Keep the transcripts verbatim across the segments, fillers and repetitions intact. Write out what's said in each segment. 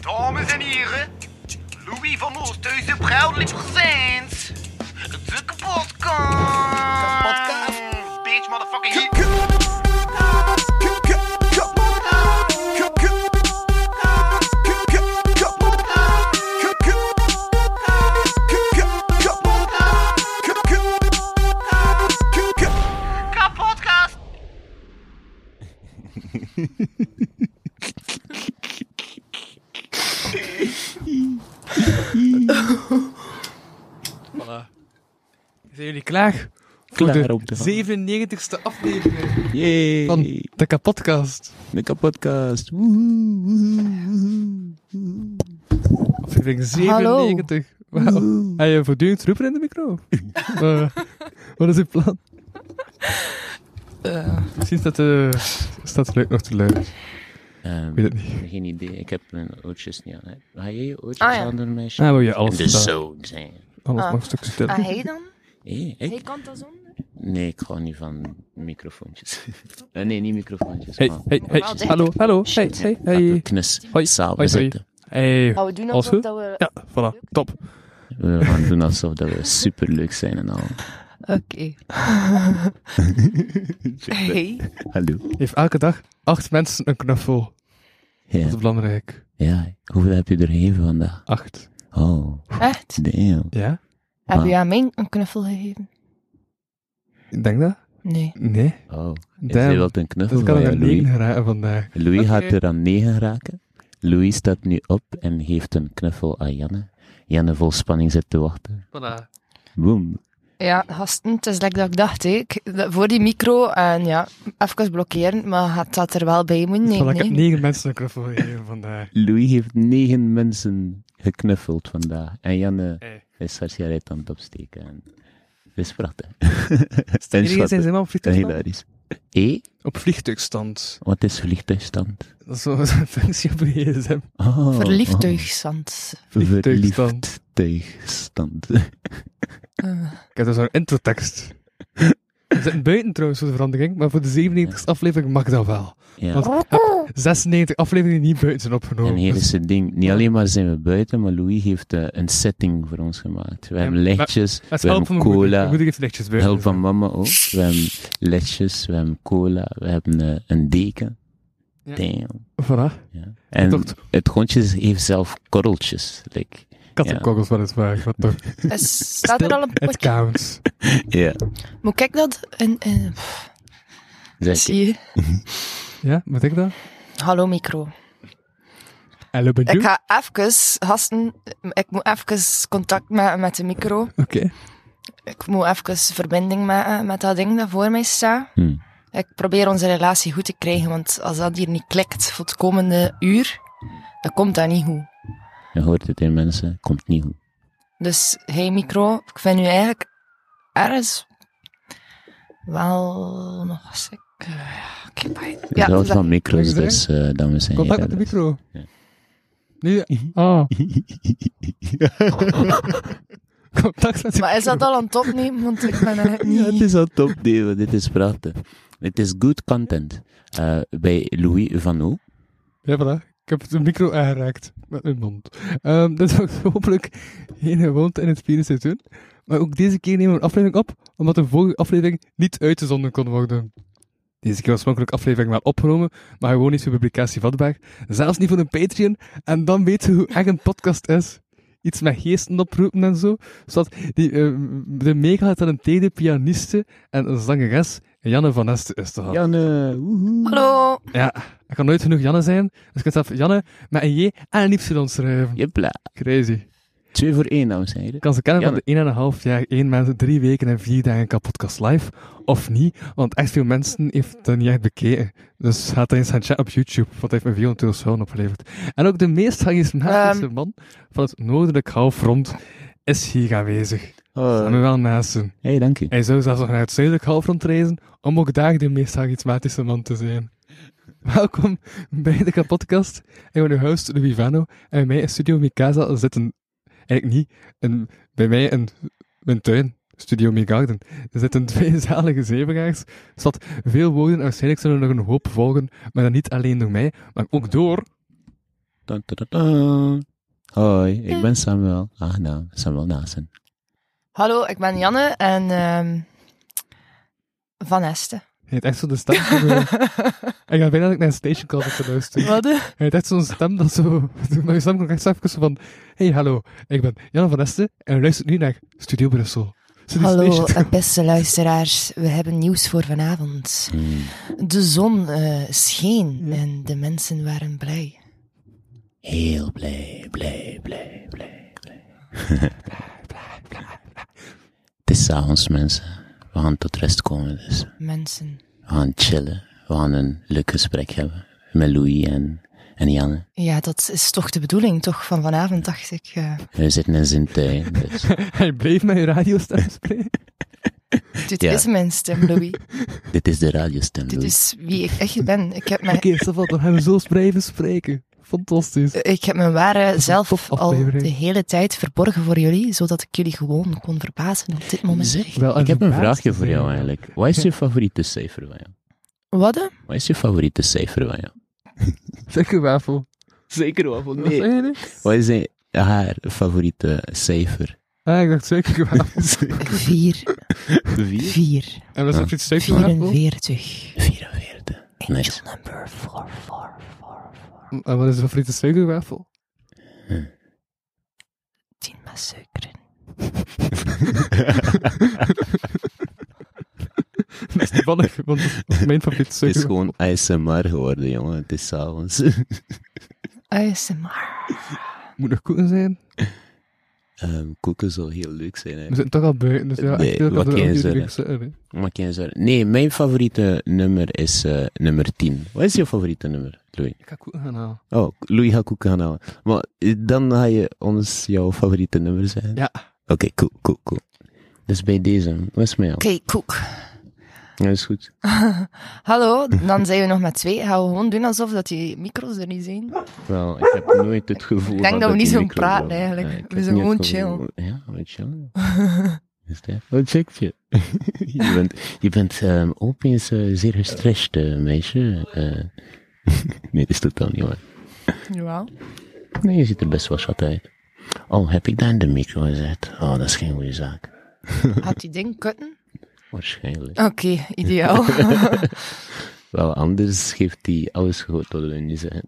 Dames en heren, Louis van Oosthuizen proudly presents de kapotkast. Kapotkast. Bitch, motherfucking hit. Kapotkast. Voilà. Zijn jullie klaar? Klaar Voor om te de gaan. zevenennegentigste aflevering Yay! van de kapotkast. De kapotkast. Woehoe, woehoe, woehoe. Aflevering zevenennegentig. Wauw. Ga je voortdurend roepen in de micro? uh, wat is je plan? Uh, Misschien staat de, staat de luid nog te luid. Um, Ik weet het niet. Geen idee, ik heb mijn oortjes niet aan. Hè. Ga jij je oortjes Ah, ja. aan doen, meisje? Ah, wil je alles In de staan? zone zijn. Alles Ah. mag een stuk stil. en hij dan? Hé, Hij ik? kan dat zonder? Nee, ik ga niet van microfoontjes. uh, nee, niet microfoontjes. Hey, maar- hey, hey. Wel dicht. Hallo, hallo. Hey, hey, Laten we hey. knus Hoi. samen Hoi, hoi. zitten. Hey. Gaan we doen Alles alsof goed? dat we... Ja, voilà. Top. We gaan doen alsof dat we superleuk zijn en al. Oké. Hey. Hallo. Heeft elke dag acht mensen een knuffel. Dat Ja. is belangrijk. ja, hoeveel heb je er gegeven vandaag? Acht. Oh, Echt? damn. Ja? Heb Ah. je aan mij een knuffel gegeven? Ik denk dat. Nee. Nee. Oh, is Damn. hij wilt een knuffel Dus ik kan van er jou, een negen Louis? geraken vandaag. Louis Oké. gaat er aan negen raken. Louis staat nu op en geeft een knuffel aan Janne. Janne vol spanning zit te wachten. Voilà. Boom. Ja, gasten, het is like dat ik dacht, hè. Ik, dat- voor die micro en ja, even blokkeren, maar het had er wel bij moeten Voilà, nemen. ik heb hè. negen mensen een knuffel gegeven vandaag. Louis heeft negen mensen geknuffeld vandaag. En Janne Hey. is haar sigaret aan het opsteken. En het is prachtig. Iedereen en zijn schattig. ze maar op En vliegtuigstand? hilarisch. E? Op vliegtuigstand. Wat is vliegtuigstand? Dat is zo'n functie op je gsm. Oh, Verliefdheidszand. oh. Vliegtuigstand. Verliefdtuigstand. Uh, Ik heb dus zo'n introtekst. We zitten buiten trouwens voor de verandering, maar voor de zevenennegentigste aflevering mag dat wel. Ja. Want ik heb zesennegentig afleveringen die niet buiten zijn opgenomen. En hier Dus- is het ding. Niet alleen maar zijn we buiten, maar Louis heeft uh, een setting voor ons gemaakt. We hebben maar- lichtjes, Met we hulp van hebben mijn moeder. cola. Mijn moeder heeft lichtjes buiten. Hulp van mama ook. We hebben lichtjes, we hebben cola, we hebben uh, een deken. Ja. Damn. Voilà. Ja. En Toch- het hondje heeft zelf korreltjes. Like, Kattenkogels van het waar. Wat toch? is, staat er al een Het potje? counts. ja. Moet ik dat? In, in, Zeg, zie je? Ja, moet ik dat? Hallo micro. Hallo, Ik bedoel? ga even, gasten, ik moet even contact maken met de micro. Oké. Ik moet even verbinding maken met dat ding dat voor mij staat. Hm. Ik probeer onze relatie goed te krijgen, want als dat hier niet klikt voor het komende uur, dan komt dat niet goed. Je hoort het in mensen, komt niet goed. Dus, hey micro, ik vind u eigenlijk ergens wel nog eens... ik, uh, Oké, bye. Je houdt dat- van micro's, Wat dus uh, dames en Contact met de heren. micro. Ja. Nu, ah. Contact met de Maar is dat al aan het opnemen? Want ik ben eigenlijk niet... Ja, het is al top, nee, dit is prachtig. Het is good content. Uh, bij Louis Van O. Ja, voilà. Ik heb de micro aangeraakt met mijn mond. Um, dat wordt hopelijk geen gewoonte in het vierde seizoen. Maar ook deze keer nemen we een aflevering op, omdat de vorige aflevering niet uitgezonden kon worden. Deze keer was oorspronkelijk aflevering wel opgenomen, maar gewoon niet voor publicatie vatbaar. Zelfs niet voor een Patreon. En dan weten we hoe echt een podcast is. Iets met geesten oproepen en zo. Zodat die, uh, de mega talenteerde pianiste en een zangeres Janne van Esten is te gast. Janne, woehoe. Hallo! Ja, er kan nooit genoeg Janne zijn. Dus je kunt zelf Janne met een J en een Y schrijven. Jepla. Crazy. Twee voor één, dames en heren. Ik kan ze kennen Janne. van de één en een half jaar, één maand, drie weken en vier dagen kapotcast live. Of niet, want echt veel mensen heeft dat niet echt bekeken. Dus gaat eens gaan checken op YouTube, want hij heeft me vierhonderd euro schoon opgeleverd. En ook de meest charismatische Um. man van het noordelijk halfrond is hier aanwezig. Oh, Samuel wel Naasten. hey, dank u. Hij zou zelfs nog naar het zuidelijk halfrond reizen, om ook daar de meest charismatische man te zijn. Welkom bij de kapotkast. Ik ben uw host Louis Vano. En bij mij in Studio Mikasa zitten, eigenlijk niet, een, bij mij in mijn tuin, Studio Megarden, er zitten twee zalige zevenaars. Zodat veel woorden, waarschijnlijk zullen er nog een hoop volgen, maar dan niet alleen door mij, maar ook door Da, da, da, da. Hoi, ik ben Samuel. Ah, nou, Samuel Nasen. Hallo, ik ben Janne en um, Van Este. Hij heeft echt zo'n stem van... Uh, ik ga bijna dat ik naar een station call heb geluisterd. Wat? Hij heeft echt zo'n stem dat zo... Mijn stem klonk echt zo even van... Hey, hallo, ik ben Janne van Este en u luistert nu naar Studio Brussel. Studio Hallo, Station. beste luisteraars. We hebben nieuws voor vanavond. Mm. De zon uh, scheen en de mensen waren blij. Heel blij, blij, blij, blij, blij. Het is 's avonds, mensen. We gaan tot rust komen, dus. Mensen. We gaan chillen. We gaan een leuk gesprek hebben. Met Louis en, en Janne. Ja, dat is toch de bedoeling, toch, van vanavond, dacht ik. Uh, We zitten in Zintuigen, dus. Hij bleef met je radiostem spreken. dit Ja. is mijn stem, Louis. Dit is de radiostem, Dit Louis. is wie ik echt ben. Ik heb mijn, Oké, okay, dan gaan we zo blijven spreken. Fantastisch. ik heb mijn ware zelf top al aflevering. de hele tijd verborgen voor jullie, zodat ik jullie gewoon kon verbazen op dit moment. Zeg, Wel, ik heb een verbaasd vraagje te voor jou zijn. eigenlijk. Wat is je favoriete cijfer van jou? Wat? hè? Wat is je favoriete cijfer van jou? Zeker wafel. Zeker wafel, Wat zei je nu? Wat is een- haar favoriete cijfer? Ah, ik dacht zeker wafel. Vier. Vier? Vier. En wat is het zeker wafel? vierenveertig. vierenveertig. Angel Nice. number four, four, four, four. En wat is de favoriete suikerwafel? Tien met suiker in. Dat is niet vannig, want dat is mijn favoriete Het is suikerwafel. gewoon A S M R geworden, jongen. Het is 's avonds. A S M R. Moet nog koeken zijn? um, koeken zou heel leuk zijn, We hè. zitten toch al buiten, dus ja, Nee, echt heel wat kan kan je er zeggen? ook zeggen, hè. Maar geen zorgen. Nee, mijn favoriete nummer is uh, nummer tien. Wat is jouw favoriete nummer, Louis? Ik ga koeken gaan halen. Oh, Louis gaat koeken gaan halen. Maar eh, dan ga je ons jouw favoriete nummer zeggen. Ja. Oké, okay, cool, cool, cool. Dus bij deze, wat is mij al? Oké, okay, koek. Ja, is goed. Hallo, dan zijn we nog met twee. Gaan we gewoon doen alsof dat die micro's er niet zijn. Wel, ik heb nooit het gevoel Ik denk gehad dat we niet die zo micro praten, wel- eigenlijk. Ja, ik We heb zijn niet gewoon het gevoel- chill. Ja, we chillen. Is dat? Wat zeg je? je bent, je bent um, opeens uh, zeer gestrest, uh, meisje. Uh, nee, dat is totaal niet waar. Jawel. Nee, je ziet er best wel schat uit. Oh, heb ik dat in de micro gezet? Oh, dat is geen goede zaak. Gaat die ding kutten? Waarschijnlijk. Oké, okay, ideaal. Wel, anders geeft hij alles goed wat we nu zeggen.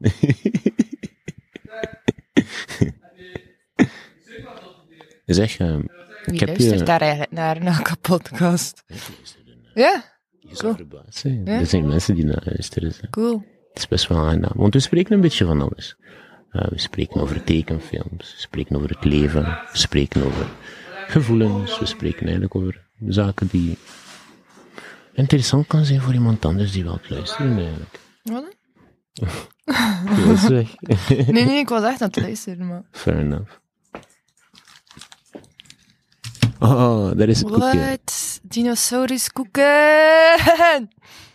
Zeg, um, Wie ik heb luistert je... daar eigenlijk naar, naar een podcast? Ja? Je zou verbaasd zijn. Ja? Er zijn mensen die naar luisteren. Hè. Cool. Het is best wel aangenaam. Want we spreken een beetje van alles. Uh, we spreken over tekenfilms, we spreken over het leven, we spreken over gevoelens, we spreken eigenlijk over zaken die interessant kan zijn voor iemand anders die wil luisteren eigenlijk. Wat? Je was weg. Nee, nee, ik was echt aan het luisteren, maar... Fair enough. Oh, daar is het koekje. Wat? Dinosaurus koeken!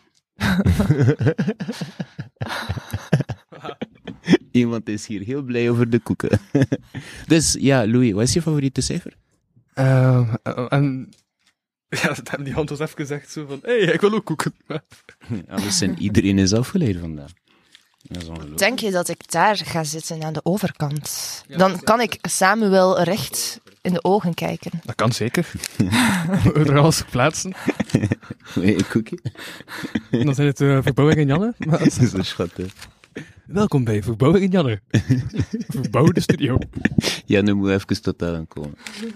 Iemand is hier heel blij over de koeken. Dus ja, Louis, wat is je favoriete cijfer? Ehm, eh, en... Ja, dat hebben die hand was even gezegd, zo van, hé, hey, ik wil ook koeken. Alles en iedereen is afgeleid vandaag. Dat is ongelooflijk. Denk je dat ik daar ga zitten aan de overkant? Dan kan ik Samuel recht in de ogen kijken. Dat kan zeker. We er alles plaatsen. Een koekje? En dan zijn het uh, Verbouwing en Janne. Maar Dat is een schat, hè. welkom bij Verbouwing en Janne. Verbouw de studio. Ja, nu moet je even tot daar aan komen.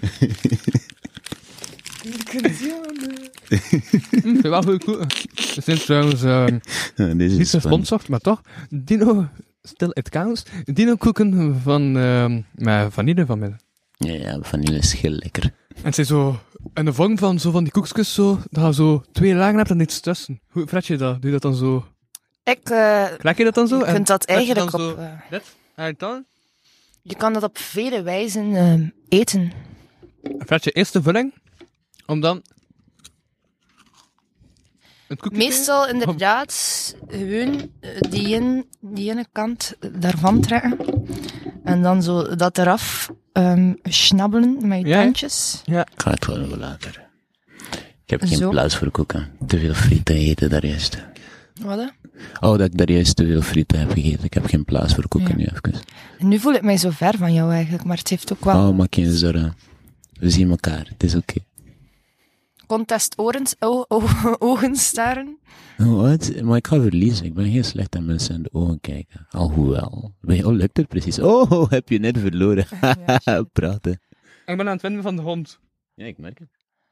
Hm, wel goed koeken. We zijn trouwens uh, Ja, deze niet is fun. gesponsord, maar toch. Dino, still it counts. Dino koeken van, uh, met vanille van midden. Ja, ja, vanille is heel lekker. En het zijn zo, in de vorm van zo van die koekjes zo, dat je zo twee lagen hebt en iets tussen. Hoe fret je dat? Doe je dat dan zo? Ik, uh, Klek je dat dan zo? je En kunt dat fret je eigenlijk dan op... zo uh, dit? En dan? je kan dat op vele wijzen uh, eten. Fret je eerst de vulling, om dan het koekje te- Meestal inderdaad gewoon uh, die, in, die ene kant daarvan trekken. En dan zo dat eraf um, snabbelen met je Ja. tandjes. Ja. Ik ga het wel even later. Ik heb geen Zo. plaats voor koeken. Te veel frieten eten daar juist. Wat hè? Oh, dat ik daar juist te veel frieten heb gegeten. Ik heb geen plaats voor koeken Ja. nu even. En nu voel ik mij zo ver van jou eigenlijk, maar het heeft ook wel Oh, maak geen zorgen. We zien elkaar, het is oké. contest orens, o, o, ogen staren. Oh, wat? Maar ik ga verliezen. Ik ben heel slecht aan mensen in de ogen kijken. Alhoewel. Bij jou lukt het precies. Oh, heb je net verloren. Ja, Praten. Ik ben aan het winnen van de hond. Ja, ik merk het.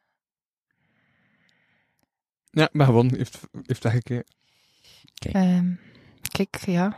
Ja, maar gewonnen. Heeft, heeft weggekeken. Ehm, kijk, ja.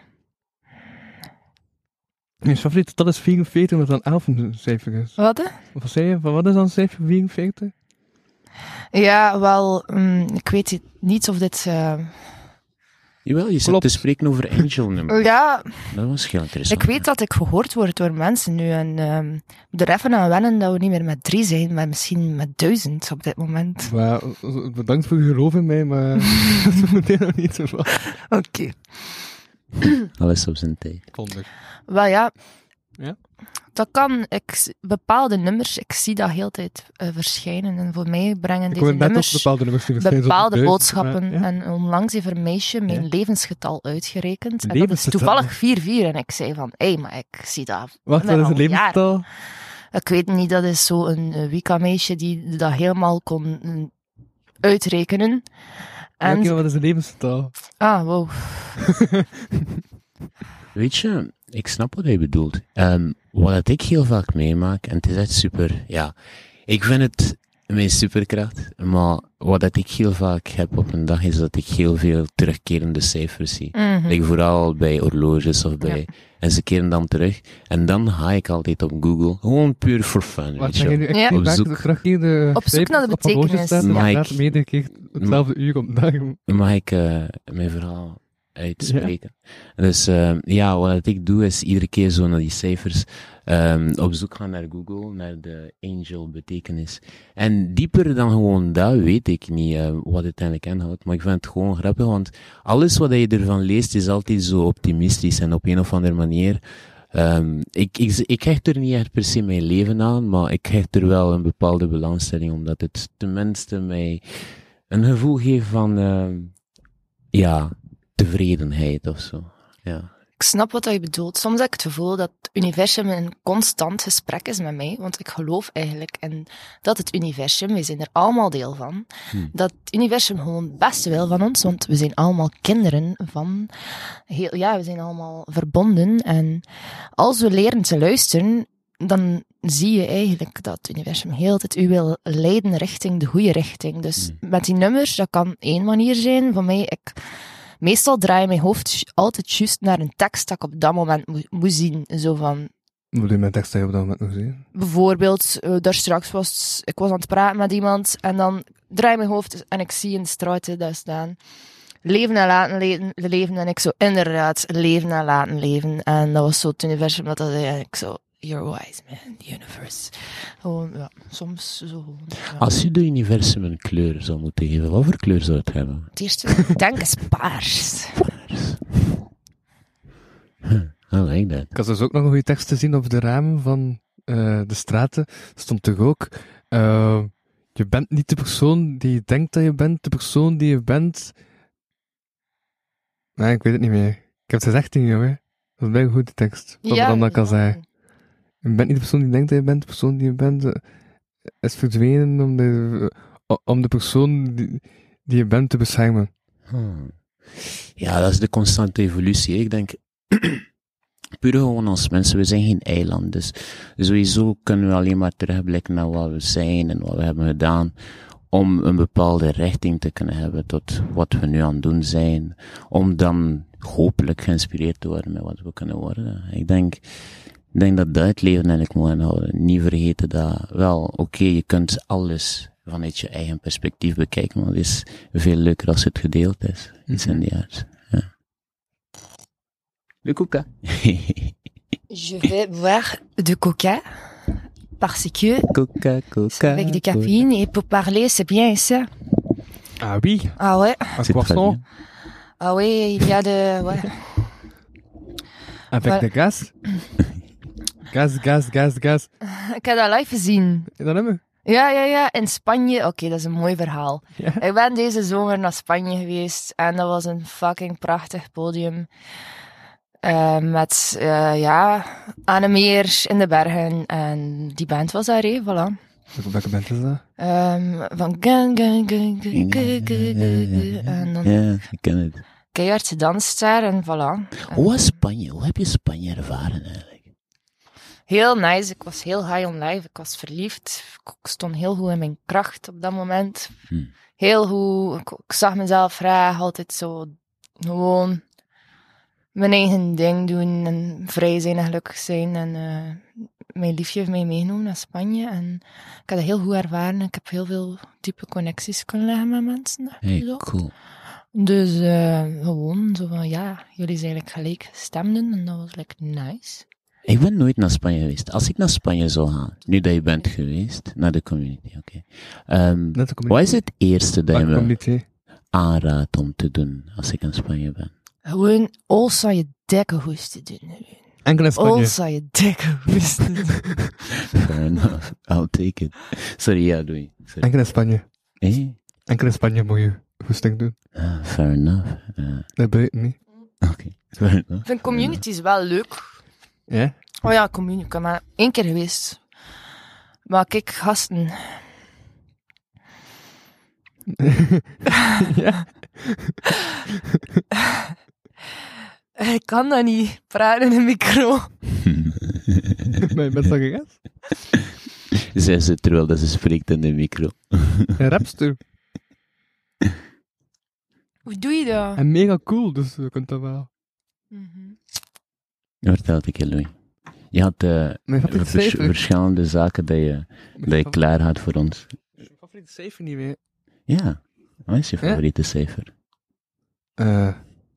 Mijn favoriete dat is vierenveertig, omdat dat een elf een cijfer is. Wat? hè? Wat zei je? Van wat is dan een cijfer vierenveertig? Ja, wel, mm, ik weet het niet of dit... eh, Jawel, je zit Klopt. te spreken over Angel-nummer. Ja, Dat was heel interessant. ik weet dat ik gehoord word door mensen nu en um, ik moet er even aan wennen dat we niet meer met drie zijn, maar misschien met duizend op dit moment. Maar, bedankt voor je geloof in mij, maar dat is meteen nog niet zo van. Oké. Alles op zijn tijd. Vond ik. Wel ja. Ja? Dat kan, ik, bepaalde nummers, ik zie dat heel de tijd uh, verschijnen en voor mij brengen Ik deze kom net op nummers bepaalde nummers die verschijnen, bepaalde zoals boodschappen. duizend, maar, ja. En onlangs heeft er een meisje mijn Ja. levensgetal uitgerekend. En dat is Levensgetal? toevallig vier vier. En ik zei van, hé, hey, maar ik zie dat. Wacht, met dat is al een levensgetal? jaren. Ik weet niet, dat is zo een uh, Wicca-meisje die dat helemaal kon uh, uitrekenen. En, En... wat is een levensgetal? ah, wow. Weet je, ik snap wat hij bedoelt. Um, wat ik heel vaak meemaak, en het is echt super, ja, ik vind het mijn superkracht, maar wat dat ik heel vaak heb op een dag is dat ik heel veel terugkerende cijfers zie. Mhm. Like vooral bij horloges of bij, Ja. en ze keren dan terug. En dan ga ik altijd op Google, gewoon puur for fun, Wat weet zeg je je wel. nu? Ja. Ik Op maak zoek- de terugkerende Op zoek naar de cijfers op horloges betekenis, staan, ja. maar Maar inderdaad ik- meerdere keer hetzelfde uur op de dag. Mag ik uh, mijn verhaal uitspreken? Dus uh, ja, wat ik doe is iedere keer zo naar die cijfers um, op zoek gaan naar Google, naar de angel betekenis. En dieper dan gewoon dat weet ik niet uh, wat het uiteindelijk inhoudt, maar ik vind het gewoon grappig, want alles wat je ervan leest is altijd zo optimistisch en op een of andere manier. Um, ik, ik, ik hecht er niet echt per se mijn leven aan, maar ik hecht er wel een bepaalde belangstelling, omdat het tenminste mij een gevoel geeft van, uh, ja, tevredenheid of zo. Ja. Ik snap wat je bedoelt. Soms heb ik het gevoel dat het universum een constant gesprek is met mij, want ik geloof eigenlijk in dat het universum, we zijn er allemaal deel van, Hmm. dat het universum gewoon het beste wil van ons, want we zijn allemaal kinderen van, heel, ja, we zijn allemaal verbonden en als we leren te luisteren, dan zie je eigenlijk dat het universum heel de tijd u wil leiden richting de goede richting. Dus Hmm. met die nummers, dat kan één manier zijn. Voor mij, ik... Meestal draai je mijn hoofd altijd juist naar een tekst dat ik op dat moment moet, moet zien. Zo van, Moet je mijn tekst op dat moment nog zien? bijvoorbeeld, uh, daar straks was, ik was aan het praten met iemand en dan draai ik mijn hoofd en ik zie in de straat daar staan. Leven en laten leven, leven. En ik zo, inderdaad, leven en laten leven. En dat was zo het universum dat dat zei. En ik zo, you're wise man, the universe. Gewoon, ja, soms zo. Ja. Als je de universum een kleur zou moeten geven, wat voor kleur zou het hebben? Het eerste wat ik denk is paars. I like that. Ik had dus ook nog een goede tekst te zien op de ramen van uh, de straten. Stond toch ook, uh, je bent niet de persoon die je denkt dat je bent, de persoon die je bent. Nee, ik weet het niet meer. Ik heb het gezegd niet, jongen. Dat is bij een goede tekst. Wat Ja, dan dat kan ja. zeggen. Je bent niet de persoon die je denkt dat je bent, de persoon die je bent uh, is verdwenen om de, uh, om de persoon die, die je bent te beschermen. Hmm. Ja, dat is de constante evolutie. Ik denk, puur gewoon als mensen, we zijn geen eiland. Dus sowieso kunnen we alleen maar terugblikken naar wat we zijn en wat we hebben gedaan, om een bepaalde richting te kunnen hebben tot wat we nu aan het doen zijn, om dan hopelijk geïnspireerd te worden met wat we kunnen worden. Ik denk, ik denk dat dat het leven eigenlijk moet inhouden. Niet vergeten dat, wel, oké, okay, je kunt alles vanuit je eigen perspectief bekijken, maar het is veel leuker als het gedeeld is. Iets in die aard. Ja. De coca. Je vais boire de coca, parce que Coca, coca. avec de caféine, et pour parler, c'est bien ça. Ah oui, Ah ouais, un C'est très croissant bien. ah oui, il y a de... Ouais. avec Voilà. de gaz. Gas, gas, gas, gas. Ik heb dat live gezien. Dat hebben we. Ja, ja, ja, in Spanje. Oké, dat is een mooi verhaal. Ja. Ik ben deze zomer naar Spanje geweest en dat was een fucking prachtig podium. Uh, met, uh, ja, aan een meer in de bergen. En die band was daar, hè, voilà. Welke band is dat? Um, van gun, gun, gun, gun, gun, gun, gun. En dan Ja, ik ken het. keihard gedanst daar en voilà. Hoe was Spanje? Hoe heb je Spanje ervaren eigenlijk? Heel nice. Ik was heel high on life. Ik was verliefd. Ik stond heel goed in mijn kracht op dat moment. Hmm. Heel goed. Ik, ik zag mezelf graag altijd zo gewoon mijn eigen ding doen en vrij zijn en gelukkig zijn. En uh, mijn liefje heeft mij meegenomen naar Spanje en ik heb dat heel goed ervaren. Ik heb heel veel diepe connecties kunnen leggen met mensen. Hey, Zo. cool. Dus uh, gewoon zo van, ja, jullie zijn eigenlijk gelijk stemden en dat was like nice. Ik ben nooit naar Spanje geweest. Als ik naar Spanje zou gaan, nu dat je bent geweest, naar de community, oké. Okay. Um, Net de community. wat is het eerste dat je Welke me community? aanraadt om te doen als ik in Spanje ben? Gewoon, alles aan je dikke hoest te doen. Enkel in Spanje. Alles aan je dikke hoest te doen. Fair enough. I'll take it. Sorry, ja, doei. Sorry. Enkel in Spanje. Eh? Enkel in Spanje moet je hoesting doen. Ah, fair enough. Uh, Dat buiten niet. Oké, okay. fair enough. Ik vind communities wel leuk. Ja? Oh ja, community. Ik ben maar één keer geweest. Maar kijk, gasten. Ja. Ik kan dat niet. Praten in een micro. Maar je bent dat gegast? Zij ze terwijl dat ze spreekt in de micro. Een rapster. Hoe doe je dat? En mega cool, dus je kunt dat wel. Mm-hmm. Vertel het een keer, Louis. Je had uh, Mijn favoriete vers- cijfer. verschillende zaken dat je, dat je klaar had voor ons. Mijn favoriete cijfer niet meer. Ja, wat is je Ja? favoriete cijfer? Eh...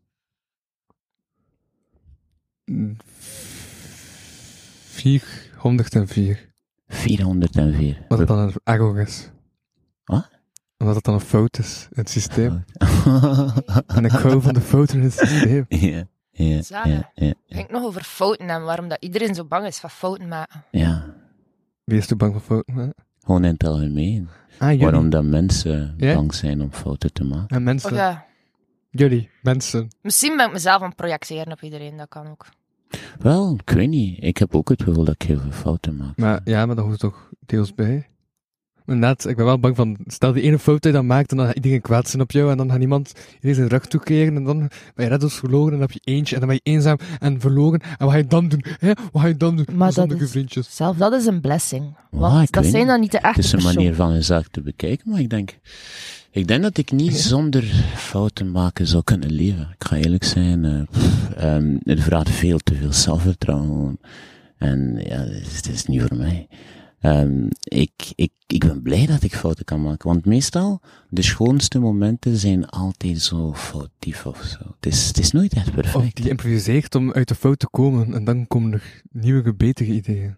vierhonderdvier. vierhonderdvier. Wat het dan een error is. Wat? Omdat het dan een fout is in het systeem. En ik hou van de fouten in het systeem. Ja, ja, Zalig. ja, ja, Ik denk nog over fouten en waarom dat iedereen zo bang is van fouten maken. ja. Wie is er bang voor fouten? Hè? Gewoon in het algemeen. Ah, jullie. Waarom dat mensen Ja? bang zijn om fouten te maken. En mensen. Of ja, Jullie, mensen. misschien ben ik mezelf aan het projecteren op iedereen, dat kan ook. Wel, ik weet niet. Ik heb ook het gevoel dat ik heel veel fouten maak. Maar ja, maar dat hoort toch deels bij. Maar net, ik ben wel bang van, stel die ene fout die je dan maakt, en dan gaat iedereen kwaad zijn op jou, en dan gaat niemand iedereen zijn rug toekeren, en dan ben je reddels verloren, en dan heb je eentje, en dan ben je eenzaam en verloren, en wat ga je dan doen? Hè? Wat ga je dan doen? Maar Zonder dat je is- vriendjes. Zelf, dat is een blessing. Ja, Want ik dat weet zijn niet. dan niet de echte Het is een personen. manier van een zaak te bekijken, maar ik denk, ik denk dat ik niet Ja? zonder fouten maken zou kunnen leven. Ik ga eerlijk zijn, eh, pff, ehm, het vraagt veel te veel zelfvertrouwen. En ja, het is, het is niet voor mij. Ehm, ik, ik, ik ben blij dat ik fouten kan maken, want meestal, de schoonste momenten zijn altijd zo foutief of zo. Het is, het is nooit echt Of perfect. die improviseert om uit de fout te komen, en dan komen er nieuwe, betere ideeën.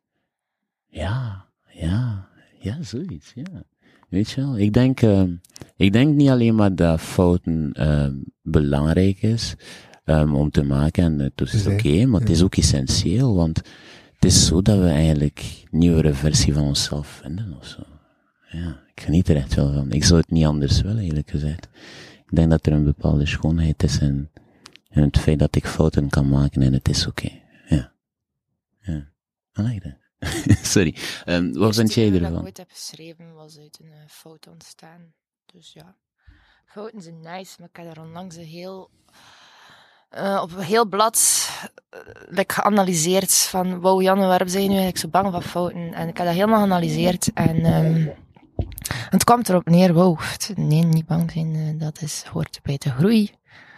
Ja, ja, ja, zoiets, ja. Weet je wel, ik denk, uh, ik denk niet alleen maar dat fouten uh, belangrijk is um, om te maken, en het is Zijn. oké, maar het is ook essentieel, want het is zo dat we eigenlijk een nieuwere versie van onszelf vinden of zo. Ja, ik geniet er echt wel van. Ik zou het niet anders willen, eerlijk gezegd. Ik denk dat er een bepaalde schoonheid is in, in het feit dat ik fouten kan maken en het is oké. Ja. Ja. I like that. Sorry. Um, wat vind jij Dat ik ervan? ooit heb geschreven was uit een uh, fout ontstaan. Dus ja, fouten zijn nice, maar ik heb daar onlangs een heel, uh, op een heel blad uh, like, geanalyseerd van, wow Janne, waarom zijn je nu eigenlijk zo bang van fouten? En ik heb dat helemaal geanalyseerd en um, het kwam erop neer, wow, nee, niet bang zijn, uh, dat is, hoort bij de groei.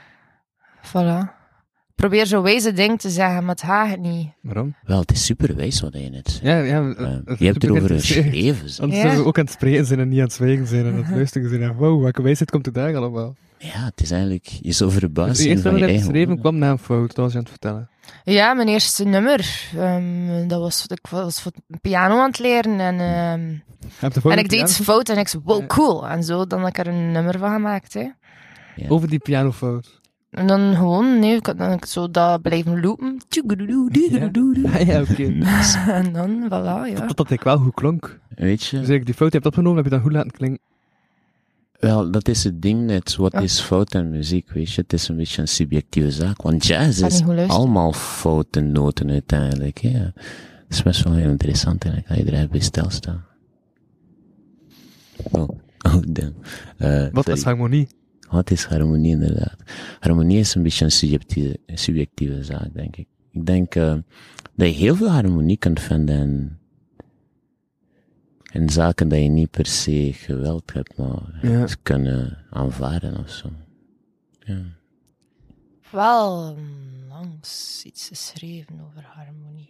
Voilà. Probeer zo wijze dingen te zeggen, maar het gaat niet. Waarom? Wel, het is super wijs wat je net zei. Ja, ja. Uh, het je hebt super erover geïnteresseerd. geschreven. Zo. Anders Ja. zullen we ook aan het spreken zijn en niet aan het zwijgen zijn en aan het luisteren zijn. En wow, welke wijsheid komt er daar allemaal? Ja, het is eigenlijk, je zou verbaasd Dus zijn eerst van wat je je hebt eigen geschreven woorden. kwam na een fout, dat was je aan het vertellen. Ja, mijn eerste nummer. Um, dat was, ik was voor piano aan het leren en, um, Je hebt de fout en op ik de deed iets piano- fout en ik zei, wow, Ja. cool. En zo, dan heb ik er een nummer van gemaakt, hè. Ja. Over die pianofout. En dan gewoon, nee, ik had dan zo dat blijven lopen. Ja, ja oké. En dan, voilà, ja. Totdat ik wel goed klonk. Weet je? Dus als ik die fout heb opgenomen, heb je dan goed laten klinken. Wel, dat is het ding net. Wat Ja. is fout aan muziek, weet je? Het is een beetje een subjectieve zaak. Want jazz Kan is niet goed luisteren. allemaal foute noten uiteindelijk. Ja. Dat is best wel heel interessant eigenlijk, dat je er echt bij stilstaat. Oh, oh damn. Uh, Wat is harmonie? Wat is harmonie inderdaad? Harmonie is een beetje een subjectieve, een subjectieve zaak, denk ik. Ik denk uh, dat je heel veel harmonie kunt vinden in, in zaken dat je niet per se geweld hebt, maar Ja. het kunnen aanvaarden of zo. Ja. Wel langs iets geschreven over harmonie.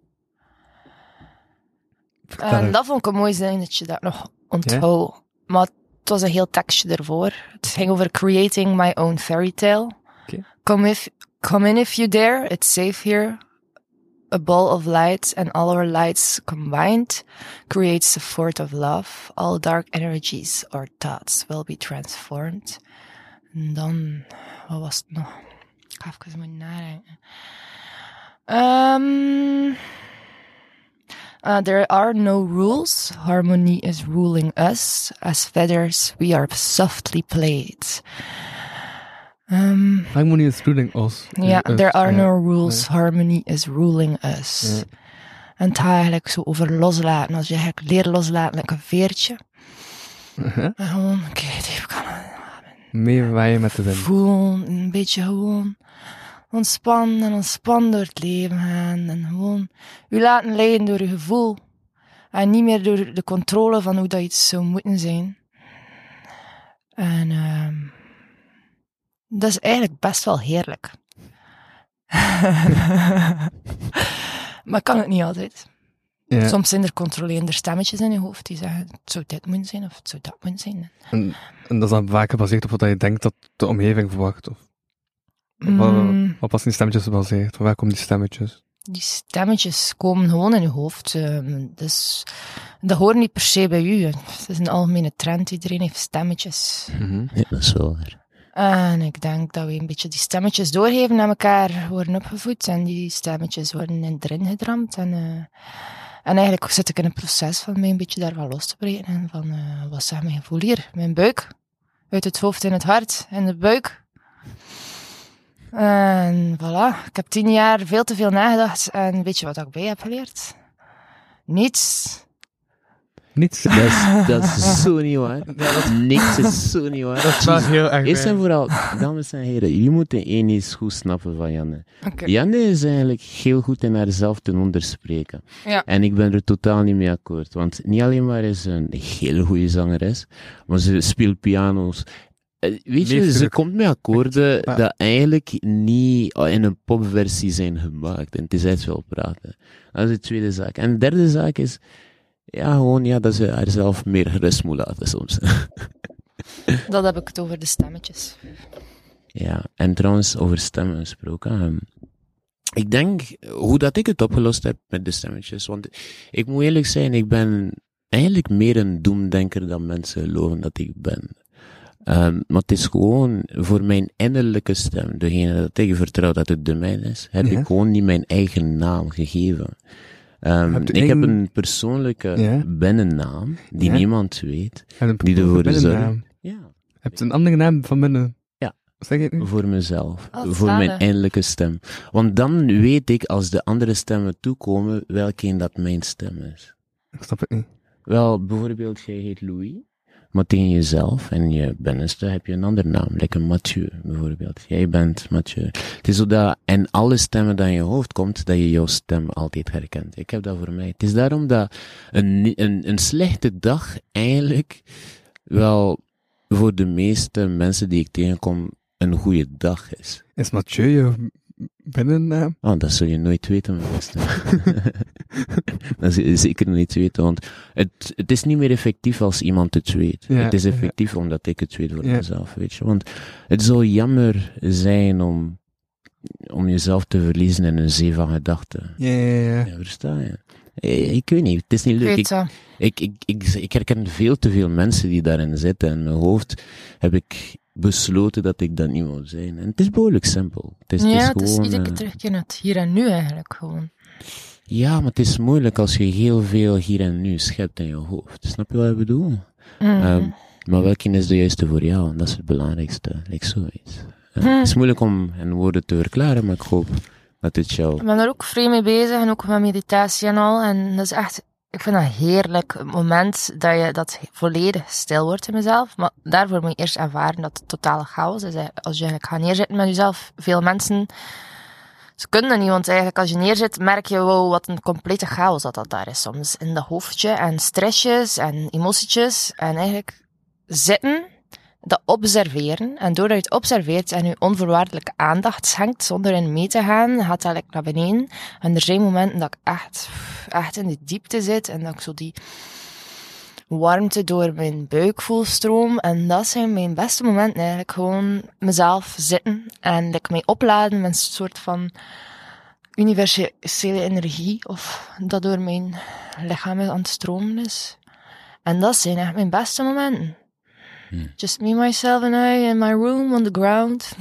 Vertel En eens. dat vond ik een mooi zinnetje dat ik nog onthoud. Maar het was een heel tekstje ervoor. Het ging over creating my own fairy tale. Oké. Come, if, come in if you dare, it's safe here. A ball of light and all our lights combined creates a fort of love. All dark energies or thoughts will be transformed. En dan, wat was het nog? Ik ga even moeten nadenken. Um, uh, there are no rules. Harmony is ruling us. As feathers, we are softly played. Um, Harmonie is ruling us. ja, Us, there are ja. no rules. Harmony is ruling us. Ja. En het gaat eigenlijk zo over loslaten. Als je eigenlijk leert loslaten, like een veertje. Uh-huh. En gewoon, oké, diep kan Meewaaien met de wind. voelen, een beetje gewoon ontspannen en ontspannen door het leven gaan. En gewoon u laten leiden door je gevoel. En niet meer door de controle van hoe dat iets zou moeten zijn. En uh, dat is eigenlijk best wel heerlijk. Maar kan het niet altijd. Ja. Soms zijn er controlerende stemmetjes in je hoofd die zeggen, het zou dit moeten zijn of het zou dat moeten zijn. En, en dat is dan vaak gebaseerd op wat je denkt dat de omgeving verwacht. Of, of wat, Mm. wat was die stemmetjes gebaseerd? Van waar komen die stemmetjes? Die stemmetjes komen gewoon in je hoofd. Uh, dus dat hoort niet per se bij u. Het is een algemene trend. Iedereen heeft stemmetjes. Mm-hmm. Ja, dat is wel waar. En ik denk dat we een beetje die stemmetjes doorgeven aan elkaar, worden opgevoed. En die stemmetjes worden in erin gedramd. En, uh, en eigenlijk zit ik in een proces van mij een beetje daarvan los te breken. En van, uh, wat zegt mijn gevoel hier? Mijn buik. Uit het hoofd in het hart. In de buik. En voilà, ik heb tien jaar veel te veel nagedacht en weet je wat ik bij heb geleerd? Niets. Niets. Dat is, dat is zo niet waar. Niks is zo niet waar. Dat is wel heel erg Eerst en waar. vooral, dames en heren, jullie moeten één eens goed snappen van Janne. Oké. Janne is eigenlijk heel goed in haarzelf te onderspreken. Ja. En ik ben er totaal niet mee akkoord. Want niet alleen maar is ze een hele goede zangeres, maar ze speelt piano's. Eh, Weet je, ze Meesterlijk. komt met akkoorden Ja. dat eigenlijk niet in een popversie zijn gemaakt. En het is echt wel praten. Dat is de tweede zaak. En de derde zaak is, ja, gewoon, ja, dat ze haarzelf meer gerust moet laten soms. Dat heb ik het over de stemmetjes. Ja, en trouwens, over stemmen gesproken. ehm, ik denk, hoe dat ik het opgelost heb met de stemmetjes, want ik moet eerlijk zijn, ik ben eigenlijk meer een doemdenker dan mensen geloven dat ik ben. Um, maar het is gewoon, voor mijn innerlijke stem, degene dat ik vertrouw dat het de mijne is, heb Ja. ik gewoon niet mijn eigen naam gegeven. Um, Heb je ik eigen- heb een persoonlijke Ja. binnennaam, die Ja. niemand weet. En een Die ervoor binnennaam. zorgen. Ja. Je hebt een andere naam van binnen. Ja. Zeg je het nu? Voor mezelf. Oh, voor zalig. mijn innerlijke stem. Want dan weet ik, als de andere stemmen toekomen, welke dat mijn stem is. Ik snap het niet. Wel, bijvoorbeeld, jij heet Louis, maar tegen jezelf en je binnenste heb je een andere naam. Lekker Mathieu, bijvoorbeeld. Jij bent Mathieu. Het is zo dat in alle stemmen dat in je hoofd komt, dat je jouw stem altijd herkent. Ik heb dat voor mij. Het is daarom dat een, een, een slechte dag eigenlijk wel voor de meeste mensen die ik tegenkom een goede dag is. Is Mathieu je binnennaam? Oh, dat zul je nooit weten, mijn beste. Dat zul je zeker niet weten, want het, het is niet meer effectief als iemand het weet. Ja, het is ja. effectief omdat ik het weet voor Ja. mezelf, weet je. Want het zou jammer zijn om, om jezelf te verliezen in een zee van gedachten. Ja, ja, ja. Ja, versta je? Eh, Ik weet niet, het is niet Ik leuk. weet Ik, dat. ik, ik, ik, ik herken veel te veel mensen die daarin zitten. In mijn hoofd heb ik besloten dat ik dat niet wil zijn. En het is behoorlijk simpel. Het is, Ja, het is het is gewoon... iedere keer eh, terugkeer naar het hier en nu eigenlijk gewoon. ja, maar het is moeilijk als je heel veel hier en nu schept in je hoofd. Snap je wat ik bedoel? Mhm. Ehm, maar welke is de juiste voor jou? En dat is het belangrijkste. Like zoiets. Eh, Hm. Het is moeilijk om in woorden te verklaren, maar ik hoop dat het jou... Ik ben er ook vrij mee bezig en ook met meditatie en al. En dat is echt, ik vind dat heerlijk, het moment dat je dat volledig stil wordt in mezelf. Maar daarvoor moet je eerst ervaren dat het totale chaos is. Als je eigenlijk gaat neerzitten met jezelf, veel mensen, ze kunnen dat niet, want eigenlijk als je neerzit, merk je wow, wat een complete chaos dat dat daar is soms. In dat hoofdje en stressjes en emotietjes en eigenlijk zitten, dat observeren. En doordat je het observeert en je onvoorwaardelijke aandacht schenkt, zonder in mee te gaan, gaat dat like naar beneden. En er zijn momenten dat ik echt, echt in de diepte zit en dat ik zo die warmte door mijn buik voel stroom. En dat zijn mijn beste momenten eigenlijk. Gewoon mezelf zitten en like, mij opladen met een soort van universele energie, of dat door mijn lichaam aan het stromen is. En dat zijn echt mijn beste momenten. Hmm. Just me, myself and I in my room on the ground.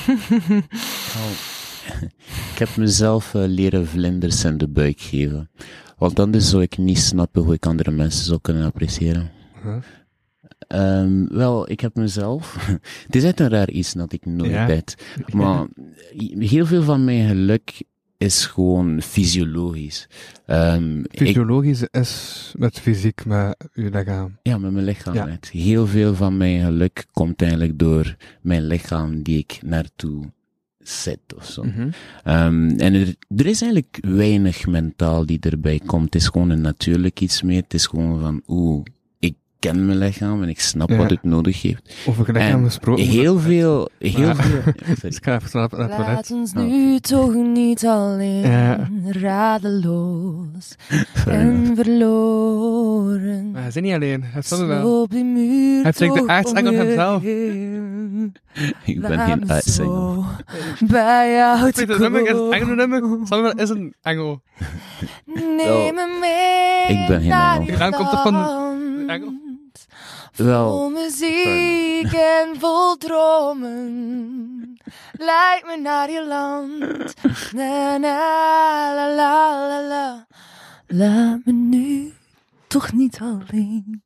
Oh. Ik heb mezelf uh, leren vlinders in de buik geven. Want anders zou ik niet snappen hoe ik andere mensen zou kunnen appreciëren. Huh? Um, wel, ik heb mezelf... Het is echt een raar iets dat ik nooit Ja. deed. Maar heel veel van mijn geluk is gewoon fysiologisch. Um, ik, Fysiologisch is met fysiek, met uw lichaam. ja, met mijn lichaam. Ja. Uit. Heel veel van mijn geluk komt eigenlijk door mijn lichaam die ik naartoe zit of zo. Mhm. Um, en er, er is eigenlijk weinig mentaal die erbij komt. Het is gewoon een natuurlijk iets meer. Het is gewoon van, oeh, ik ken mijn lichaam en ik snap Ja. wat het nodig heeft. Over je lichaam En gesproken. heel veel, heel Maar- veel... Ja, sorry. Dus ik ga even naar naar het Laat toilet. ons Oh, nu toch niet alleen, Ja. radeloos Sorry. en verloren. Maar hij is niet alleen. Hij is wel. Sloop die muur Hij heeft like de toch aartsengel hemzelf. omheen. Ik ben Laat geen me uitzengel. zo bij jou te Het nummer is het engel nummer. komen. Samuel is een engel. Neem me mee Ik ben geen naar engel. je Je naam komt toch van land. engel? Wel, Vol muziek en vol dromen. Leid me naar je land. Na, na, la, la, la, la. Laat me nu toch niet alleen.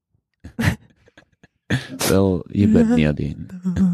wel, je bent niet alleen.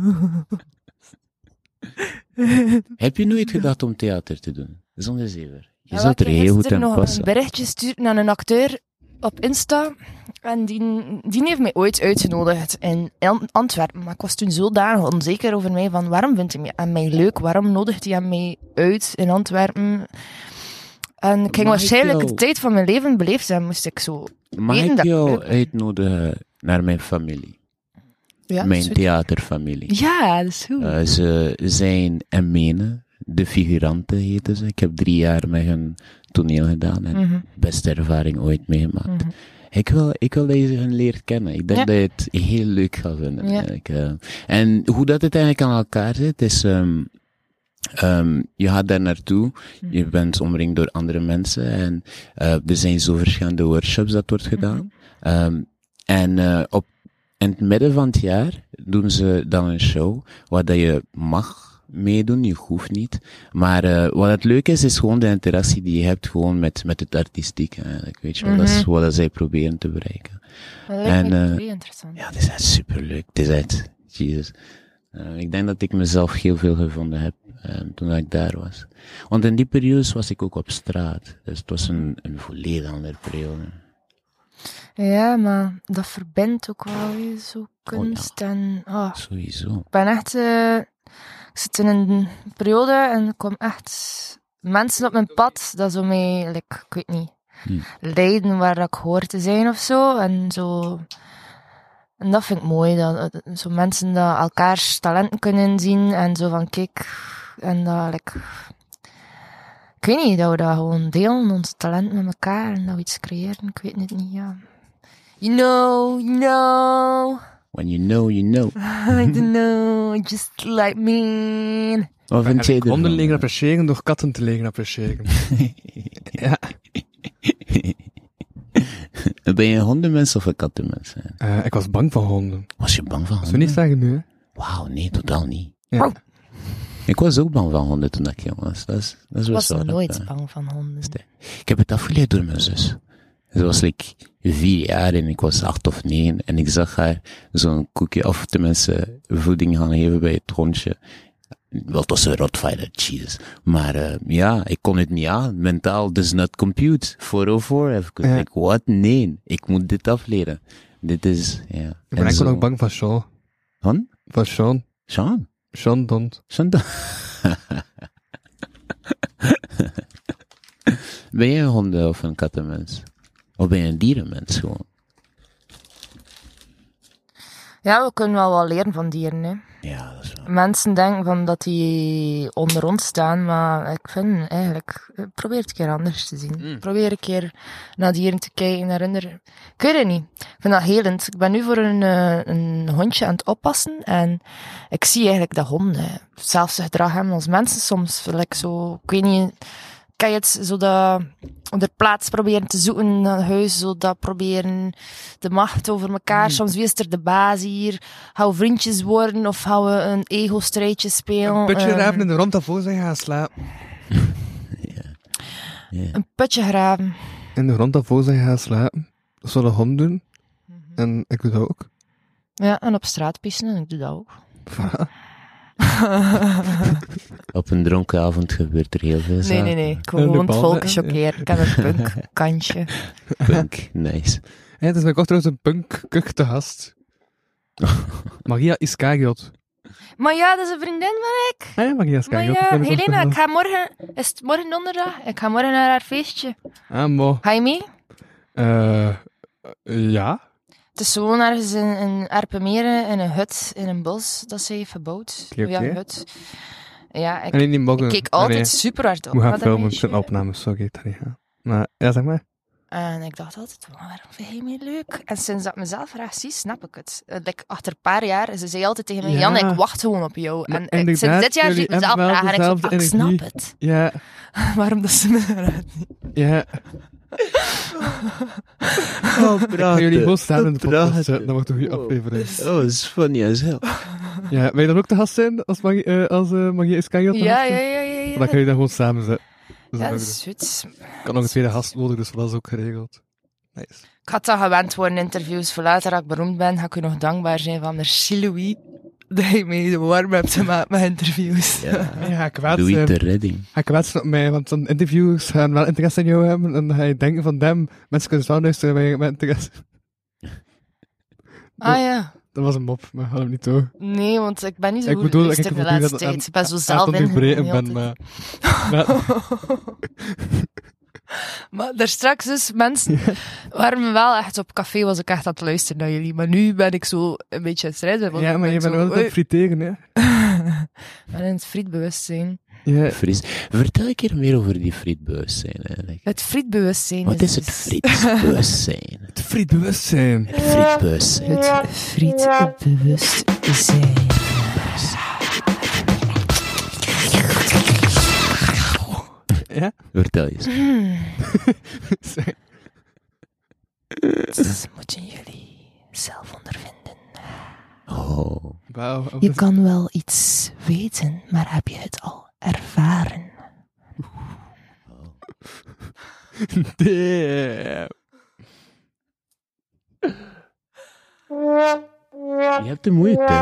Heb je nooit gedacht om theater te doen? Zonder zever. Je Ja, zult er ik heb heel goed gisteren in nog passen. een berichtje gestuurd naar een acteur op Insta. En die, die heeft mij ooit uitgenodigd in An- Antwerpen. Maar ik was toen zodanig onzeker over mij van waarom vindt hij mij- aan mij leuk? Waarom nodigt hij aan mij uit in Antwerpen? En ik ging Mag ik waarschijnlijk jou- de tijd van mijn leven beleefd zijn, moest ik zo... Mag weten ik dat ik jou leuk- uitnodigen naar mijn familie? Ja, mijn dat is theaterfamilie. goed. Ja, dat is goed. Uh, ze zijn Emene, de figuranten heten ze. Ik heb drie jaar met hun toneel gedaan en Mhm, beste ervaring ooit meegemaakt. mhm. Ik wil, ik wil dat je hen leert kennen. Ik denk Ja. dat je het heel leuk gaat vinden. Ja. Eigenlijk. Uh, en hoe dat het eigenlijk aan elkaar zit, is... Um, um, je gaat daar naartoe, je bent omringd door andere mensen en uh, er zijn zo verschillende workshops dat wordt gedaan. Um, en uh, op, in het midden van het jaar doen ze dan een show waar dat je mag meedoen, je hoeft niet. Maar uh, wat het leuk is, is gewoon de interactie die je hebt gewoon met, met het artistiek eigenlijk, weet je wel. Dat is Mhm. wat dat zij proberen te bereiken. Dat lijkt En, me eh, vrij interessant. Ja, het is echt superleuk. Het is echt, Jesus. Uh, ik denk dat ik mezelf heel veel gevonden heb um, toen ik daar was. Want in die periode was ik ook op straat. Dus het was een, een volledig andere periode. Ja, maar dat verbindt ook wel hè, zo kunst en... ah. Sowieso. Ik ben echt... eh, ik zit in een periode en er komen echt mensen op mijn pad dat zo mij, like, ik weet niet, Hm. leiden waar ik hoor te zijn of zo. En zo... En dat vind ik mooi, dat, dat zo mensen dat elkaars talenten kunnen zien en zo van kijk, en dat, like, ik weet niet, dat we dat gewoon delen, onze talenten met elkaar en dat we iets creëren, ik weet het niet, ja. You know, you know, When you know, you know. I don't know, just like me. Wat vind jij ervan? Honden leren appreciëren door katten te leren appreciëren. Ja. Ben je een hondenmens of een kattenmens? hè? Eh, ik was bang van honden. Was je bang van Dat honden? zou niet zeggen nu, hè. Wauw, nee, totaal niet. Ja. Ik was ook bang van honden toen ik jong was. Dat is, dat is Ik wel was zo, dat, nooit eh, bang van honden. Ik heb het afgeleerd door mijn zus. Ze was like vier jaar en ik was acht of negen. En ik zag haar zo'n koekje, of tenminste voeding gaan geven bij het hondje. Wel, het was een Rottweiler, Jesus. Maar uh, ja, ik kon het niet aan. Mentaal does not compute. vierhonderdvier heb ik Ja. like, wat? Nee, ik moet dit afleren. Dit is, ja. Ik ben enkel nog bang van Sean. Han? Van Sean. Sean? Sean Dont. Sean dan? Ben je een honden- of een kattenmens? Of ben je een dierenmens gewoon? Ja, we kunnen wel wat leren van dieren, hè. Ja, dat is wel. Mensen denken van dat die onder ons staan, maar ik vind eigenlijk, eh, probeer het een keer anders te zien. Mm. Probeer een keer naar dieren te kijken, herinner. Ik weet het niet. Ik vind dat helend. Ik ben nu voor een, eh, een hondje aan het oppassen en ik zie eigenlijk dat honden hetzelfde gedrag hebben als mensen soms. Like zo, ik weet niet, kan je het zo dat, op de plaats proberen te zoeken in het huis, zo dat proberen de macht over elkaar. Soms wie is er de baas hier? Gaan we vriendjes worden of gaan we een ego-strijdje spelen? Een putje Ehm, raven in de rond daarvoor zijn gaan slapen. Een putje graven. In de grond daarvoor zijn gaan slapen. Dat zal de hond doen. En ik doe dat ook. Ja, en op straat pissen, en ik doe dat ook. Op een dronken avond gebeurt er heel veel Nee, zaken. nee, nee. Ik wil En de gewoon het banden, volk hè? chockeren. Ik heb een punkkantje. Punk, nice. Ja, het is bij kort trouwens een punk-kuk te gast. Maria Iskariot. Maar ja, dat is een vriendin van ik. Ah ja, Maria Maar Iskariot. ja, Ben ik ook te Helena, ik gast. ga morgen... Is het morgen donderdag? Ik ga morgen naar haar feestje. Ah, mo. Ga je mee? Eh, eh, ja. Het is gewoon ergens in, in Erpenmeren, in een hut, in een bos, dat ze heeft gebouwd. Oké, oké. Ja, een hut. Ja, ik, En in die mogen. ik keek altijd super hard op. Moet gaan naar dat filmen, het meisje. zijn opnames, sorry, dat niet gaan. Maar, ja, zeg maar. En ik dacht altijd, waarom vind je mij leuk? En sinds dat ik mezelf graag zie, snap ik het. Uh, like, achter een paar jaar, ze zei altijd tegen mij, Ja. Jan, ik wacht gewoon op jou. Maar En ik, inderdaad, sinds dit jaar zie ik jullie mezelf hebben wel graag en ik, zo, dezelfde ah, ik snap energie. het. Ja, Waarom dat ze me eruit niet... ja. Oh, Ik ga jullie gewoon staan in de podcast zetten, dat wordt een goede Oh. aflevering. Oh, is funny as hell. Ja, wil je dan ook te gast zijn als Magie, uh, als, uh, Magia Iskariot? te Ja, gast ja, is? ja, ja. ja. Dan kan je dat gewoon samen zetten. Dat is Ja, ook dat goed. is goed. Ik had nog een tweede gast nodig, dus dat is ook geregeld. Nice. Ik had dat gewend worden in interviews. Voor later, als ik beroemd ben, ga ik u nog dankbaar zijn van merci Louis, dat je mij zo warm hebt gemaakt met interviews. Ja. Ja, ik kwaad Doe zijn. het de redding. Ga kwetsen op mij, want dan interviews gaan wel interesse in jou hebben en dan ga je denken van dem, mensen kunnen wel luisteren bij met interesse. Ah ja. Dat was een mop, maar ga hem niet door. Nee, want ik ben niet zo Ik goed bedoel, ik luisteren de bedoel dat laatste aan- tijd. Ik ben zo aan zelf het in. onderbreken ben, maar... maar Maar daar straks dus, mensen waren me wel echt op café, was ik echt aan het luisteren naar jullie. Maar nu ben ik zo een beetje aan het strijden. want ja, ik maar ben je bent zo, wel aan oei, het friteren, hè. ik ben in het frietbewustzijn. Ja, Fris. Vertel een keer meer over die frietbewustzijn eigenlijk. Het frietbewustzijn Wat is het dus- frietbewustzijn? het frietbewustzijn. Het frietbewustzijn. Het frietbewustzijn. Ja? Vertel eens. Dat moeten jullie zelf ondervinden. Oh. Wauw. Je kan wel iets weten, maar heb je het al ervaren? Damn. Je hebt een mooie tuin.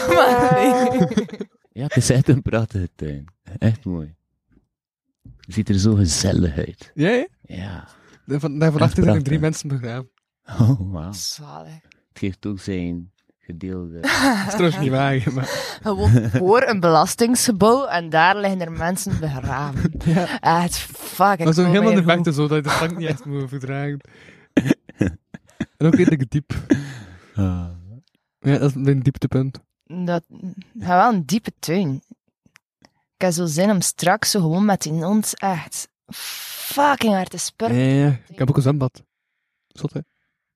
Ja, het is echt een prachtige tuin. Echt mooi. Het ziet er zo gezellig uit. Ja, ja? Ja. Daar van- daar vannacht zijn er prachtig. drie mensen begraven. Oh, wauw. Zalig. Het geeft ook zijn gedeelde... Dat is trouwens niet waar, maar... Gewoon voor een belastingsgebouw en daar liggen er mensen begraven. Ja. Echt, fuck. ik Maar zo voel helemaal mij de vechten goed. zo, dat je de stank niet echt moet verdragen. En ook redelijk diep. Ah. Ja, dat is mijn dieptepunt. Dat gaat wel een diepe tuin. Ik heb zo zin om straks zo gewoon met die hond echt fucking hard te Ja, spurten. ja, ja. Ik heb ook een zwembad. Zot, hè.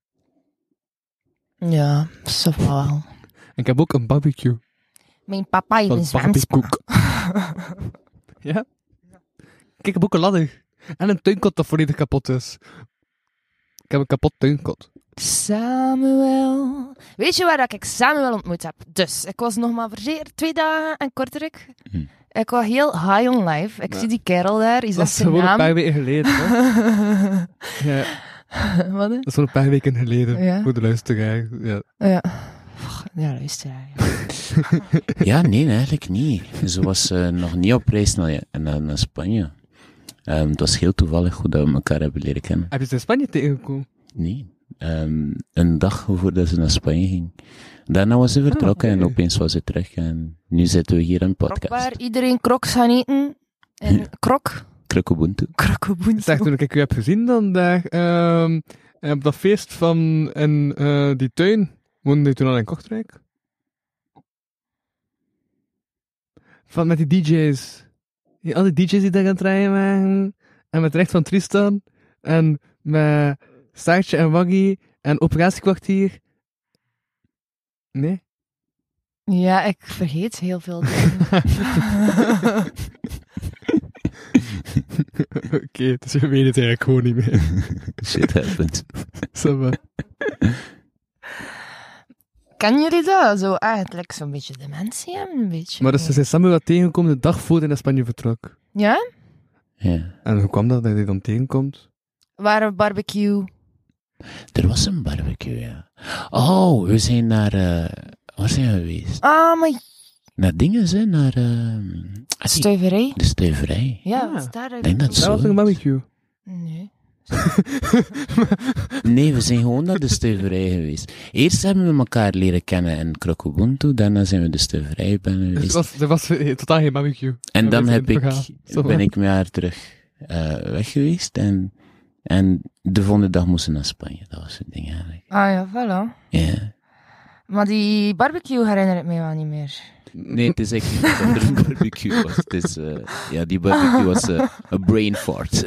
Ja, zo wel. En ik heb ook een barbecue. Mijn papa heeft Van een zwemspa. barbecue. Ja? Kijk, ik heb ook een ladder. En een tuinkot dat volledig kapot is. Ik heb een kapot tuinkot. Samuel. Weet je waar dat ik Samuel ontmoet heb? Dus, ik was nog maar voor zeer twee dagen in Kortrijk. Hm. Ik was heel high on life. Ik Ja. zie die kerel daar, die Dat zegt is zijn gewoon een naam. paar weken geleden. Hè? Ja, Wat? hè? dat is gewoon een paar weken geleden. Ja. Voor de luisteraar. Ja. Ja. Pff, Ja, luister. Ja. Ja, nee, eigenlijk niet. Ze was eh, nog niet op reis naar, naar, naar Spanje. Ehm, het was heel toevallig hoe dat we elkaar hebben leren kennen. Heb je ze in Spanje tegengekomen? Nee. Ehm, een dag voordat ze naar Spanje ging. Daarna was ze vertrokken oké. en opeens was ze terug. En nu zitten we hier in een podcast. Waar iedereen crocs gaan eten. En krok. Krukubuntu. Krokoboen. Zeg, toen ik u heb gezien dan daar, ehm, op dat feest van in eh, die tuin, woonde je toen al in Kortrijk? Van met die D J's. Die, al die D J's die daar aan het draaien waren. En met recht van Tristan. En met Saartje en Waggy. En Operatiekwartier. Nee? Ja, ik vergeet heel veel dingen. Oké, dus je weet het eigenlijk gewoon niet meer. Shit happens. Ça va. Kennen jullie dat? Zo, ah, het lijkt zo'n beetje dementie hebben, een beetje. Maar dus ze zijn Samuel wat tegengekomen de dag voor hij naar Spanje vertrok. Ja? Ja. En hoe kwam dat dat hij dan tegenkomt? Waar barbecue. Er was een barbecue, ja. Oh, we zijn naar... eh waar zijn we geweest? Ah, maar Naar dingen, hè? Naar... eh, ah, die- stuiverij. de stuiverij. Ja, Ah. wat is daar Ik denk dat Dat zo. was een barbecue. Nee. Nee, we zijn gewoon naar de stuiverij geweest. Eerst hebben we elkaar leren kennen in Krokubuntu, daarna zijn we de stuiverij binnen Dus geweest. er was, er was eh, totaal geen barbecue. En dan Dat heb was ik, in het verhaal. ben ik met haar terug eh, weg geweest en, en de volgende dag moesten we naar Spanje. Dat was het ding eigenlijk. Ah ja, voilà. Ja. Maar die barbecue herinner ik me wel niet meer. Nee, het is eigenlijk niet dat er een barbecue was. Het is, eh, ja, die barbecue was eh, een brain fart.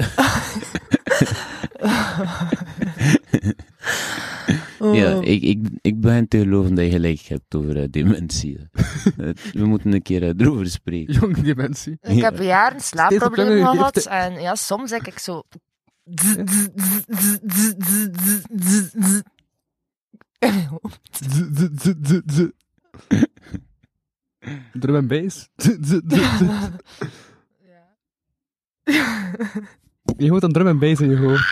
Oh. Ja, ik, ik, ik begin te geloven dat je gelijk hebt over eh, dementie. Eh, we moeten een keer eh, erover spreken. Jonge dimensie. Ik heb jaren slaapproblemen Steeds op gehad langere en ja, soms denk ik zo... Z, z, z, z, z. Drum en bass. Z, z, z, z. Je hoort dan drum en bass in je hoofd.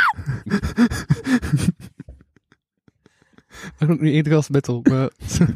Dat klonk nu eerder als metal, maar...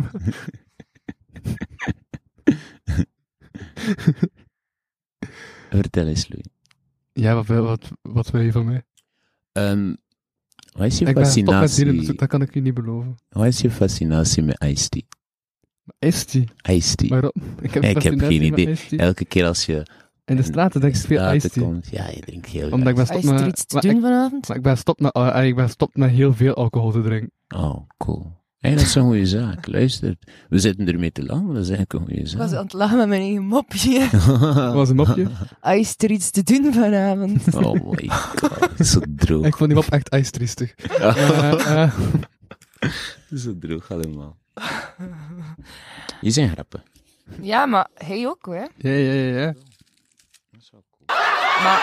Vertel eens, Louis. Ja, wat, wil- wat, wat wil je van mij? Um, wat is je Ik ben stop met fascinatie? zielen, dus dat kan ik je niet beloven. Wat is je fascinatie met iced tea? Is die? Iced tea. Waarom? Ik heb, Ik heb fascinatie geen met idee. iced tea. Elke keer als je In de straten denk ik veel straten iced tea. komt, ja, je drinkt heel Omdat ik ben graag. stop Is er met... iets te maar doen ik, vanavond? maar ik ben stop met, uh, ik ben stop met heel veel alcohol te drinken. Oh, cool. Hey, dat is een goede zaak. Luister, we zitten ermee te lang, maar dat is eigenlijk een goede Ik was aan zaak. het lachen met mijn eigen mopje. Dat was een mopje. Is er iets te doen vanavond? Oh my god, zo droog. Ik vond die mop echt ijstriestig. Uh, uh, Zo droog allemaal. Je zijn grappen. Ja, maar hij ook, hè. ja, ja, ja, ja. Maar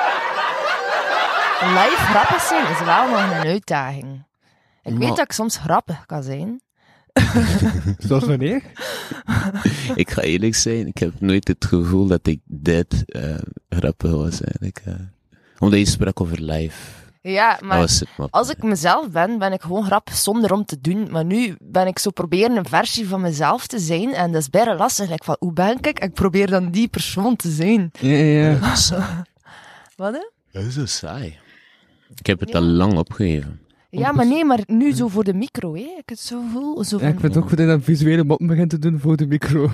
live grappig zijn is wel nog een uitdaging. Ik Maar- weet dat ik soms grappig kan zijn. Zoals wanneer? Ik ga eerlijk zijn, ik heb nooit het gevoel dat ik dit eh, grappig was eigenlijk. eh. Omdat je sprak over live. Ja, Dat maar was het, maar als ik mezelf ben, ben ik gewoon grappig zonder om te doen. Maar nu ben ik zo proberen een versie van mezelf te zijn. En dat is bijna lastig. Like van, hoe ben ik? Ik probeer dan die persoon te zijn. Ja, ja, ja. dat is saai. Wat, hè? Dat is zo saai. Ik heb het Ja. al lang opgegeven. Ja, maar nee, maar nu zo voor de micro, hè. Ik het zo voel. Zo Ja, ik van, vind het ook goed dat je dan visuele moppen begint te doen voor de micro.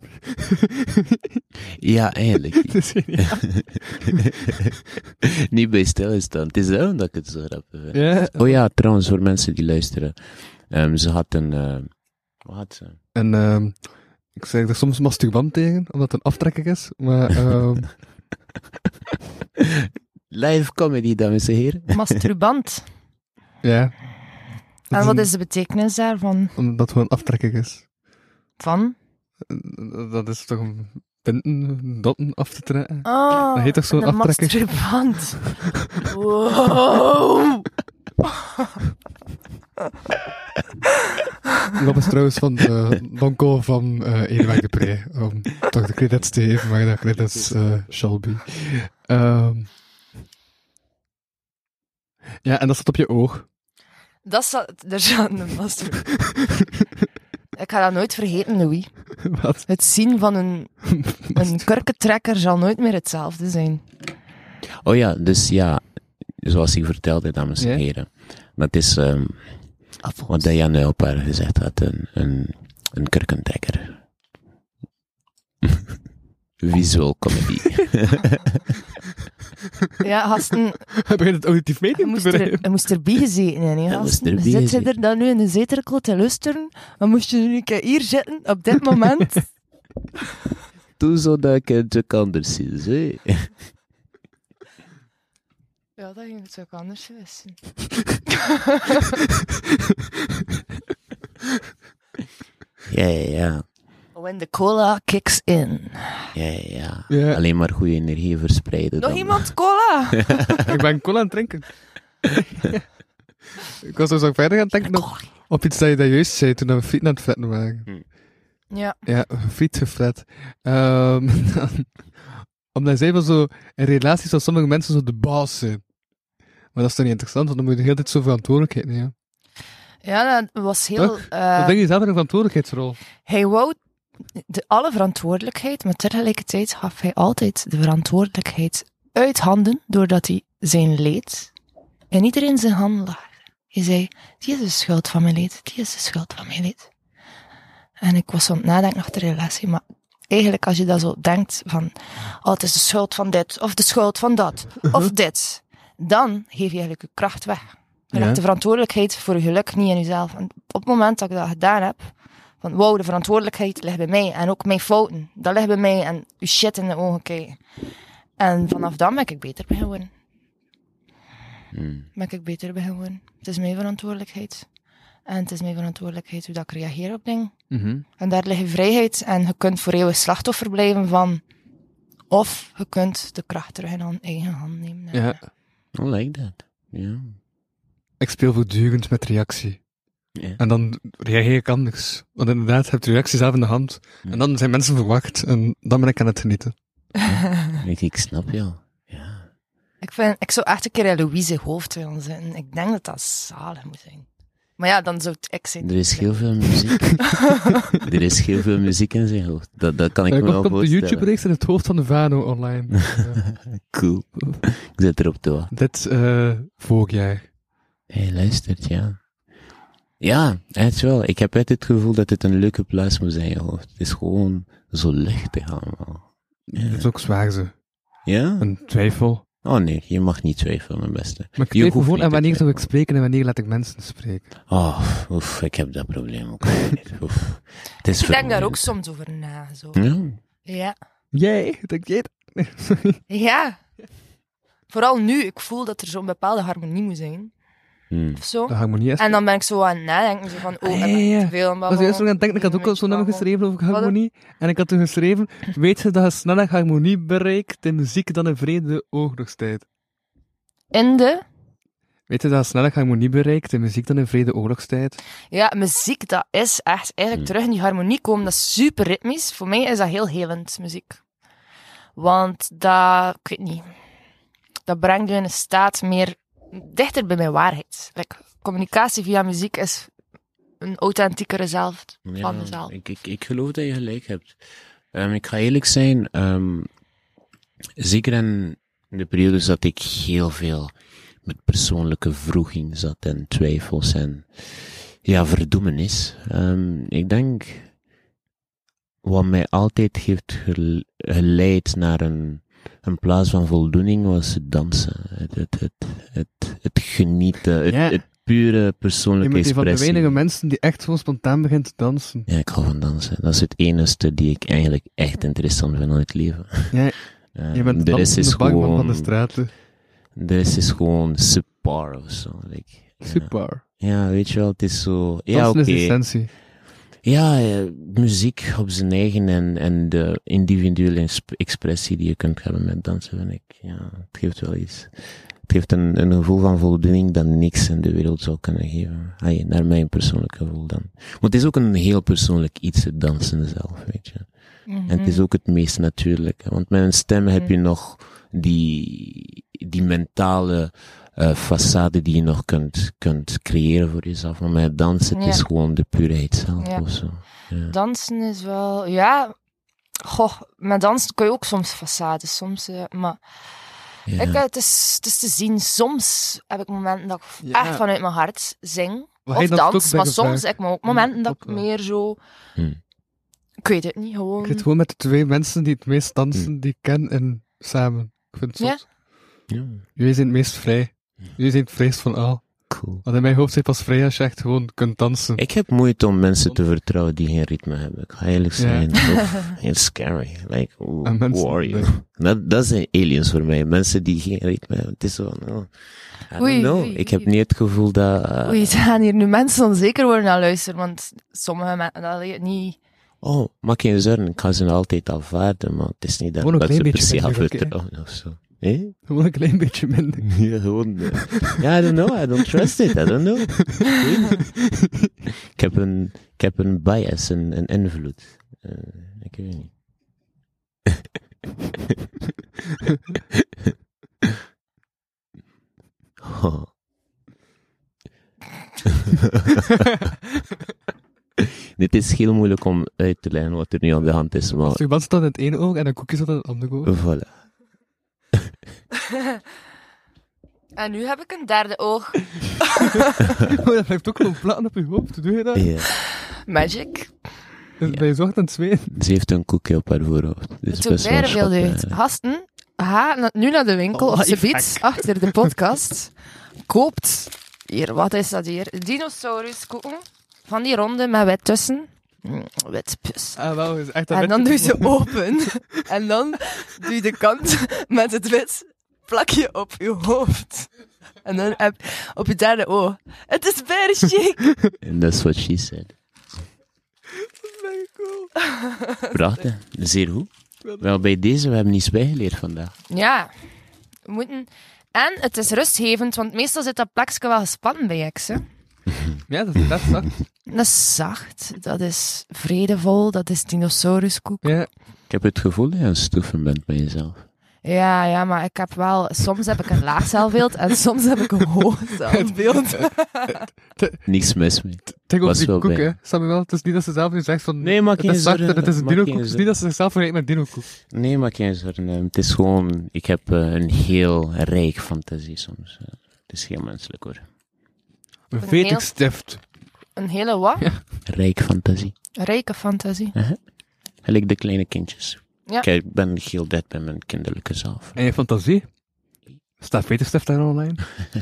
Ja, eigenlijk. Dat is geniaal. Niet bij stilstaan. Het is daarom dat ik het zo grappig vind. Ja. Oh ja, trouwens, voor mensen die luisteren. Ehm, ze had een... eh, wat had ze? En ehm ik zeg er soms masturbant tegen, omdat het een aftrekker is. Maar ehm Live comedy, dames en heren. masturbant. ja. Dat En wat een- is de betekenis daarvan? Omdat het gewoon een aftrekker is. Van? Dat is toch een pinten, dotten af te trekken? Oh, Dat heet toch zo'n een aftrekker? masturbant. Wow. Dat is trouwens van de onkel van uh, Edelwijk de Pre. Om toch de credits te geven, maar de credits uh, Shelby. Um, ja, en dat zat op je oog. Dat zat... Er zat een vast... Ik ga dat nooit vergeten, Louis. Wat? Het zien van een, een kurkentrekker zal nooit meer hetzelfde zijn. Oh ja, dus ja, zoals ik vertelde, dames en Ja? heren. Dat is um, wat Diane Nijlpaar gezegd had, een, een, een kurkentrekker. Visual comedy. Ja, gasten, Hij begint het auditief je medium te moest, er, bereiken. je moest erbij gezeten hebben, hè, Hij moest gasten. erbij Zit je gezeten. er dan nu in de zetelkel te luisteren, dan moest je nu een keer hier zitten, op dit moment. Toen zou dat ik het ook anders zien, hè. Ja, dat ging het ook anders wissen. Ja, ja, ja. When the cola kicks in. Ja, ja, ja. Ja. Alleen maar goede energie verspreiden. Nog dan. iemand cola? Ik ben cola aan het drinken. Ik was dus ook verder gaan denken op, op iets dat je dat juist zei toen we frieten aan het fretten waren. Ja. Ja, friet gefret. Um, omdat zij wel zo in relaties van sommige mensen zo de baas zijn. Maar dat is toch niet interessant, want dan moet je de hele tijd zo verantwoordelijkheid nemen. Ja, dat was heel... Toch? eh, Dan denk je zelf in een verantwoordelijkheidsrol. hij wou de, alle verantwoordelijkheid, maar tegelijkertijd gaf hij altijd de verantwoordelijkheid uit handen, doordat hij zijn leed en iedereen in zijn handen lag. Hij zei, die is de schuld van mijn leed, die is de schuld van mijn leed. En ik was aan het nadenken over de relatie, maar eigenlijk als je dat zo denkt van, oh, het is de schuld van dit, of de schuld van dat, of dit, dan geef je eigenlijk je kracht weg. Je Ja. legt de verantwoordelijkheid voor je geluk niet in jezelf. En op het moment dat ik dat gedaan heb, van wow, de verantwoordelijkheid ligt bij mij, en ook mijn fouten, dat ligt bij mij, en je shit in de ogen kijken. En vanaf dan ben ik beter beginnen worden. Hmm. Ben ik beter beginnen worden. Het is mijn verantwoordelijkheid. En het is mijn verantwoordelijkheid hoe dat ik reageer op dingen. Mm-hmm. En daar ligt je vrijheid. En je kunt voor eeuwig slachtoffer blijven van... Of je kunt de kracht terug in eigen hand nemen. Ja. I like that. Ja. Ik speel voortdurend met reactie. Ja. En dan reageer ik anders. Want inderdaad, je hebt de reactie zelf in de hand. En dan zijn mensen verwacht. En dan ben ik aan het genieten. Ik, ik snap jou. Ja. Ik, vind, ik zou echt een keer in Louise hoofd willen zitten. Ik denk dat dat zalig moet zijn. Maar ja, dan zou het ik zijn. Er is heel veel muziek. Er is heel veel muziek in zijn hoofd. Dat, dat kan ik Ik me wel op de voorstellen. YouTube-reeks in het hoofd van de Vano online. Ja. Cool. Ik zet erop toe. Dit uh, vorig jaar. Hij luistert, ja. Ja, echt wel. Ik heb echt het gevoel dat het een leuke plaats moet zijn in je hoofd. Het is gewoon zo luchtig allemaal. Ja. Dat is ook zwaar ze. Ja? Een twijfel. Oh nee, je mag niet twijfelen, mijn beste. Maar ik Je twijfel hoeft gewoon niet aan te wanneer zou ik twijfelen. spreken en wanneer laat ik mensen spreken. Oh, oef, ik heb dat probleem ook niet. Oef. Het is Ik denk daar ook vermoeiend. soms over na. Zo. Ja. Ja. Jij, denk jij dat? Sorry. Ja. Vooral nu, ik voel dat er zo'n bepaalde harmonie moet zijn. Hmm. Of zo. De harmonie is... En dan ben ik zo aan het nadenken, zo van, oh, Ah, ik ja, ben ja. te veel aan Ik was juist nog aan het denken, ik had ook al zo'n nummer geschreven over harmonie. En ik had toen geschreven, weet je dat je sneller harmonie bereikt in muziek dan in vrede oorlogstijd? In de... Weet je dat je sneller harmonie bereikt in muziek dan in vrede oorlogstijd? Ja, muziek, dat is echt eigenlijk terug in die harmonie komen. Dat is super ritmisch. Voor mij is dat heel helend, muziek. Want dat, ik weet niet, dat brengt je in een staat meer dichter bij mijn waarheid. Like, communicatie via muziek is een authentiekere zelf van Ja, mezelf. ik, ik, ik geloof dat je gelijk hebt. Um, ik ga eerlijk zijn, um, zeker in de periodes dat ik heel veel met persoonlijke wroeging zat en twijfels en ja, verdoemenis. Um, ik denk, wat mij altijd heeft gel- geleid naar een, een plaats van voldoening was het dansen. Het, het, het, het, het genieten, het, Ja. het pure Je persoonlijke bent een van de expressie. weinige mensen die echt gewoon spontaan begint te dansen. Ja, ik hou van dansen. Dat is het enige die ik eigenlijk echt interessant vind aan het leven. Ja, Uh, je bent de de rest is dansende barman gewoon, van de straten. de rest is gewoon subpar of zo. Like, ja. Super. Ja, weet je wel, het is zo... Ja, Dansen oké. is essentie. Ja, eh, muziek op zijn eigen en, en de individuele insp- expressie die je kunt hebben met dansen, vind ik. Ja, het geeft wel iets. Het Het heeft een, een gevoel van voldoening dat niks in de wereld zou kunnen geven. Ay, naar mijn persoonlijk gevoel dan. Maar het is ook een heel persoonlijk iets, het dansen zelf, weet je. Mhm. En het is ook het meest natuurlijke. Want met een stem heb je nog die, die mentale uh, façade die je nog kunt, kunt creëren voor jezelf. Maar met dansen, het Ja. is gewoon de puurheid zelf Ja. of zo. Ja. Dansen is wel... Ja... Goh, met dansen kun je ook soms façades, soms... eh, maar... Ja. Ik, eh, het, is, het is te zien. Soms heb ik momenten dat ik Ja. echt vanuit mijn hart zing. Maar hij Of danst dans. ook Maar bij soms gevaar. heb ik ook momenten dat ik Ook wel. meer zo... Hm. Ik weet het niet, gewoon... Ik zit gewoon met de twee mensen die het meest dansen, die ik ken, en samen. Ik vind het Ja. zot. Ja, Jullie zijn het meest vrij. Jullie zijn het vrijst van al. cool. Want in mijn hoofd zit pas vrij als je echt gewoon kunt dansen. Ik heb moeite om mensen te vertrouwen die geen ritme hebben. Ik ga eerlijk zijn. Ja. Of, heel scary. Like, who, En mensen- who are you? Dat, dat zijn aliens voor mij. Mensen die geen ritme hebben. Het is zo, no. I don't Oei, know. oei, Ik heb oei. niet het gevoel dat... uh, Oei, ze gaan hier nu mensen onzeker worden naar luisteren, want sommige mensen, dat weet niet... oh, maak geen zorgen. Ik ga ze altijd afvaarden, maar het is niet dat, Gewoon een dat ze klein per beetje se gaan minder, oké? vertrouwen of zo. Eh? Gewoon een klein beetje minder. Ja, gewoon... uh, Ja, I don't know. I don't trust it. I don't know. ik, heb een, ik heb een bias, een, een invloed. Uh, ik weet niet. Oh. Dit is heel moeilijk om uit te leggen wat er nu aan de hand is, maar Als je man staat in het ene oog en een koekje staat in het andere oog. voilà. En nu heb ik een derde oog. Oh, dat blijft ook gewoon platen op je hoofd. Doe je dat? Ja. Magic. Dus ben je zo hard aan het zweten. Ze heeft een koekje op haar voorhoofd. Dit is Het doet best wel bijna veel schattig, uit. hè. Gasten, ga na- nu naar de winkel, Oh, of ze lifehack. biedt, achter de podcast. Koopt, hier, wat is dat hier? Dinosauruskoeken. Van die ronde met wit tussen. Mm, wit pus. Ah, wel, is echt een En dan doe witje. je ze open. En dan doe je de kant met het wit plak je op je hoofd. En dan heb op je derde oog. Het is bijna chic. And that's what she said. Mega cool. Prachtig. Zeer goed. Wel, bij deze, we hebben iets bijgeleerd vandaag. Ja, we moeten... En het is rustgevend, want meestal zit dat plakje wel gespannen bij X, hè. Ja, dat is dat zacht. Dat is zacht, dat is vredevol, dat is dinosauruskoek. Ja. Ik heb het gevoel dat je een stoeven bent bij jezelf. Ja, ja, maar ik heb wel... Soms heb ik een laag zelfbeeld en soms heb ik een hoog zelfbeeld. Niks mis mee. Denk over Was die wel koek, bij. hè. Snap je wel? Het is niet dat ze zelf nu zegt van... Nee, maak het geen is zacht zorgen. en het is een Maak dino-koek. geen Het is niet dat ze zichzelf vergelijkt met dino-koek. Nee, maak geen zorgen. hè. Het is gewoon, ik heb eh, een heel rijk fantasie soms. eh. Het is heel menselijk hoor. Een heel- vetigstift. Een hele wat? Rijk fantasie. Rijke fantasie. Gelijk de kleine kindjes. Ja. Kijk, ik ben heel dead bij mijn kinderlijke zelf. En je fantasie? Staat vetigstift daar online?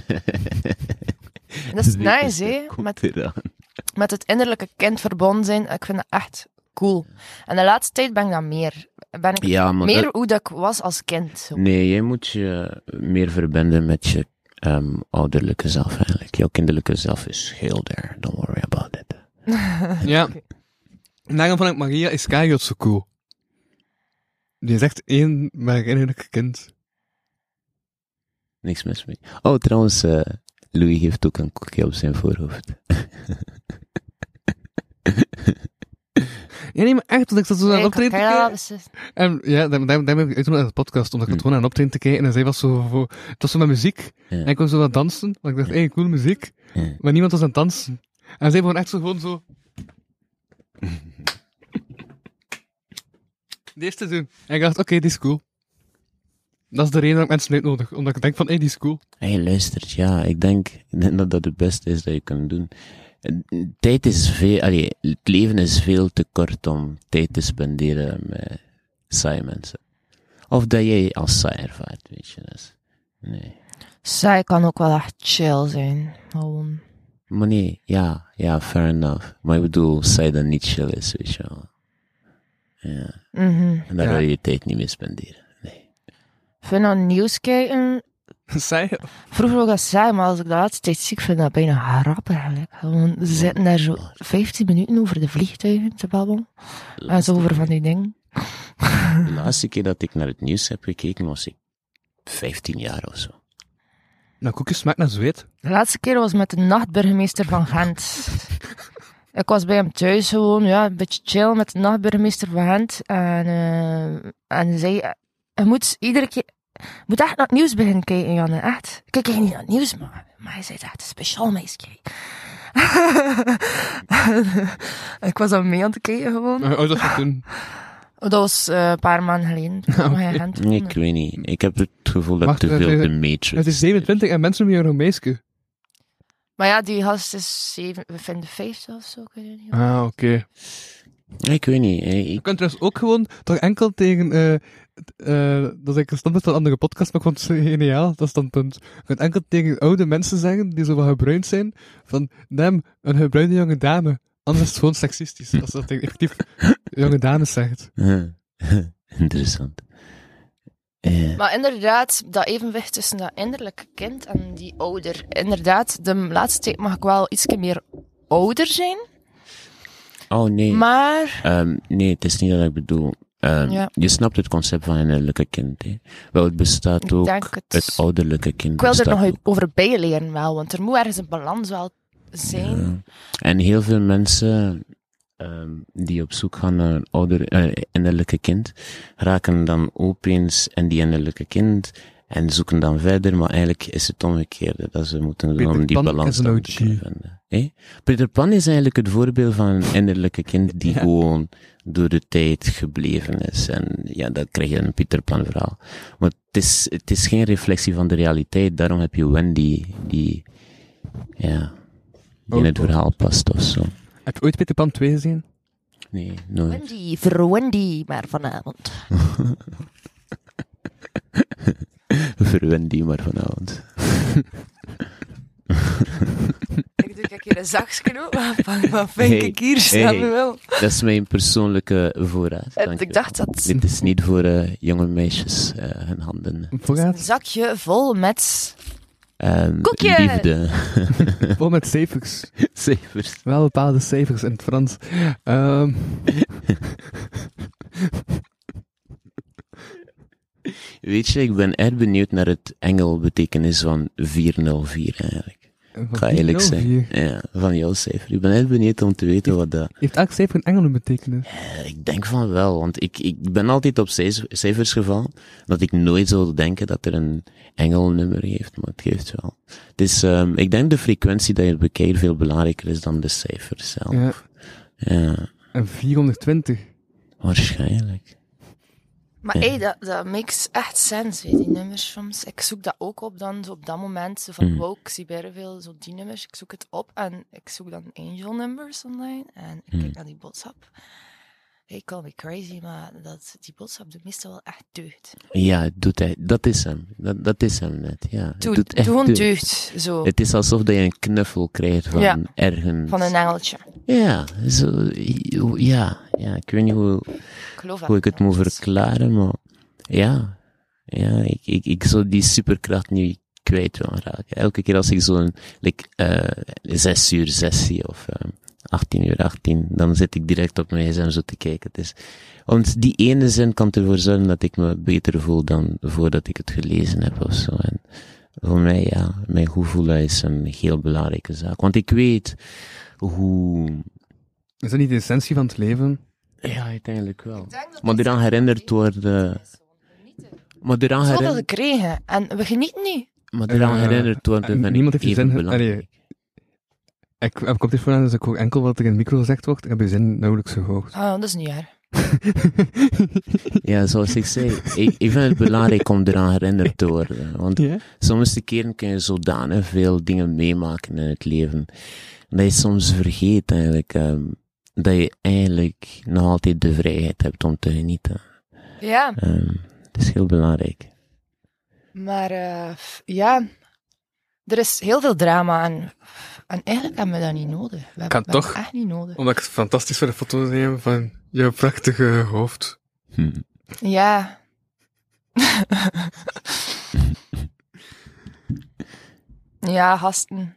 Dat is nice, hè. Komt Met, eraan. met het innerlijke kind verbonden zijn. Ik vind dat echt cool. En de laatste tijd ben ik dat meer. Ben ik Ja, maar meer dat- hoe dat ik was als kind. Zo. nee, jij moet je meer verbinden met je ehm, ouderlijke zelf eigenlijk. Jouw kinderlijke zelf is heel there. Don't worry about it. Ja. En daarom vond ik Maria Iscariot zo cool. Die is echt één maar innerlijk kind. Niks mis mee. Oh, trouwens, eh, Louis heeft ook een koekje op zijn voorhoofd. Ja, nee, maar echt, want ik zat zo aan Nee, het optreden kan te je dat wel kijken. beslissen? En ja, daarom daarom- daarom heb ik uitgenodigd aan de podcast, omdat ik het Hm. gewoon aan het optreden te kijken en zij was zo, voor, het was zo met muziek. Ja. En ik kon zo wat dansen, want ik dacht, hey, cool muziek. Ja. Maar niemand was aan het dansen. En zij begon echt zo gewoon zo... Deze te doen. En ik dacht, oké, die is cool. Dat is de reden dat ik mensen uitnodig. Omdat ik denk van, hé, hey, die is cool. Hey, luistert, ja, ik denk, ik denk dat dat het beste is dat je kunt doen. En tijd is veel, allee, het leven is veel te kort om tijd te spenderen met saaie mensen. Of dat jij als saai ervaart, weet je. Dus, nee. Zij kan ook wel echt chill zijn. Gewoon. Maar nee, ja, ja, fair enough. Maar ik bedoel, saai dat niet chill is, weet je wel. Ja, Mhm. en daar Ja. wil je je tijd niet mee spenderen. Nee. Ik vind dat nieuws kijken... Zij? Vroeger ook dat saai, maar als ik de laatste tijd zie, ik vind dat bijna grappig eigenlijk. Gewoon, ze zitten daar zo vijftien minuten over de vliegtuigen te babbelen. En zo over van die dingen. De laatste keer dat ik naar het nieuws heb gekeken was ik vijftien jaar of zo. Nou, koekjes smaakt naar zweet. De laatste keer was met de nachtburgemeester van Gent. Ik was bij hem thuis gewoon, ja, een beetje chill met de nachtburgemeester van Gent. En, uh, en hij zei, je moet iedere keer, je moet echt naar het nieuws beginnen kijken, Janne, echt. Ik kijk niet naar het nieuws, maar, maar hij zei het echt, een speciaal meisje. Ik was dan mee aan het kijken gewoon. Uh, oh, dat gaat doen. Dat was uh, een paar maanden geleden. Toen Okay. in Gent Nee, ik weet niet. Ik heb het gevoel dat Wacht, te veel het is- de Matrix... Het is zevenentwintig en mensen noemen jou een meisje. Maar ja, die gast is zeven, we vinden vijftig of zo, ik weet het niet. Ah, oké. Okay. Ik weet niet. eh, Je Ik, kunt trouwens ook gewoon toch enkel tegen... Uh, uh, dat is een standpunt van een andere podcast, maar ik vond het geniaal, dat standpunt. Je kunt enkel tegen oude mensen zeggen, die zo wat gebruind zijn, van, neem een gebruinde jonge dame. Anders is het gewoon seksistisch, als dat tegen effectief jonge dames zegt. Interessant. Eh, Maar inderdaad, dat evenwicht tussen dat innerlijke kind en die ouder. Inderdaad, de laatste tijd mag ik wel iets meer ouder zijn. oh, nee. Maar, Um, nee, het is niet dat ik bedoel. Um, Ja. Je snapt het concept van een innerlijke kind. Hè? Wel, het bestaat Ik ook. denk het. Het ouderlijke kind ik wil er bestaat nog ook. over bijleren wel, want er moet ergens een balans wel zijn. Ja. En heel veel mensen um, die op zoek gaan naar een ouder, uh, innerlijke kind, raken dan opeens in die innerlijke kind en zoeken dan verder, maar eigenlijk is het omgekeerde, dat ze moeten Peter om die Pan balans is een dan O te G. kunnen vinden. Hey? Peter Pan is eigenlijk het voorbeeld van een innerlijke kind die Ja. gewoon door de tijd gebleven is. En ja, dan krijg je een Peter Pan verhaal. Maar het is, het is geen reflectie van de realiteit, daarom heb je Wendy, die, ja, die in het Oh, oh. verhaal past of zo. Heb je ooit Peter Pan twee gezien? Nee, nooit. Wendy, voor Wendy, maar vanavond. Verwend die maar vanavond. Ik doe kijk hier een zaksknoop, wat, wat vind Hey, ik hier, hey. Samuel? Dat is mijn persoonlijke voorraad. En dank ik je. dacht dat Dit is niet voor uh, jonge meisjes uh, hun handen. een Vooruit. zakje vol met... Um, Koekje! Liefde. Vol met cijfers. Cijfers. Wel bepaalde cijfers in het Frans. Um, Weet je, ik ben erg benieuwd naar het engelbetekenis van vierhonderdvier eigenlijk. Ik ga eerlijk zijn. Ja, van jouw cijfer. Ik ben erg benieuwd om te weten wat dat... Heeft elk cijfer een engel een betekenis? Uh, ik denk van wel, want ik, ik ben altijd op cijf- cijfers gevallen, dat ik nooit zou denken dat er een engelnummer heeft, maar het geeft wel. Dus um, ik denk de frequentie dat je het bekijkt veel belangrijker is dan de cijfers zelf. Ja. Ja, En vierhonderdtwintig. waarschijnlijk. Maar Ja. hey, dat, dat makes echt sense, weet, die nummers soms. Ik zoek dat ook op dan, zo op dat moment. Zo van, Mm. wow, ik zie bij veel zo die nummers. Ik zoek het op en ik zoek dan angel numbers online. En ik Mm. kijk naar die boodschap. Hey, call me crazy, maar dat, die boodschap doet meestal wel echt deugd. Ja, het doet hij. Dat is hem. Dat, dat is hem net, ja. Het Doe, doet echt doe gewoon deugd. deugd, zo. Het is alsof dat je een knuffel krijgt van Ja. ergens. Van een engeltje. Ja, zo, ja, ja, ik weet niet hoe, Ik geloof hoe ik het moet engeltjes. verklaren, maar ja, ja, ik, ik, ik zou die superkracht nu kwijt willen raken. Elke keer als ik zo'n, like, uh, zes uur sessie of uh, achttien uur achttien, dan zit ik direct op mijn gsm zo te kijken. Dus, want die ene zin kan ervoor zorgen dat ik me beter voel dan voordat ik het gelezen heb of zo. En voor mij, ja, mijn goed voelen is een heel belangrijke zaak. Want ik weet hoe... Is dat niet de essentie van het leven? Ja, uiteindelijk wel. Ik denk dat Maar dat eraan zeker herinnerd een worden... is, gewoon genieten. Maar eraan Zoveel herinnerd... gekregen en we genieten niet. Maar eraan Eh, herinnerd worden en vind niemand ik heeft die even zin ge- belangrijk. Ik heb koptelefoon aan, dus ik hoor enkel wat er in de micro gezegd wordt. Ik heb je zin nauwelijks gehoord. Ah, dat is niet waar. Ja, zoals ik zei, ik, ik vind het belangrijk om eraan herinnerd te worden. Want Ja? sommige keren kun je zodanig veel dingen meemaken in het leven, dat je soms vergeet eigenlijk, um, dat je eigenlijk nog altijd de vrijheid hebt om te genieten. Ja, Um, het is heel belangrijk. maar uh, ja, er is heel veel drama en, en eigenlijk hebben we dat niet nodig. We hebben Kan we hebben toch? het echt niet nodig. Omdat ik het fantastisch vind de foto te nemen van jouw prachtige hoofd. Hm. Ja. Ja, gasten.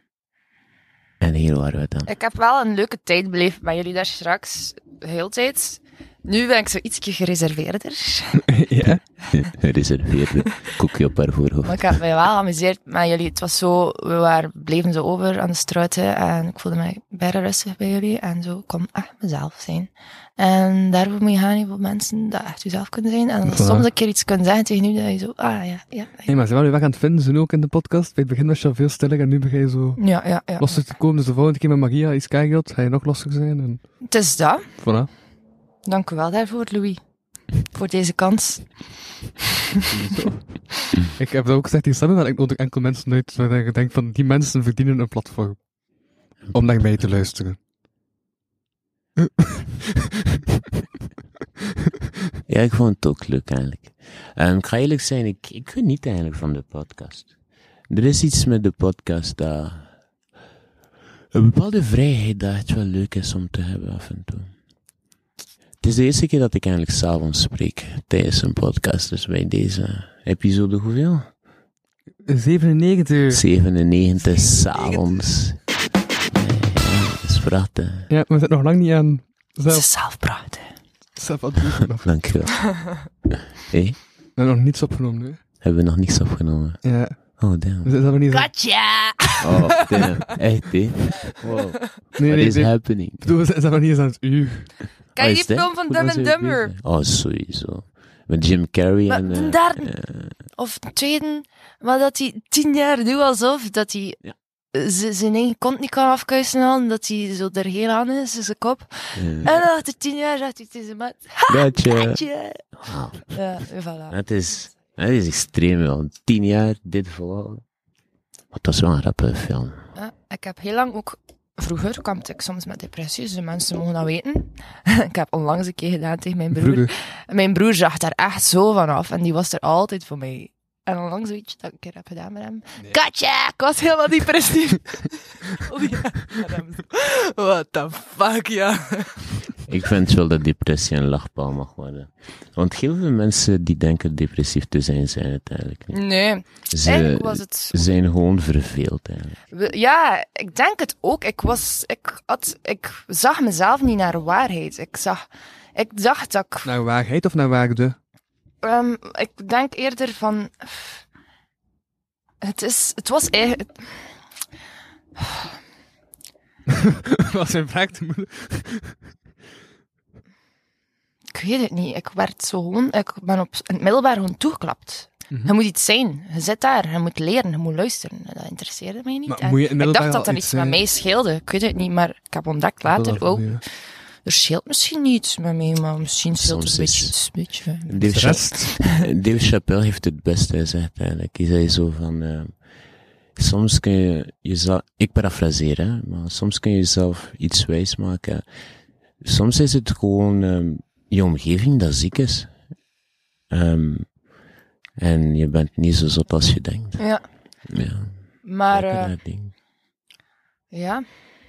En hier waren we dan. Ik heb wel een leuke tijd beleefd met jullie daar straks. De hele tijd. Nu ben ik zo ietsje gereserveerder. ja. Gereserveerde koekje op haar voorhoofd. Maar ik heb mij wel geamuseerd met jullie. Het was zo, we waren, bleven zo over aan de struiten en ik voelde mij bijna rustig bij jullie. En zo, ik kon echt mezelf zijn. En daarvoor moet je gaan voor mensen dat echt jezelf kunnen zijn. En dan Voilà. soms een keer iets kunnen zeggen tegen u, dat je zo, ah ja, ja. Nee, maar ze waren je weg aan het vinden, ze ook in de podcast. Bij het begin was je al veel stiller en nu begin je zo Ja, ja, ja. lastig te komen. Dus de volgende keer met Magia iets kijkt, ga je nog lastiger zijn. En Het is dat. voilà. Dank u wel daarvoor, Louis. Voor deze kans. Ik heb dat ook gezegd in stemmen, maar ik nodig enkel mensen uit waar je denkt van, die mensen verdienen een platform. Om naar mij te luisteren. Ja, ik vond het ook leuk eigenlijk. Um, ik ga eerlijk zijn, ik, ik geniet eigenlijk van de podcast. Er is iets met de podcast dat... Een bepaalde vrijheid dat echt wel leuk is om te hebben af en toe. Het is de eerste keer dat ik eigenlijk 's avonds spreek tijdens een podcast. Dus bij deze episode hoeveel? zevenennegentig. zevenennegentig 's avonds. Ja, dat is prachtig. Ja, we zitten nog lang niet aan Ze zelf, zelf praten. zelf aan het doen. nog. Dankjewel. Hé, We hebben nog niets opgenomen, hè. hebben we nog niks opgenomen? Ja, Oh, damn. we zitten nog niet zo... Gotcha! Oh, damn. Echt, hè? Wow. Nee, What nee, is nee. happening? Ik bedoel, we zitten nog niet eens aan het uur. Ken je Oh, die is dat? film van Hoe Dumb lang and zijn we Dumber? bezig? Oh, sowieso. Met Jim Carrey Maar en... de eh, derde. eh, Of de tweede, maar dat hij tien jaar doet alsof dat hij Ja. z- zijn eigen kont niet kan afkuisen halen, dat hij zo er heel aan is, in zijn kop. eh, En dan achter tien jaar zegt hij tegen zijn maat, Gotcha. Hatje! Wauw. Ja, voilà. Dat is, dat is extreem, wel. Tien jaar, dit volhouden. Wat dat is wel een rappe film. Ja, ik heb heel lang ook, vroeger kwam ik soms met depressies, de mensen mogen dat weten. Ik heb onlangs een keer gedaan tegen mijn broer. Vroeger. Mijn broer zag daar echt zo van af en die was er altijd voor mij. En onlangs weet je dat ik een keer heb gedaan met hem. Gotcha! Ik was helemaal depressief. Oh ja, met hem zo. What the fuck, ja. Ik vind wel dat depressie een lachpaal mag worden. Want heel veel mensen die denken depressief te zijn, zijn het eigenlijk niet. Nee, Ze eigenlijk was het... zijn gewoon verveeld, eigenlijk. We- Ja, ik denk het ook. Ik was... Ik had... Ik zag mezelf niet naar waarheid. Ik zag... Ik dacht dat ik... Naar waarheid of naar waarde? Ehm, ik denk eerder van... Het is... Het was eigenlijk... Was zijn vraag te moeilijk? Ik weet het niet. Ik werd zo gewoon... Ik ben op in het middelbaar gewoon toegeklapt. Mhm. Je moet iets zijn. Je zit daar. Je moet leren. Je moet luisteren. En dat interesseerde mij niet. Maar En moet je in het ik dacht middelbaar dat er al iets iets met zijn? mij scheelde. Ik weet het niet. Maar ik heb ontdekt later... Dat Oh, ja. er scheelt misschien niets met mij. Maar misschien scheelt Soms er een is- beetje... Een beetje Dave, De Cha- rest. Dave Chappelle heeft het beste gezegd, eigenlijk. Hij zei zo van... eh, soms kun je jezelf... Ik parafraseer, hè. Maar soms kun je jezelf iets wijs maken. Soms is het gewoon ehm, je omgeving dat ziek is. Ehm, en je bent niet zo zot als je denkt. Ja. Ja, Maar... lekker eh, dat ding. ja...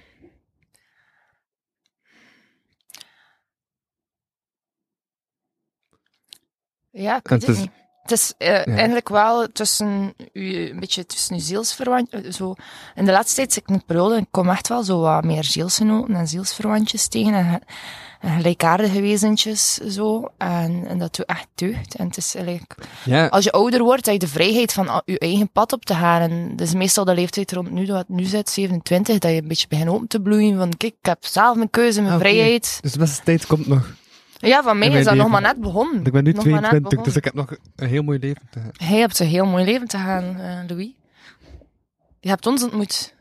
Ja, ik En weet het het is- niet. Het is eh, eigenlijk wel tussen u, een beetje tussen uw zielsverwantjes. Zo. In de laatste tijd zit ik in een periode, ik kom echt wel zo wat meer zielsgenoten en zielsverwantjes tegen. En, ge- en gelijkaardige wezentjes, zo. En, en dat doet echt deugd. En het is eigenlijk, Ja, als je ouder wordt, heb je de vrijheid van ah, je eigen pad op te gaan. En dat is meestal de leeftijd rond nu, dat nu zit, zevenentwintig, dat je een beetje begint open te bloeien. Van kijk, ik heb zelf mijn keuze, mijn Ah, oké. vrijheid. dus de beste tijd komt nog. Ja, van mij In is mijn dat nog leven. maar net begonnen. Ik ben nu Nog maar net tweeëntwintig, begonnen. dus ik heb nog een heel mooi leven te gaan. Hij hebt een heel mooi leven te gaan, eh, Louis. Je hebt ons ontmoet.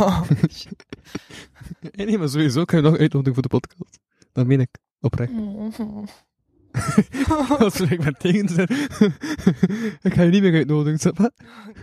Nee, nee, maar sowieso kan je nog uitnodigen voor de podcast. Dat meen ik. Oprecht. Als ik ben tegen zijn. Ik ga je niet meer uitnodigen, snap je?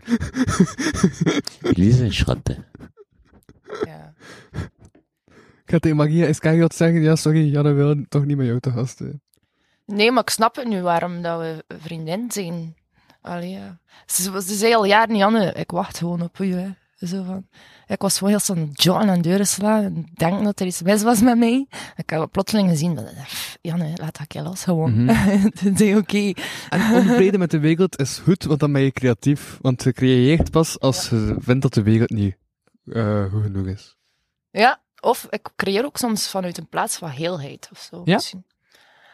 Jullie zijn schatten. Ja. Ik ga tegen Magia eens kijken zeggen, ja sorry, Janne wil toch niet met jou te gast. hè. Nee, maar ik snap het nu waarom dat we vriendin zijn. Allee, ja. Ze, ze zei al jaren, Janne, ik wacht gewoon op u. Hè. Zo van. Ik was gewoon heel snel John aan deuren slaan en denken dat er iets mis was met mij. Ik heb plotseling gezien dat, pff, Janne, laat dat je los gewoon. Mhm. Toen zei oké. En onvrede met de wereld is goed, want dan ben je creatief. Want je creëert pas als je vindt dat de wereld niet eh, goed genoeg is. Ja, of ik creëer ook soms vanuit een plaats van heelheid of zo. Ja? Misschien.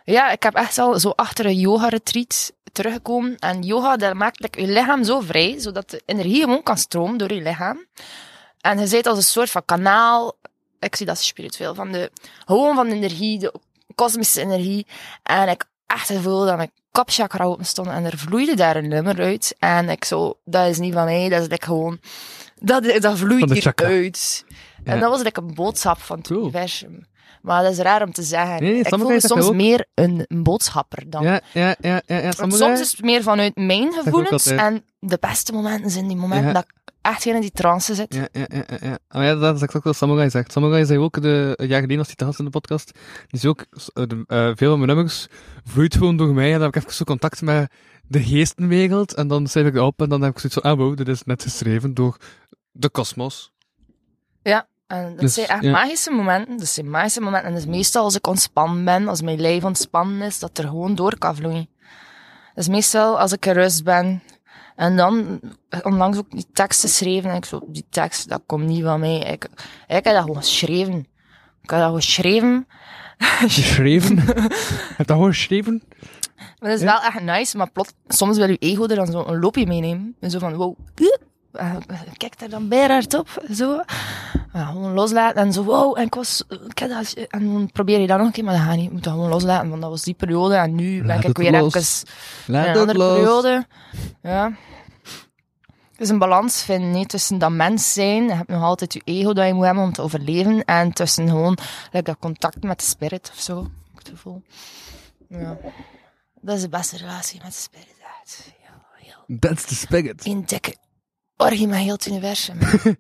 Ja, ik heb echt al zo achter een yoga-retreat teruggekomen. En yoga, dat maakt like, je lichaam zo vrij, zodat de energie gewoon kan stromen door je lichaam. En je zit als een soort van kanaal, ik zie dat spiritueel, van de, gewoon van de energie, de kosmische energie. En ik echt het gevoel dat mijn kapchakra open stond en er vloeide daar een nummer uit. En ik zo, dat is niet van mij, dat is like gewoon, dat, dat vloeit hier chakra. uit. Ja. En dat was like een boodschap van het Cool. universum. Maar dat is raar om te zeggen. Nee, nee, ik Samurai voel me zegt dat soms ook. meer een, een boodschapper dan. Ja, ja, ja, ja. ja. Want Samurai- soms is het meer vanuit mijn ik ook gevoelens. altijd. En de beste momenten zijn die momenten Ja. dat ik echt in die trance zit. Ja, ja, ja, ja, ja. Maar ja, dat is exact wat Samurai zegt. Samurai zei ook de, een jaar geleden, als hij te gast in de podcast, die zei ook, uh, de, uh, veel van mijn nummers vloeit gewoon door mij, en dan heb ik even zo contact met de geestenwereld, en dan schrijf ik dat op, en dan heb ik zoiets van, ah wow, dit is net geschreven door de kosmos. Ja, en dat Dus, zijn echt ja. magische momenten. Dat zijn magische momenten. En dat is meestal als ik ontspannen ben, als mijn lijf ontspannen is, dat er gewoon door kan vloeien. Dat is meestal als ik in rust ben. En dan, onlangs ook die teksten schreven, en ik zo, die tekst, dat komt niet van mij. Ik, ik heb dat gewoon geschreven. Ik heb dat gewoon geschreven. Geschreven? Heb je dat gewoon geschreven? Maar dat is Ja. wel echt nice, maar plot, soms wil je ego er dan zo een loopje meenemen. En zo van, wow, uh, kijk daar dan bij hard op, zo. Ja, gewoon loslaten en zo, wow, en ik was, ik heb dat, en dan probeer je dat nog een keer, maar dat gaat niet. Je moet dat gewoon loslaten, want dat was die periode, en nu ben Laat ik het weer los. even Laat in een het andere los. periode. Ja. Het is een balans vinden, nee, tussen dat mens zijn, je hebt nog altijd je ego dat je moet hebben om te overleven, en tussen gewoon like, dat contact met de spirit of zo, heb ik het gevoel. Ja. Dat is de beste relatie met de spirit. Echt. Heel, heel. That's the spigot. Eén dikke orgie met heel het universum.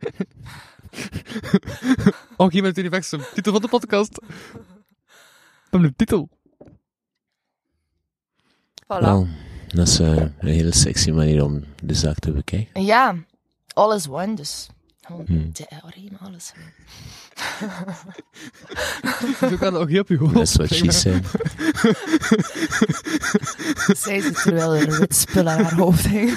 Oh, hier met het universum. Titel van de podcast. Van de titel. Voilà. Wel, dat is uh, een hele sexy manier om de zaak te bekijken. Ja, all is one, dus gewoon Hmm. de orgie met alles. Zo kan het ook heel op je hoofd. That's what she said. Zij zit terwijl er een wit spul aan haar hoofd hing.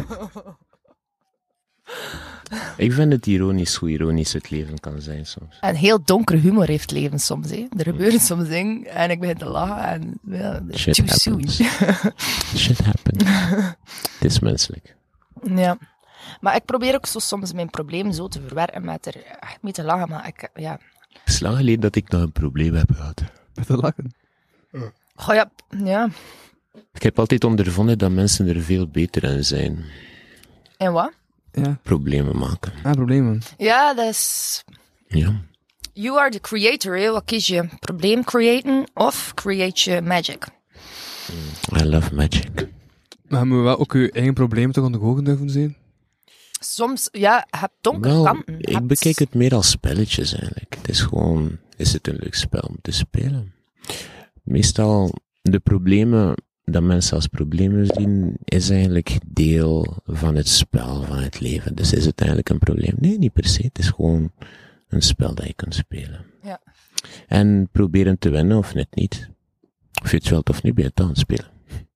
Ik vind het ironisch hoe ironisch het leven kan zijn soms. En heel donkere humor heeft leven soms. Hè. Er gebeuren soms dingen en ik begin te lachen en ja, Shit too happens. soon. Shit happens. Het is menselijk. Ja. Maar ik probeer ook zo soms mijn probleem zo te verwerken met er echt mee te lachen. Maar ik, ja. Het is lang geleden dat ik nog een probleem heb gehad. Met te lachen. Goh, ja, ja. Ik heb altijd ondervonden dat mensen er veel beter in zijn. En wat? Ja, Problemen maken. ah, problemen. Ja, dat is... Ja. You are the creator, hè. Wat kies je? Probleem creëren of create je magic? I love magic. Maar je moet wel ook je eigen problemen toch aan de ogen durven zien? Soms, ja, je hebt donkere Wel, kanten. Je ik hebt- bekijk het meer als spelletjes eigenlijk. Het is gewoon, is het een leuk spel om te spelen? Meestal, de problemen dat mensen als problemen zien, is eigenlijk deel van het spel, van het leven. Dus is het eigenlijk een probleem? Nee, niet per se. Het is gewoon een spel dat je kunt spelen. Ja. En proberen te winnen of net niet. Of je het wilt of niet, ben je het aan het spelen.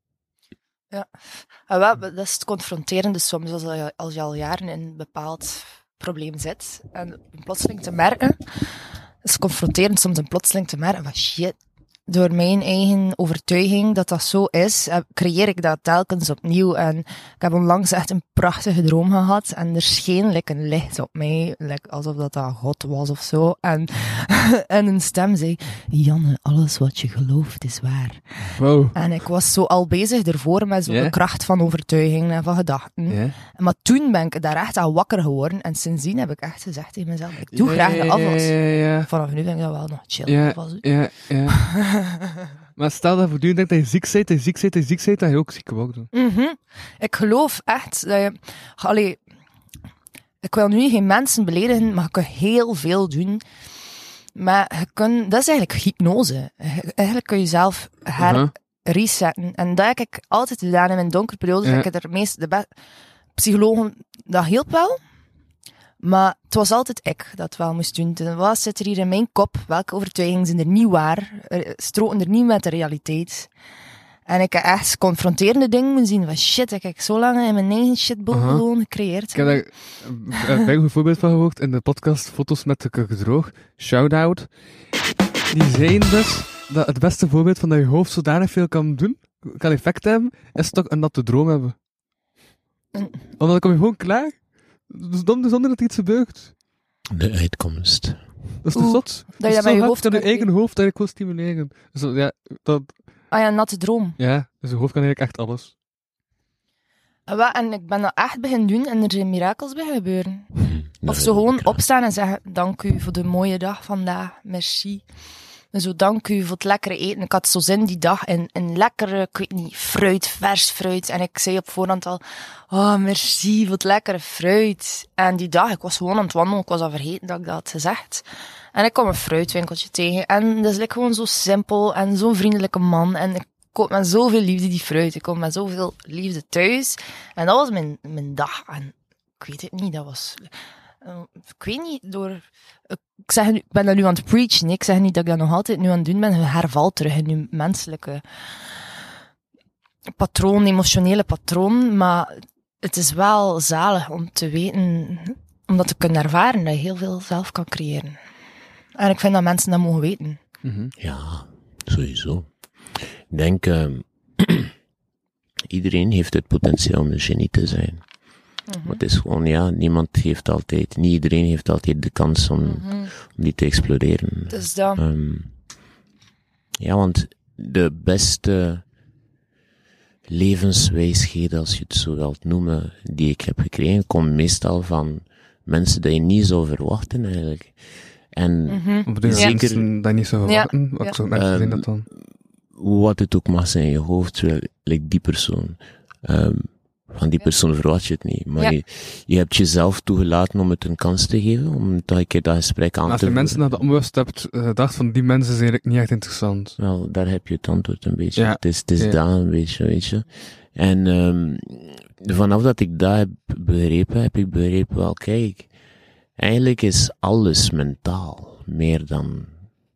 Ja, wel, dat is het confronterende soms, als je, als je al jaren in een bepaald probleem zit. En plotseling te merken, het is confronterend soms een plotseling te merken van shit, door mijn eigen overtuiging dat dat zo is, eh, creëer ik dat telkens opnieuw. En ik heb onlangs echt een prachtige droom gehad en er scheen like, een licht op mij, like, alsof dat, dat God was of zo. En, en een stem zei, Janne, alles wat je gelooft is waar. Wow. En ik was zo al bezig ervoor met zo'n Ja. kracht van overtuiging en van gedachten. Ja. Maar toen ben ik daar echt aan wakker geworden. En sindsdien heb ik echt gezegd tegen mezelf, ik doe Ja, graag de ja, afwas. Ja, ja, ja. Vanaf nu vind ik dat wel nog chill. Ja, afwas doen. ja, ja. Maar stel dat je voortdurend denkt dat je ziek bent, dat je ziek bent, dat je ziek bent, dat je ook ziek wordt. Mhm. Ik geloof echt dat je... Allee, ik wil nu geen mensen beledigen, maar je kunt heel veel doen. Maar je kunt, dat is eigenlijk hypnose. Je- Eigenlijk kun je jezelf her... Uh-huh. resetten. En dat heb ik altijd gedaan in mijn donkere periode. Ja. Ik heb er meest, de be- psychologen, dat hielp wel. Maar het was altijd ik dat het wel moest doen. De- Wat zit er hier in mijn kop? Welke overtuigingen zijn er niet waar? Er- Stroken er niet met de realiteit? En ik heb echt confronterende dingen moeten zien. Van shit, ik heb zo lang in mijn eigen shitbol Aha. gewoon gecreëerd. Ik heb daar een een goed voorbeeld van gehoord in de podcast Foto's met de Gedroog. Shout-out. Die zijn dus... dat het beste voorbeeld van dat je hoofd zodanig veel kan doen, kan effect hebben, is toch een natte droom hebben. Mm. Want dan kom je gewoon klaar, zonder, zonder dat er iets gebeurt. De uitkomst. Dat is toch Oeh, zot? dat je dat is met je zo hoofd hard dat je kan eigen hoofd eigenlijk wil stimuleren. Dus dat- ja, dat, Ah ja, natte droom. ja, dus je hoofd kan eigenlijk echt alles. En, wat, en ik ben dat echt beginnen doen en er zijn mirakels bij gebeuren. Dat Of heb zo ik gewoon graag. opstaan en zeggen, dank u voor de mooie dag vandaag, merci. En zo, dank u voor het lekkere eten. Ik had zo zin die dag in, in lekkere, ik weet niet, fruit, vers fruit. En ik zei op voorhand al, oh, merci voor het lekkere fruit. En die dag, ik was gewoon aan het wandelen, ik was al vergeten dat ik dat had gezegd. En ik kwam een fruitwinkeltje tegen. En dat is like gewoon zo simpel en zo'n vriendelijke man. En ik koop met zoveel liefde die fruit. Ik kom met zoveel liefde thuis. En dat was mijn, mijn dag. En ik weet het niet, dat was... Uh, ik weet niet, door... Ik, zeg nu, ik ben dat nu aan het preachen, nee. Ik zeg niet dat ik dat nog altijd nu aan het doen ben. Je hervalt terug in je menselijke patroon, emotionele patroon. Maar het is wel zalig om te weten, om dat te kunnen ervaren, dat je heel veel zelf kan creëren. En ik vind dat mensen dat mogen weten. Mhm. Ja, sowieso. Ik denk, ehm, iedereen heeft het potentieel om een genie te zijn. Mhm. Maar het is gewoon, ja, niemand heeft altijd, niet iedereen heeft altijd de kans om, Mhm. om die te exploreren. Dus dat... Ehm, ja, want de beste levenswijsheden, als je het zo wilt noemen, die ik heb gekregen, komen meestal van mensen die je niet zou verwachten, eigenlijk. En Mhm. Wat bedoel je, Zeker- mensen dat niet zo verwachten? Wat ja. soort mensen zijn Ehm, dat dan? wat het ook mag zijn in je hoofd, wel, like die persoon. Ehm, van die persoon verwacht je het niet. Maar Ja. je, je hebt jezelf toegelaten om het een kans te geven, om dat een keer dat gesprek aan Als te je mensen voeren. dat onbewust hebt uh, gedacht van die mensen zijn eigenlijk niet echt interessant. Wel, daar heb je het antwoord een beetje. Ja. Het is, het is Ja. daar een beetje, weet je. En um, vanaf dat ik dat heb begrepen, heb ik begrepen, wel, kijk, eigenlijk is alles mentaal, meer dan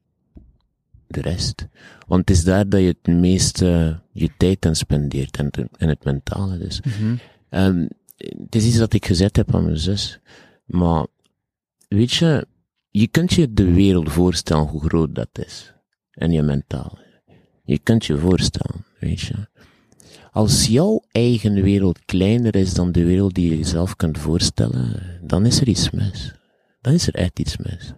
de rest. Want het is daar dat je het meeste je tijd aan spendeert, en, te, en het mentale dus. Mhm. Um, het is iets dat ik gezegd heb aan mijn zus, maar, weet je, je kunt je de wereld voorstellen hoe groot dat is. En je mentaal. Je kunt je voorstellen, weet je. Als jouw eigen wereld kleiner is dan de wereld die je jezelf kunt voorstellen, dan is er iets mis. Dan is er echt iets mis.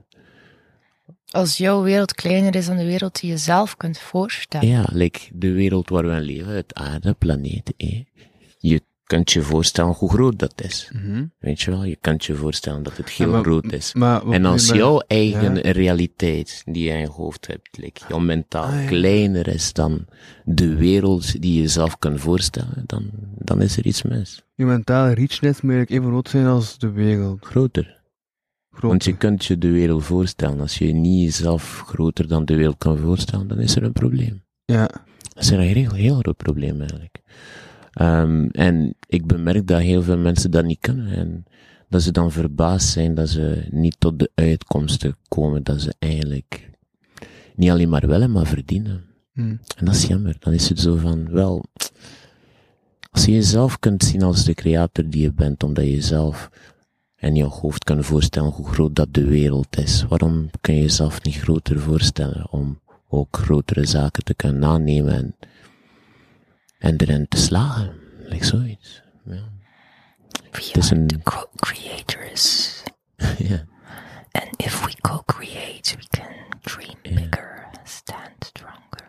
Als jouw wereld kleiner is dan de wereld die je zelf kunt voorstellen. Ja, like de wereld waar we in leven, het aarde, planeet, eh. Je kunt je voorstellen hoe groot dat is. Mhm. Weet je wel, je kunt je voorstellen dat het heel Ja, maar- groot is. Maar, wat En als bedoel je met- jouw eigen ja. realiteit, die je in je hoofd hebt, like, jouw mentaal Ah, ja. kleiner is dan de wereld die je zelf kunt voorstellen, dan, dan is er iets mis. je mentale richness moet eigenlijk even groot zijn als de wereld. Groter. Groot. Want je kunt je de wereld voorstellen. Als je niet jezelf groter dan de wereld kan voorstellen, dan is er een probleem. Ja. Dat is een heel, heel groot probleem eigenlijk. Um, en ik bemerk dat heel veel mensen dat niet kunnen. En dat ze dan verbaasd zijn dat ze niet tot de uitkomsten komen dat ze eigenlijk niet alleen maar willen, maar verdienen. Hm. En dat is jammer. Dan is het zo van, wel, als je jezelf kunt zien als de creator die je bent, omdat je jezelf en je hoofd kan voorstellen hoe groot dat de wereld is, waarom kun je jezelf niet groter voorstellen om ook grotere zaken te kunnen aannemen en, en erin te slagen? Like zoiets. Ja. We is are een- the co-creators. Ja. And if we co-create, we can dream bigger, stand stronger.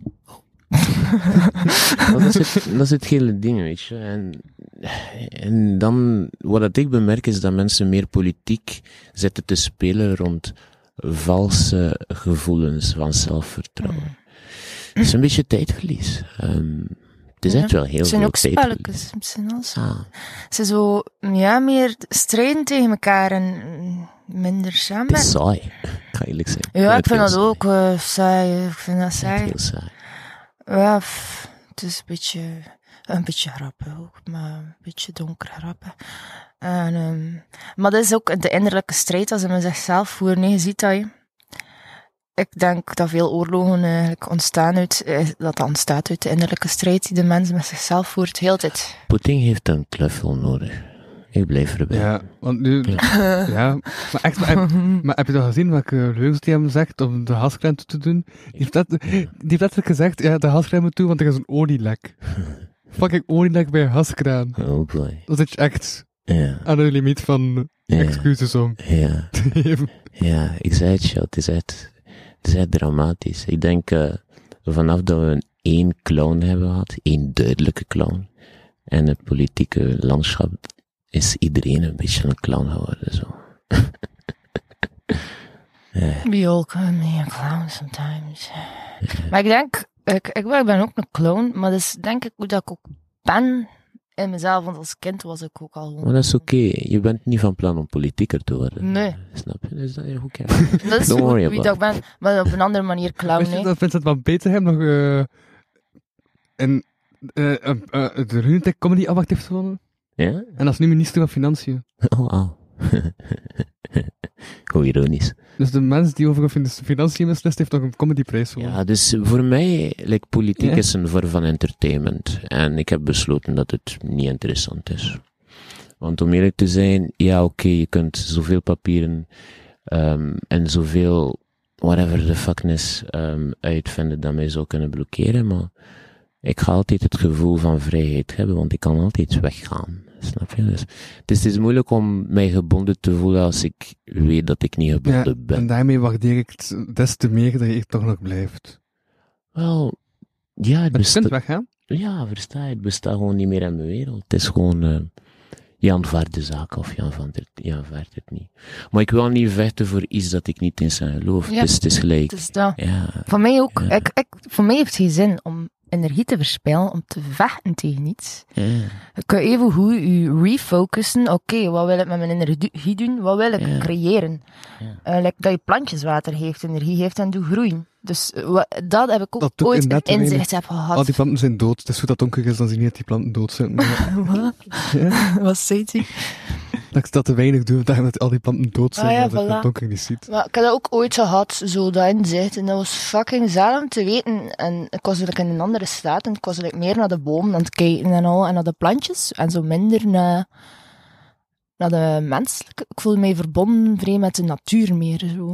dat, is het, dat is het hele ding, weet je. En, en dan, wat dat ik bemerk, is dat mensen meer politiek zitten te spelen rond valse gevoelens van zelfvertrouwen. Het is een beetje tijdverlies. Um, het is Ja. echt wel heel Het zijn veel ook tijdverlies. spelletjes, misschien als Ah, ze zo, ja, meer strijden tegen elkaar en mm, minder samen. het is saai, ga eerlijk zijn. Ja, ik vind het dat heel ook eh, saai. Ik vind dat saai. saai. Echt heel saai. Ja, pff, het is een beetje, een beetje grappig ook, maar een beetje donker grappig. En, um, maar dat is ook de innerlijke strijd als ze met zichzelf voeren. Nee, je ziet dat je. Ik denk dat veel oorlogen eigenlijk ontstaan uit, eh, dat dat ontstaat uit de innerlijke strijd die de mens met zichzelf voert, heel de tijd. Poetin heeft een knuffel nodig. Ik blijf erbij. Ja, want nu... Ja, ja maar echt, maar heb, maar heb je dat gezien, welke leugens die hem zegt om de gaskraan toe te doen? Die heeft, dat, die heeft letterlijk gezegd, ja, de gaskraan moet toe, want er is een olielek. Fucking olielek bij een gaskraan. Oh boy. Dan zit je echt Ja. aan de limiet van Ja. excuses om Ja. te geven. Ja, ik zei het, ja, het is echt, het is echt dramatisch. Ik denk, uh, vanaf dat we een één clown hebben gehad, één duidelijke clown, en het politieke landschap, is iedereen een beetje een clown geworden, zo. Ja. We all can be a clown sometimes. Maar ik denk, ik, ik ben ik ben ook een clown, maar dat is denk ik hoe dat ik ook ben in mezelf, want als kind was ik ook al gewoon... Maar dat is oké, je bent niet van plan om politieker te worden. Nee. Snap je? Dus dat is oké. Dat is Don't hoe, worry wie about dat ik ben, maar op een andere manier clown, Weet je hè. dat Vincent van Beterhem nog uh, een, uh, uh, uh, de Runetech Comedy Award heeft gewonnen? Ja? En dat is nu minister van Financiën. Oh, oh. Hoe ironisch. Dus de mens die over de financiën beslist, heeft nog een comedyprijs gewonnen. Ja, dus voor mij, like, politiek Ja. is een vorm van entertainment. En ik heb besloten dat het niet interessant is. Want om eerlijk te zijn, ja, oké, okay, je kunt zoveel papieren um, en zoveel whatever the fuckness um, uitvinden dat mij zou kunnen blokkeren, maar ik ga altijd het gevoel van vrijheid hebben, want ik kan altijd weggaan. Snap je? Dus het is, het is moeilijk om mij gebonden te voelen als ik weet dat ik niet gebonden Ja, ben. en daarmee waardeer ik het des te meer dat je hier toch nog blijft. Wel, ja, het Maar je bestaat. kunt weggaan. Ja, versta je, het bestaat gewoon niet meer in mijn wereld. Het is gewoon, uh, je aanvaardt de zaak of je aanvaardt het, je aanvaardt het niet. Maar ik wil niet vechten voor iets dat ik niet in zijn geloof. Ja. Dus het is gelijk. Het is dat. Ja, Voor mij ook. Ja. Ik, ik, voor mij heeft het geen zin om energie te verspillen, om te vechten tegen iets. ja, Je kunt even goed je refocussen. Oké, okay, wat wil ik met mijn energie doen? Wat wil ik Ja. creëren? Ja. Uh, like dat je plantjes water geeft, energie geeft en doe groeien. Dus uh, wa- dat heb ik ook Dat doe ik ooit een inderdaad te inzicht heb gehad. Al die planten zijn dood. Het is goed dat het donker is, dan zie je niet dat die planten dood zijn. Maar, Wat? ja, Wat zei hij? dat ik dat te weinig doe, daarom dat al die planten dood zijn, Ah ja, dat je voilà. het donker niet ziet. Maar ik heb dat ook ooit gehad, zo dat inzicht. En dat was fucking zalig om te weten. En ik was like in een andere staat en ik was like meer naar de bomen aan het kijken en al. En naar de plantjes. En zo minder naar, naar de menselijke. Ik voelde mij verbonden vrij met de natuur meer, zo.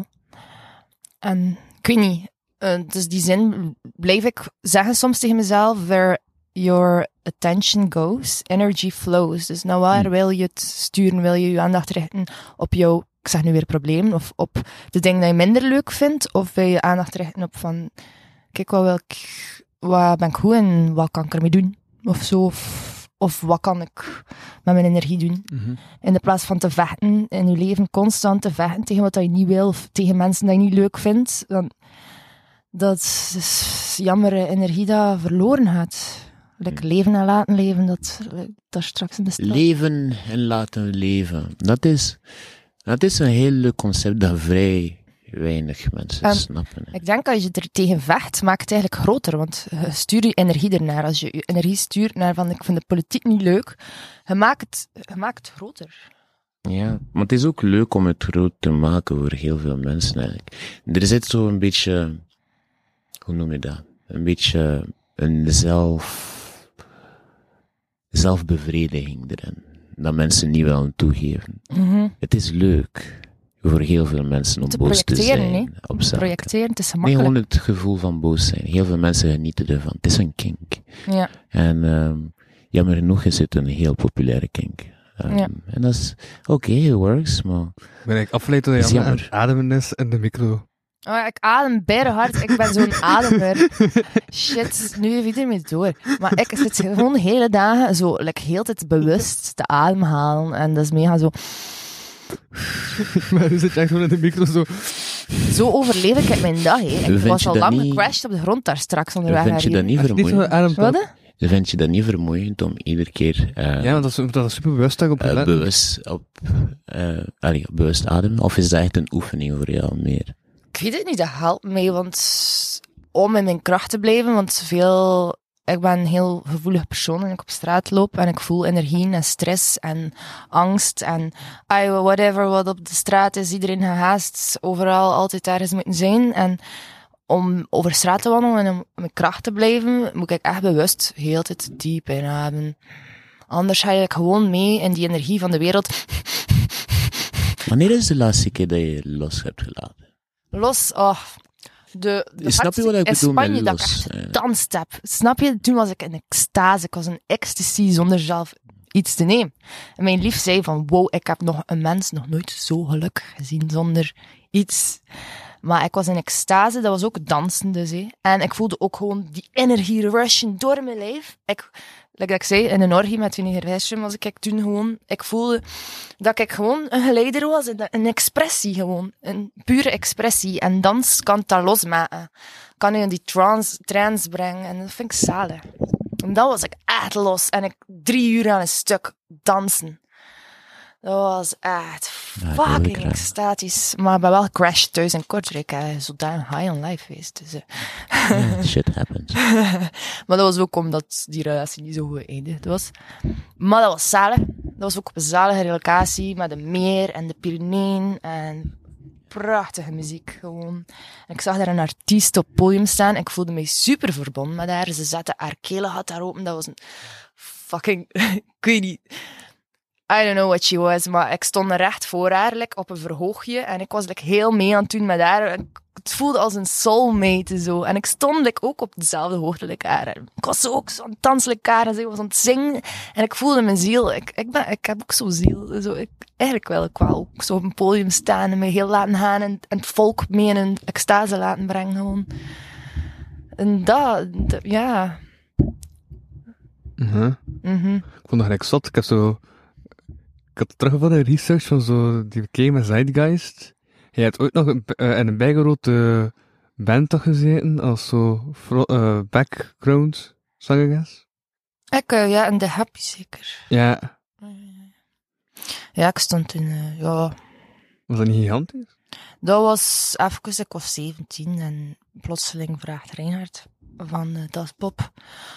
En ik weet niet. Uh, dus die zin blijf ik zeggen soms tegen mezelf. Where your attention goes, energy flows. Dus naar waar wil je het sturen? Wil je je aandacht richten op jouw, ik zeg nu weer probleem, of op de dingen die je minder leuk vindt? Of wil je je aandacht richten op van, kijk, wat wil ik, wat ben ik goed en wat kan ik ermee doen? Of zo, of, of wat kan ik met mijn energie doen? Mm-hmm. In de plaats van te vechten in je leven, constant te vechten tegen wat je niet wil, of tegen mensen die je niet leuk vindt, dan, dat is jammer energie dat verloren gaat. Like leven en laten leven, dat daar straks in de straat. leven en laten leven. Dat is, dat is een heel leuk concept dat vrij weinig mensen Um, snappen. Hè. Ik denk als je er tegen vecht, maakt het eigenlijk groter, want je stuurt je energie ernaar. Als je je energie stuurt naar van, ik vind de politiek niet leuk, je maakt het, je maakt het groter. Ja, maar het is ook leuk om het groot te maken voor heel veel mensen eigenlijk. Er zit zo een beetje, hoe noem je dat? Een beetje een zelf, zelfbevrediging erin. Dat mensen niet willen toegeven. Mm-hmm. Het is leuk voor heel veel mensen om Te boos te projecteren, zijn hè? op zaken. Projecteren, het is Nee, gemakkelijk. gewoon het gevoel van boos zijn. Heel veel mensen genieten ervan. Het is een kink. Ja. En um, jammer genoeg is het een heel populaire kink. Um, Ja. En dat is oké, okay, it works, maar Ik ben eigenlijk afgeleid dat Dat je is aan jammer. het ademen is in de micro. Oh, ik adem bijna hard, ik ben zo'n ademer. Shit, nu heeft iedereen mee door. Maar ik zit gewoon de hele dagen zo, like, heel de tijd bewust te ademhalen. En dat is mega zo... Maar nu zit je echt gewoon in de micro zo... Zo overleef ik mijn dag, hè. Ik Vind was je al dat lang niet- gecrashed op de grond daar straks onderweg vind naar je hier. dat niet Als je niet zo vermoeiend? ademt, dan- Wat? Vind je dat niet vermoeiend om iedere keer uh, Ja, want dat is, dat is super bewust daarop uh, letten. bewust op uh, allee, bewust ademen? Of is dat echt een oefening voor jou meer? Ik weet het niet, dat helpt mij, want om in mijn kracht te blijven, want veel... Ik ben een heel gevoelig persoon en ik op straat loop en ik voel energie en stress en angst en ay, whatever wat op de straat is, iedereen gehaast, overal altijd ergens moeten zijn. En om over straat te wandelen en om in mijn kracht te blijven, moet ik echt bewust heel de tijd diep inademen. Anders ga je gewoon mee in die energie van de wereld. Wanneer is de laatste keer dat je los hebt gelaten? Los, oh... De, de Snap je wat ik in bedoel met Spanje dat ik los? echt Ja. gedanst heb. Snap je? Toen was ik in extase. Ik was in ecstasy zonder zelf iets te nemen. En mijn lief zei van, wow, ik heb nog een mens nog nooit zo gelukkig gezien zonder iets. Maar ik was in extase, dat was ook dansen dus. Hé. En ik voelde ook gewoon die energie rushen door mijn lijf. Ik, like ik zei, in een orgie met Vinegar Wijsje was ik toen gewoon... Ik voelde dat ik gewoon een geleider was, een, een expressie gewoon. Een pure expressie. En dans kan dat losmaken. Kan je in die trance, trance brengen. En dat vind ik zalig. En dan was ik echt los. En ik drie uur aan een stuk dansen. Dat was echt Ja, fucking leuk, hè. extatisch. Maar ik ben wel gecrashed thuis in Kortrijk. Hè. Zodanig high on life geweest. Dus, eh. Yeah, shit happens. Maar dat was ook omdat die relatie niet zo goed geëindigd was. Maar dat was zalig. Dat was ook een zalige relatie met een meer en de Pyreneeën. En prachtige muziek gewoon. En ik zag daar een artiest op het podium staan. Ik voelde mij super verbonden met haar. Ze zette haar keelgat daar open. Dat was een fucking... ik weet niet... I don't know what she was, maar ik stond er recht voor haar, like, op een verhoogje. En ik was like, heel mee aan het doen met haar. En het voelde als een soulmate, zo. En ik stond like, ook op dezelfde hoogte, like haar. En ik was ook zo aan het dansen, like haar. En zij was aan het zingen. En ik voelde mijn ziel. Ik, ik, ben, ik heb ook zo'n ziel. Zo. Ik, eigenlijk wil ik wel ook zo op een podium staan en me heel laten gaan. En, en het volk mee in een extase laten brengen, gewoon. En dat, dat ja. Mhm. Mhm. Ik vond dat gelijk zot. Ik heb zo... Ik had teruggevonden in research van zo die bekende Zeitgeist. Hij had ooit nog uh, in een bijgerote band toch gezeten, als zo fro- uh, background zangeres. Ik, uh, ja, en de Happy zeker. Ja. Ja, ik stond in, uh, ja... Was dat niet gigantisch? Dat was even, ik was zeventien en plotseling vraagt Reinhard van uh, Das Pop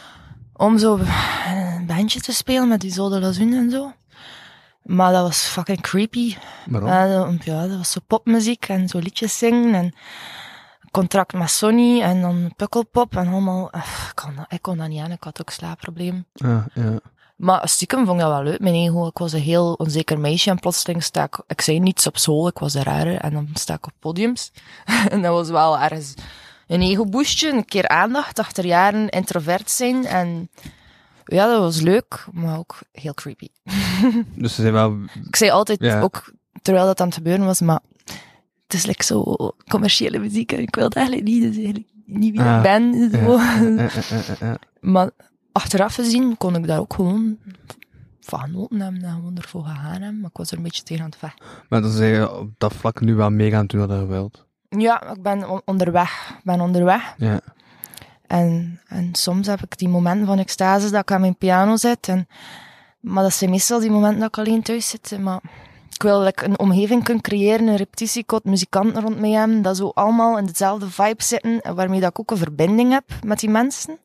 om zo een bandje te spelen met die Zode Lazoen en zo. Maar dat was fucking creepy. Waarom? Uh, ja, dat was zo popmuziek en zo liedjes zingen en contract met Sony en dan pukkelpop en allemaal. Uh, ik, kon dat, ik kon dat niet aan, ik had ook slaapprobleem. Ja, ja. Maar stiekem vond ik dat wel leuk. Mijn ego, ik was een heel onzeker meisje en plotseling sta ik, ik zei niets op school, ik was de rare en dan sta ik op podiums. En dat was wel ergens een ego-boostje, een keer aandacht, achter jaren introvert zijn en ja, dat was leuk, maar ook heel creepy. Dus ze zijn wel... Ik zei altijd, Ja. ook terwijl dat aan het gebeuren was, maar het is like zo commerciële muziek en ik wil het eigenlijk niet, dus eigenlijk niet wie Ah, ik ben. Zo. Ja, ja, ja, ja, ja. Maar achteraf gezien kon ik daar ook gewoon van genoten hebben en gewoon ervoor gegaan hebben, maar ik was er een beetje tegen aan het vechten. Maar dan zijn je op dat vlak nu wel mega aan het doen wat je wilt. Ja, ik ben on- onderweg. Ik ben onderweg. Ja. En, en soms heb ik die momenten van extase dat ik aan mijn piano zit. En, maar dat zijn meestal die momenten dat ik alleen thuis zit. Maar ik wil like, een omgeving kunnen creëren, een repetitiecode, muzikanten rond mij hebben, dat zo allemaal in dezelfde vibe zitten, en waarmee dat ik ook een verbinding heb met die mensen.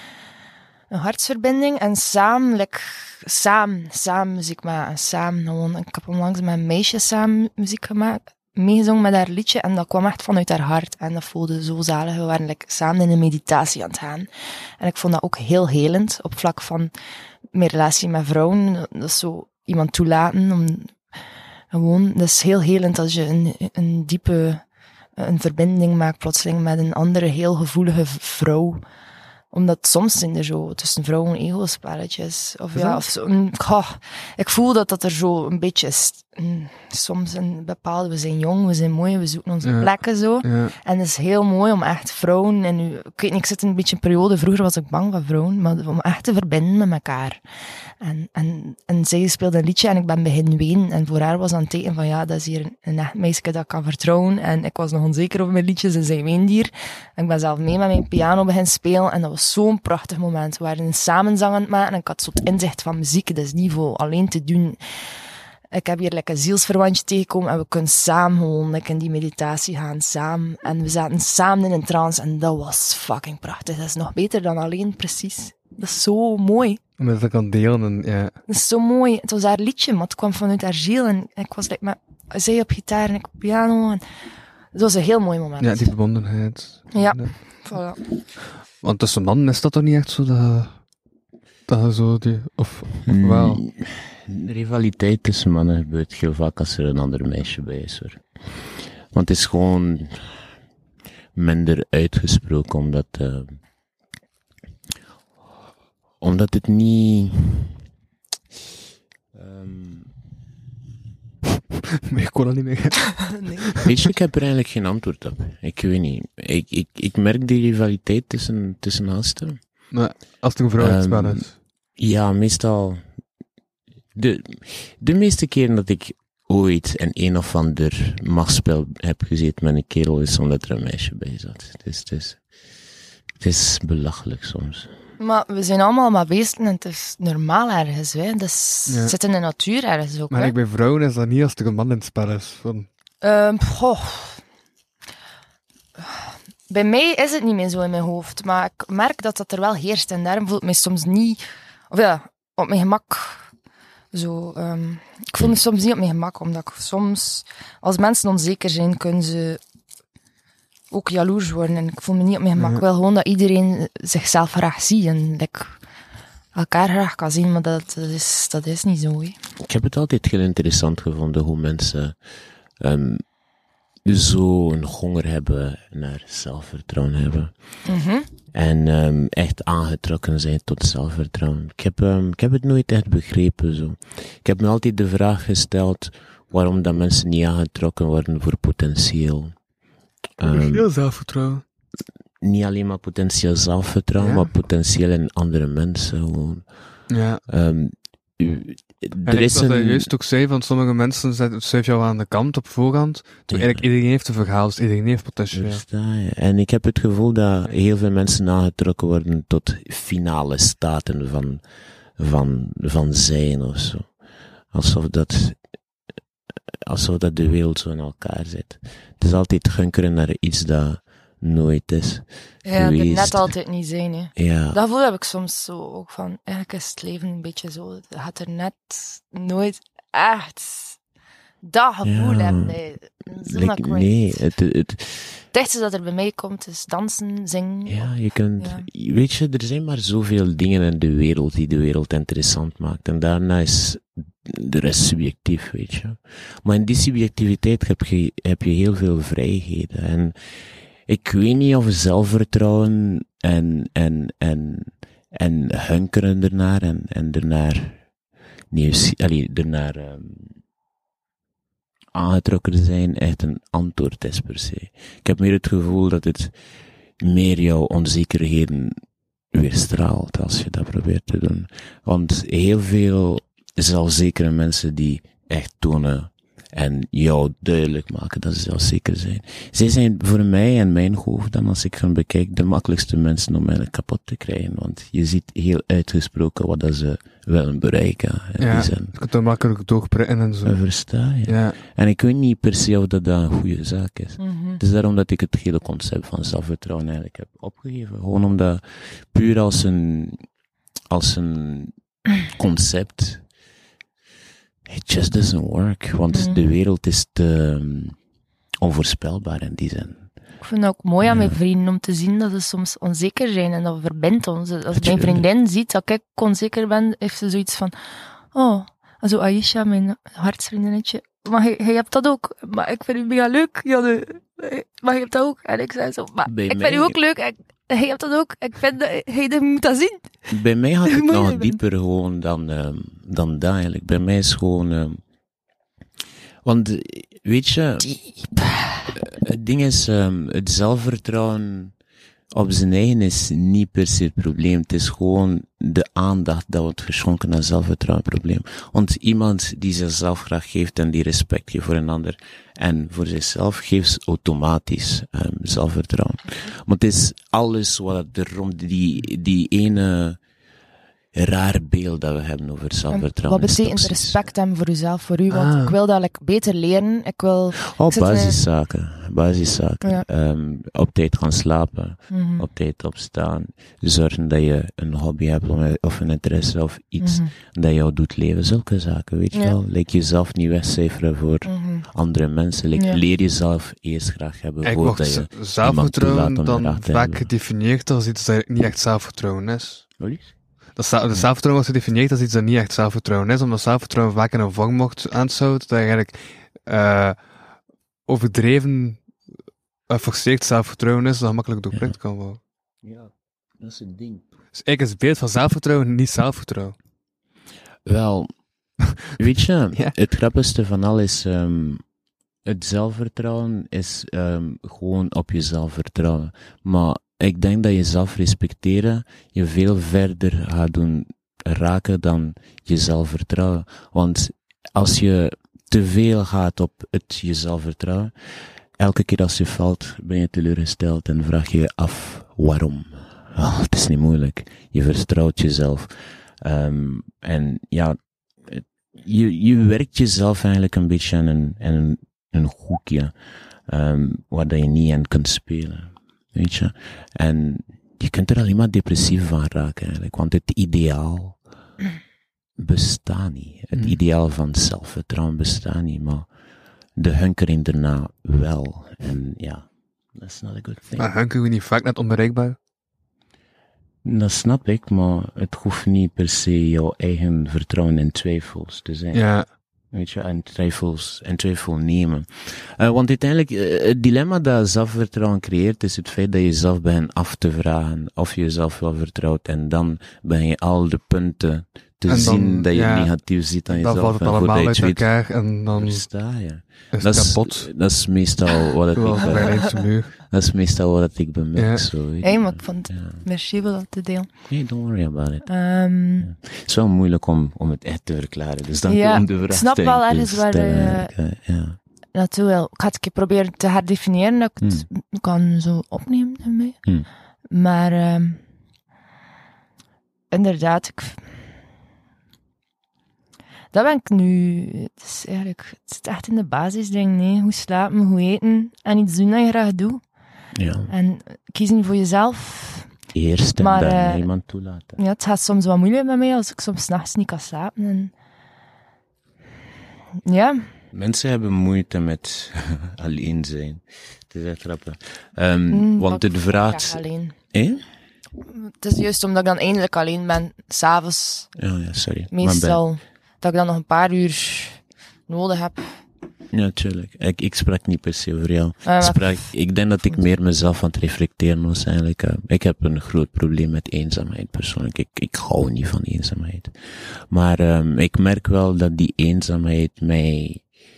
Een hartsverbinding. En samen, like, samen, samen muziek maken. Samen gewoon. Ik heb onlangs met een meisje samen muziek gemaakt. Meegezongen met haar liedje en dat kwam echt vanuit haar hart en dat voelde zo zalig. We waren like, samen in een meditatie aan het gaan en ik vond dat ook heel helend op vlak van mijn relatie met vrouwen. Dat is zo iemand toelaten om gewoon, dat is heel helend als je een, een diepe een verbinding maakt plotseling met een andere heel gevoelige vrouw. Omdat soms zijn er zo tussen vrouwen ego-spelletjes. Of ja, of zo. Een, goh, ik voel dat dat er zo een beetje is. Een, soms een bepaalde, we zijn jong, we zijn mooi, we zoeken onze Ja. plekken zo. Ja. En het is heel mooi om echt vrouwen, en nu, ik weet niet, ik zit in een beetje een periode, vroeger was ik bang van vrouwen, maar om echt te verbinden met elkaar. En, en, en zij speelde een liedje en ik ben beginnen wenen. En voor haar was dat een teken van, ja, dat is hier een, een echt meisje dat ik kan vertrouwen. En ik was nog onzeker over mijn liedjes en zij weende hier. En ik ben zelf mee met mijn piano beginnen spelen en dat was zo'n prachtig moment. We waren een samenzang aan het maken en ik had zo het inzicht van muziek, dat is niet voor alleen te doen. Ik heb hier lekker een zielsverwantje tegengekomen en we kunnen samen gewoon like, in die meditatie gaan, samen. En we zaten samen in een trance en dat was fucking prachtig. Dat is nog beter dan alleen, precies. Dat is zo mooi. Omdat dat kan delen en ja. Dat is zo mooi. Het was haar liedje, maar het kwam vanuit haar ziel. En ik was like, met, zij op gitaar en ik op piano. En het was een heel mooi moment. Ja, die verbondenheid. Ja. Voilà. Want tussen mannen is dat toch niet echt zo dat... Dat je zo die, of, of wel? Mm, de rivaliteit tussen mannen gebeurt heel vaak als er een ander meisje bij is, hoor. Want het is gewoon minder uitgesproken, omdat, uh, omdat het niet... Um, maar ik kon dat niet meer. Nee. Weet je, ik heb er eigenlijk geen antwoord op. Ik weet niet. Ik, ik, ik merk die rivaliteit tussen, tussen gasten. Maar als het een vrouw in het spel is. Ja, meestal... De, de meeste keren dat ik ooit in een of ander machtsspel heb gezeten met een kerel, is omdat er een meisje bij zat. Het is, het is, het is belachelijk soms. Maar we zijn allemaal maar beesten en het is normaal ergens. Hè. Dus Ja. het zit in de natuur ergens ook. Maar Hè. ik bij vrouwen is dat niet als er een man in het spel is. Van, Ehm, goh. Bij mij is het niet meer zo in mijn hoofd, maar ik merk dat dat er wel heerst en daarom voel ik me soms niet, of ja, op mijn gemak. Zo, ehm, ik voel me soms niet op mijn gemak, omdat ik soms, als mensen onzeker zijn, kunnen ze ook jaloers worden en ik voel me niet op mijn gemak. Ja. Ik wil gewoon dat iedereen zichzelf graag ziet en like, elkaar graag kan zien, maar dat, dat, is, dat is niet zo. Hè. Ik heb het altijd heel interessant gevonden hoe mensen um, zo'n honger hebben naar zelfvertrouwen hebben. Mhm. En um, echt aangetrokken zijn tot zelfvertrouwen. Ik heb, um, ik heb het nooit echt begrepen zo. Ik heb me altijd de vraag gesteld waarom dat mensen niet aangetrokken worden voor potentieel. Um, heel zelfvertrouwen. niet alleen maar potentieel zelfvertrouwen, Ja. maar potentieel in andere mensen gewoon. Ja. Um, u, En er ik is wat hij een... juist ook zei, van sommige mensen zetten het jou aan de kant op voorhand. Toen Ja. eigenlijk iedereen heeft een verhaal, dus iedereen heeft potentieel. Versta je? En ik heb het gevoel dat heel veel mensen aangetrokken worden tot finale staten van, van, van zijn of zo. Alsof dat, alsof dat de wereld zo in elkaar zit. Het is altijd gunkeren naar iets dat nooit is Ja, dat het geweest. net altijd niet zijn. Hè. Ja, Dat gevoel heb ik soms zo ook van, eigenlijk is het leven een beetje zo, het gaat er net nooit echt, dat gevoel Ja. hebben. Nee, zo like, dat ik weet. nee, het, het, Het dichtste dat er bij mij komt is dansen, zingen. ja, je kunt, Ja. weet je, er zijn maar zoveel dingen in de wereld die de wereld interessant maakt. En daarna is de rest subjectief, weet je. Maar in die subjectiviteit heb je, heb je heel veel vrijheden. En ik weet niet of zelfvertrouwen en, en, en, en hunkeren ernaar en, en ernaar, nieuws, allee, ernaar, um, aangetrokken zijn echt een antwoord is per se. Ik heb meer het gevoel dat het meer jouw onzekerheden weerstraalt als je dat probeert te doen. Want heel veel zelfzekere mensen die echt tonen en jou duidelijk maken dat ze zelfzeker zijn. Zij zijn voor mij en mijn hoofd dan, als ik hen bekijk, de makkelijkste mensen om eigenlijk kapot te krijgen. Want je ziet heel uitgesproken wat dat ze willen bereiken. In Ja, die zin. je kunt dat makkelijk doorprikken en zo. Versta je? Ja. En ik weet niet per se of dat, dat een goede zaak is. Mhm. Het is daarom dat ik het hele concept van zelfvertrouwen eigenlijk heb opgegeven. Gewoon omdat, puur als een, als een concept, it just doesn't work. Want Mhm. de wereld is te um, onvoorspelbaar in die zin. Ik vind het ook mooi aan Ja. mijn vrienden om te zien dat ze soms onzeker zijn en dat verbindt ons. Als mijn Tuurlijk. vriendin ziet dat ik onzeker ben, heeft ze zoiets van, oh, also Aisha, mijn hartsvriendinnetje, maar jij, jij hebt dat ook, maar ik vind u mega leuk, Janne. Maar je hebt dat ook. En ik zei zo, maar Bij ik mij- vind u ook leuk, en jij hebt dat ook. Ik vind dat, jij moet dat zien. Bij mij gaat het Moet je nog doen. dieper gewoon dan, um, dan dat eigenlijk. Bij mij is gewoon, um, want, eh, weet je, het ding is, um, het zelfvertrouwen op zijn eigen is niet per se het probleem. Het is gewoon de aandacht dat wordt geschonken aan zelfvertrouwen het probleem. Want iemand die zichzelf graag geeft en die respect geeft voor een ander en voor zichzelf, geeft automatisch um, zelfvertrouwen. Maar het is alles wat er rond die, die ene raar beeld dat we hebben over En zelfvertrouwen. wat is betekent toxisch. respect hebben voor uzelf, voor u? Want Ah. ik wil dat like, beter leren. Ik wil... Oh, ik zit in een- basiszaken. Basiszaken. Ja. Um, op tijd gaan slapen. Mhm. Op tijd opstaan. Zorgen dat je een hobby hebt om- of een interesse of iets Mhm. dat jou doet leven. Zulke zaken, weet je Ja. wel. Like jezelf niet wegcijferen voor Mhm. andere mensen. Like, Ja. leer jezelf eerst graag hebben Eigenlijk voordat wordt je iemand zelfvertrouwen toelaat om dan erachter te vaak hebben. gedefinieerd als iets dat niet echt zelfvertrouwen is. Wat is? Dat za- de zelfvertrouwen was gedefinieerd als iets dat niet echt zelfvertrouwen is, omdat zelfvertrouwen vaak in een vangmacht aansouwt, dat je eigenlijk uh, overdreven, uh, forceerd zelfvertrouwen is, dat gemakkelijk doorprikt kan worden. Ja, dat is het ding. Dus eigenlijk is het beeld van zelfvertrouwen niet zelfvertrouwen. Wel, weet je, Ja. het grappigste van al is, um, het zelfvertrouwen is um, gewoon op jezelf vertrouwen. Maar ik denk dat jezelf respecteren je veel verder gaat doen raken dan jezelf vertrouwen. Want als je te veel gaat op het jezelf vertrouwen, elke keer als je valt, ben je teleurgesteld en vraag je je af waarom. Oh, het is niet moeilijk. Je vertrouwt jezelf. Um, en ja, je, je werkt jezelf eigenlijk een beetje aan een, aan een, een hoekje, um, waar dat je niet aan kunt spelen. Weet je? En je kunt er alleen maar depressief van raken eigenlijk, want het ideaal bestaat niet. Het Mm. ideaal van zelfvertrouwen bestaat niet, maar de hunkering daarna wel. En ja, that's not a good thing. Maar hunkeren we niet vaak net onbereikbaar? Dat snap ik, maar het hoeft niet per se jouw eigen vertrouwen en twijfels te zijn. Ja. Weet je, en twijfels, en twijfel nemen. Uh, want uiteindelijk, uh, het dilemma dat zelfvertrouwen creëert, is het feit dat je jezelf begint af te vragen of je jezelf wel vertrouwt. En dan ben je al de punten te En dan, zien dat je ja, negatief ziet aan jezelf. Dan valt het en allemaal voordat je uit het weet, elkaar en dan is versta je. het Dat is, kapot. dat is meestal wat het ik Zoals bij ben. Rijnse muur. Dat is meestal wat ik bemerk. Ja. Zo, weet Hey, je. maar ik vond het Ja. merci voor dat te delen. Nee, don't worry about it. Um, Het is wel moeilijk om, om het echt te verklaren. Dus dank Ja, je om de ik vraag snap te wel te ergens waar stellen, je- eigenlijk, hè. Ja. naartoe wel. Ik ga het een keer proberen te herdefiniëren, dat ik het kan zo opnemen in mij. Hmm. Maar ehm inderdaad, ik, dat ben ik nu. Het is eigenlijk, het zit echt in de basisding, nee. Hoe slapen, hoe eten en iets doen dat je graag doet. Ja. En kiezen voor jezelf. Eerst en Maar, dan eh, iemand toelaten. Ja, het gaat soms wat moeilijk met mij als ik soms 's nachts niet kan slapen. En ja, Mensen hebben moeite met alleen zijn. Het is echt grappig. Um, mm, want dat het ik vraagt... graag alleen. Eh? Het is juist omdat ik dan eindelijk alleen ben, s'avonds. Oh ja, sorry. Meestal dat ik dan nog een paar uur nodig heb. Maar ben- Ja, tuurlijk. Ik, ik sprak niet per se over jou. Ah, maar- Ik, sprak, ik denk dat ik meer mezelf aan het reflecteren was eigenlijk. Uh, ik heb een groot probleem met eenzaamheid persoonlijk. Ik, ik hou niet van eenzaamheid. Maar um, ik merk wel dat die eenzaamheid mij...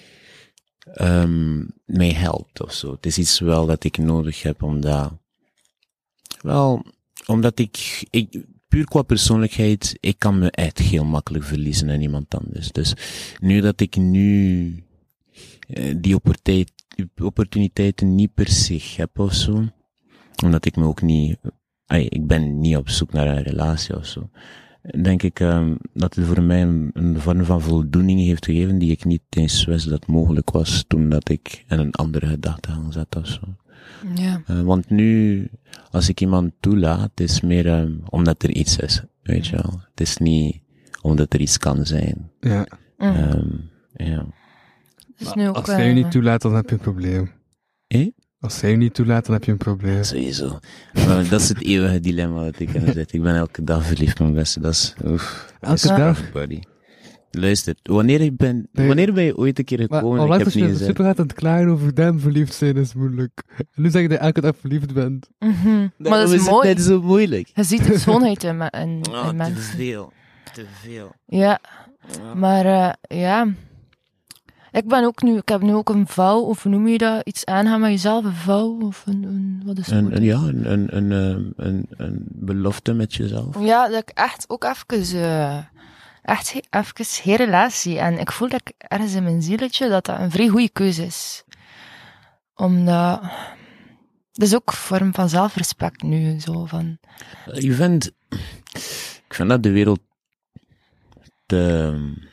Um, mij helpt of zo. Het is iets wel dat ik nodig heb, omdat, wel, omdat ik, ik, puur qua persoonlijkheid, ik kan me echt heel makkelijk verliezen in iemand anders. Dus, nu dat ik nu, uh, die opportuniteit, opportuniteiten niet per se heb of zo, omdat ik me ook niet, ay, ik ben niet op zoek naar een relatie of zo, denk ik um, dat het voor mij een, een vorm van voldoening heeft gegeven die ik niet eens wist dat mogelijk was toen dat ik in een andere gedachtegang zat of zo. Ja. Uh, want nu, als ik iemand toelaat, het is meer um, omdat er iets is, weet je wel. Het is niet omdat er iets kan zijn. Ja. Mm. Um, ja. Dus nu ook, Als zij je eh, niet toelaat, dan heb je een probleem. Eh? Als zij je niet toelaat, dan heb je een probleem. Sowieso. Maar dat is het eeuwige dilemma dat ik in zit. Ik ben elke dag verliefd, mijn beste. Dat is, oef. Elke is for dag? everybody. Luister, wanneer, ik ben, Nee. wanneer ben je ooit een keer Maar gekomen? al Ik lang heb als niet je gezegd. super gaat aan het klagen over dem verliefd zijn is moeilijk. En nu zeg je dat je elke dag verliefd bent. mhm. Maar dat Daarom is het mooi. net zo moeilijk. Je ziet de schoonheid in, me- in, Oh, in te mensen. veel. Te veel. Ja, Ja. maar uh, ja. Ik ben ook nu, ik heb nu ook een vouw, of hoe noem je dat? Iets aangaan met jezelf, een vouw, of een, een wat is het? Een, een, ja, een, een, een, een, een, een belofte met jezelf. Ja, dat ik echt ook even, uh, echt he- even geen relatie. En ik voel dat ik ergens in mijn zieletje dat dat een vrij goede keuze is. Omdat, dat is ook een vorm van zelfrespect nu, zo van, Ik vind, ik vind dat de wereld te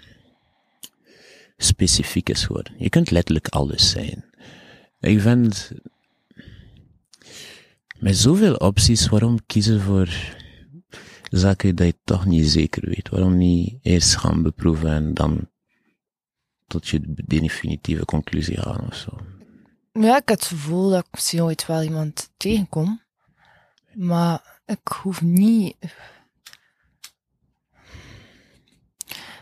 specifiek is geworden. Je kunt letterlijk alles zijn. Ik vind, met zoveel opties, waarom kiezen voor zaken dat je toch niet zeker weet? Waarom niet eerst gaan beproeven en dan tot je definitieve conclusie gaan of zo? ja, ik heb het gevoel dat ik misschien ooit wel iemand tegenkom. Maar ik hoef niet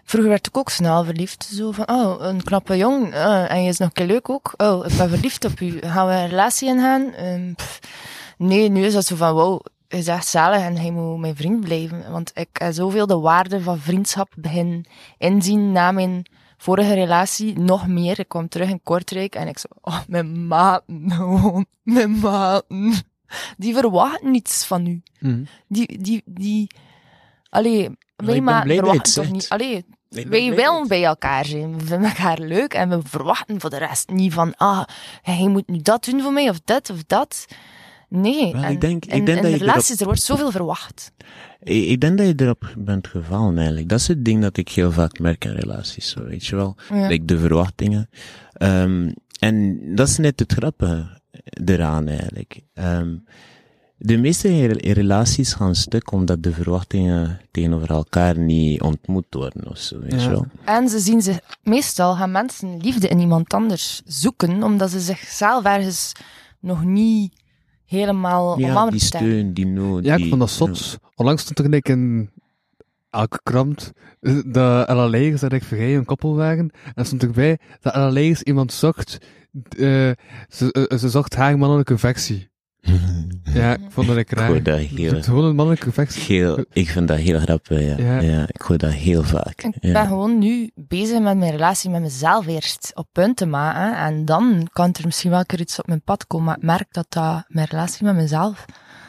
Vroeger werd ik ook snel verliefd. Zo van, oh, een knappe jong. Uh, en je is nog een keer leuk ook. Oh, ik ben verliefd op u. Gaan we een relatie ingaan? Um, pff. Nee, nu is dat zo van, wow, hij is echt zalig en hij moet mijn vriend blijven. Want ik heb zoveel de waarde van vriendschap begin inzien na mijn vorige relatie. Nog meer. Ik kwam terug in Kortrijk en ik zo, oh, mijn maten, gewoon, mijn maten. Die verwachten niets van u. Mm. Die, die, die, allee, wij ben maar blij dat je het verwachten toch zegt. niet, allee, Ik ben wij blij willen dat- bij elkaar zijn. We vinden elkaar leuk en we verwachten voor de rest niet van, ah, hij moet nu dat doen voor mij of dit of dat. Nee. Wel, en ik denk- ik in, denk in dat je relaties, er wordt zoveel verwacht. Ik, ik denk dat je erop bent gevallen eigenlijk. Dat is het ding dat ik heel vaak merk in relaties, zo, weet je wel. Ja. Like de verwachtingen. Um, en dat is net het grappige eraan eigenlijk. Um, de meeste re- relaties gaan stuk omdat de verwachtingen tegenover elkaar niet ontmoet worden of zo, weet Ja. je wel. En ze zien zich, meestal gaan mensen liefde in iemand anders zoeken, omdat ze zichzelf ergens nog niet helemaal Ja, omarmd die hebben. steun, die nood. Ja, ik die, vond dat zot. Onlangs stond er gelijk in elke krant eh, dat Ella Leijers en Rick Verheij een koppel waren. En stond erbij dat Ella Leijers iemand zocht. eh, ze, eh, ze zocht haar mannelijke versie. Ja, ik vond dat ik Ik raar. hoor dat Ze heel, zoekt gewoon een mannelijke versie. heel, ik vind dat heel grappig, ja. Ja. Ja. Ik hoor dat heel vaak. Ik Ja. ben gewoon nu bezig met mijn relatie met mezelf eerst op punt te maken. En dan kan er misschien wel een keer iets op mijn pad komen. Maar ik merk dat, dat mijn relatie met mezelf...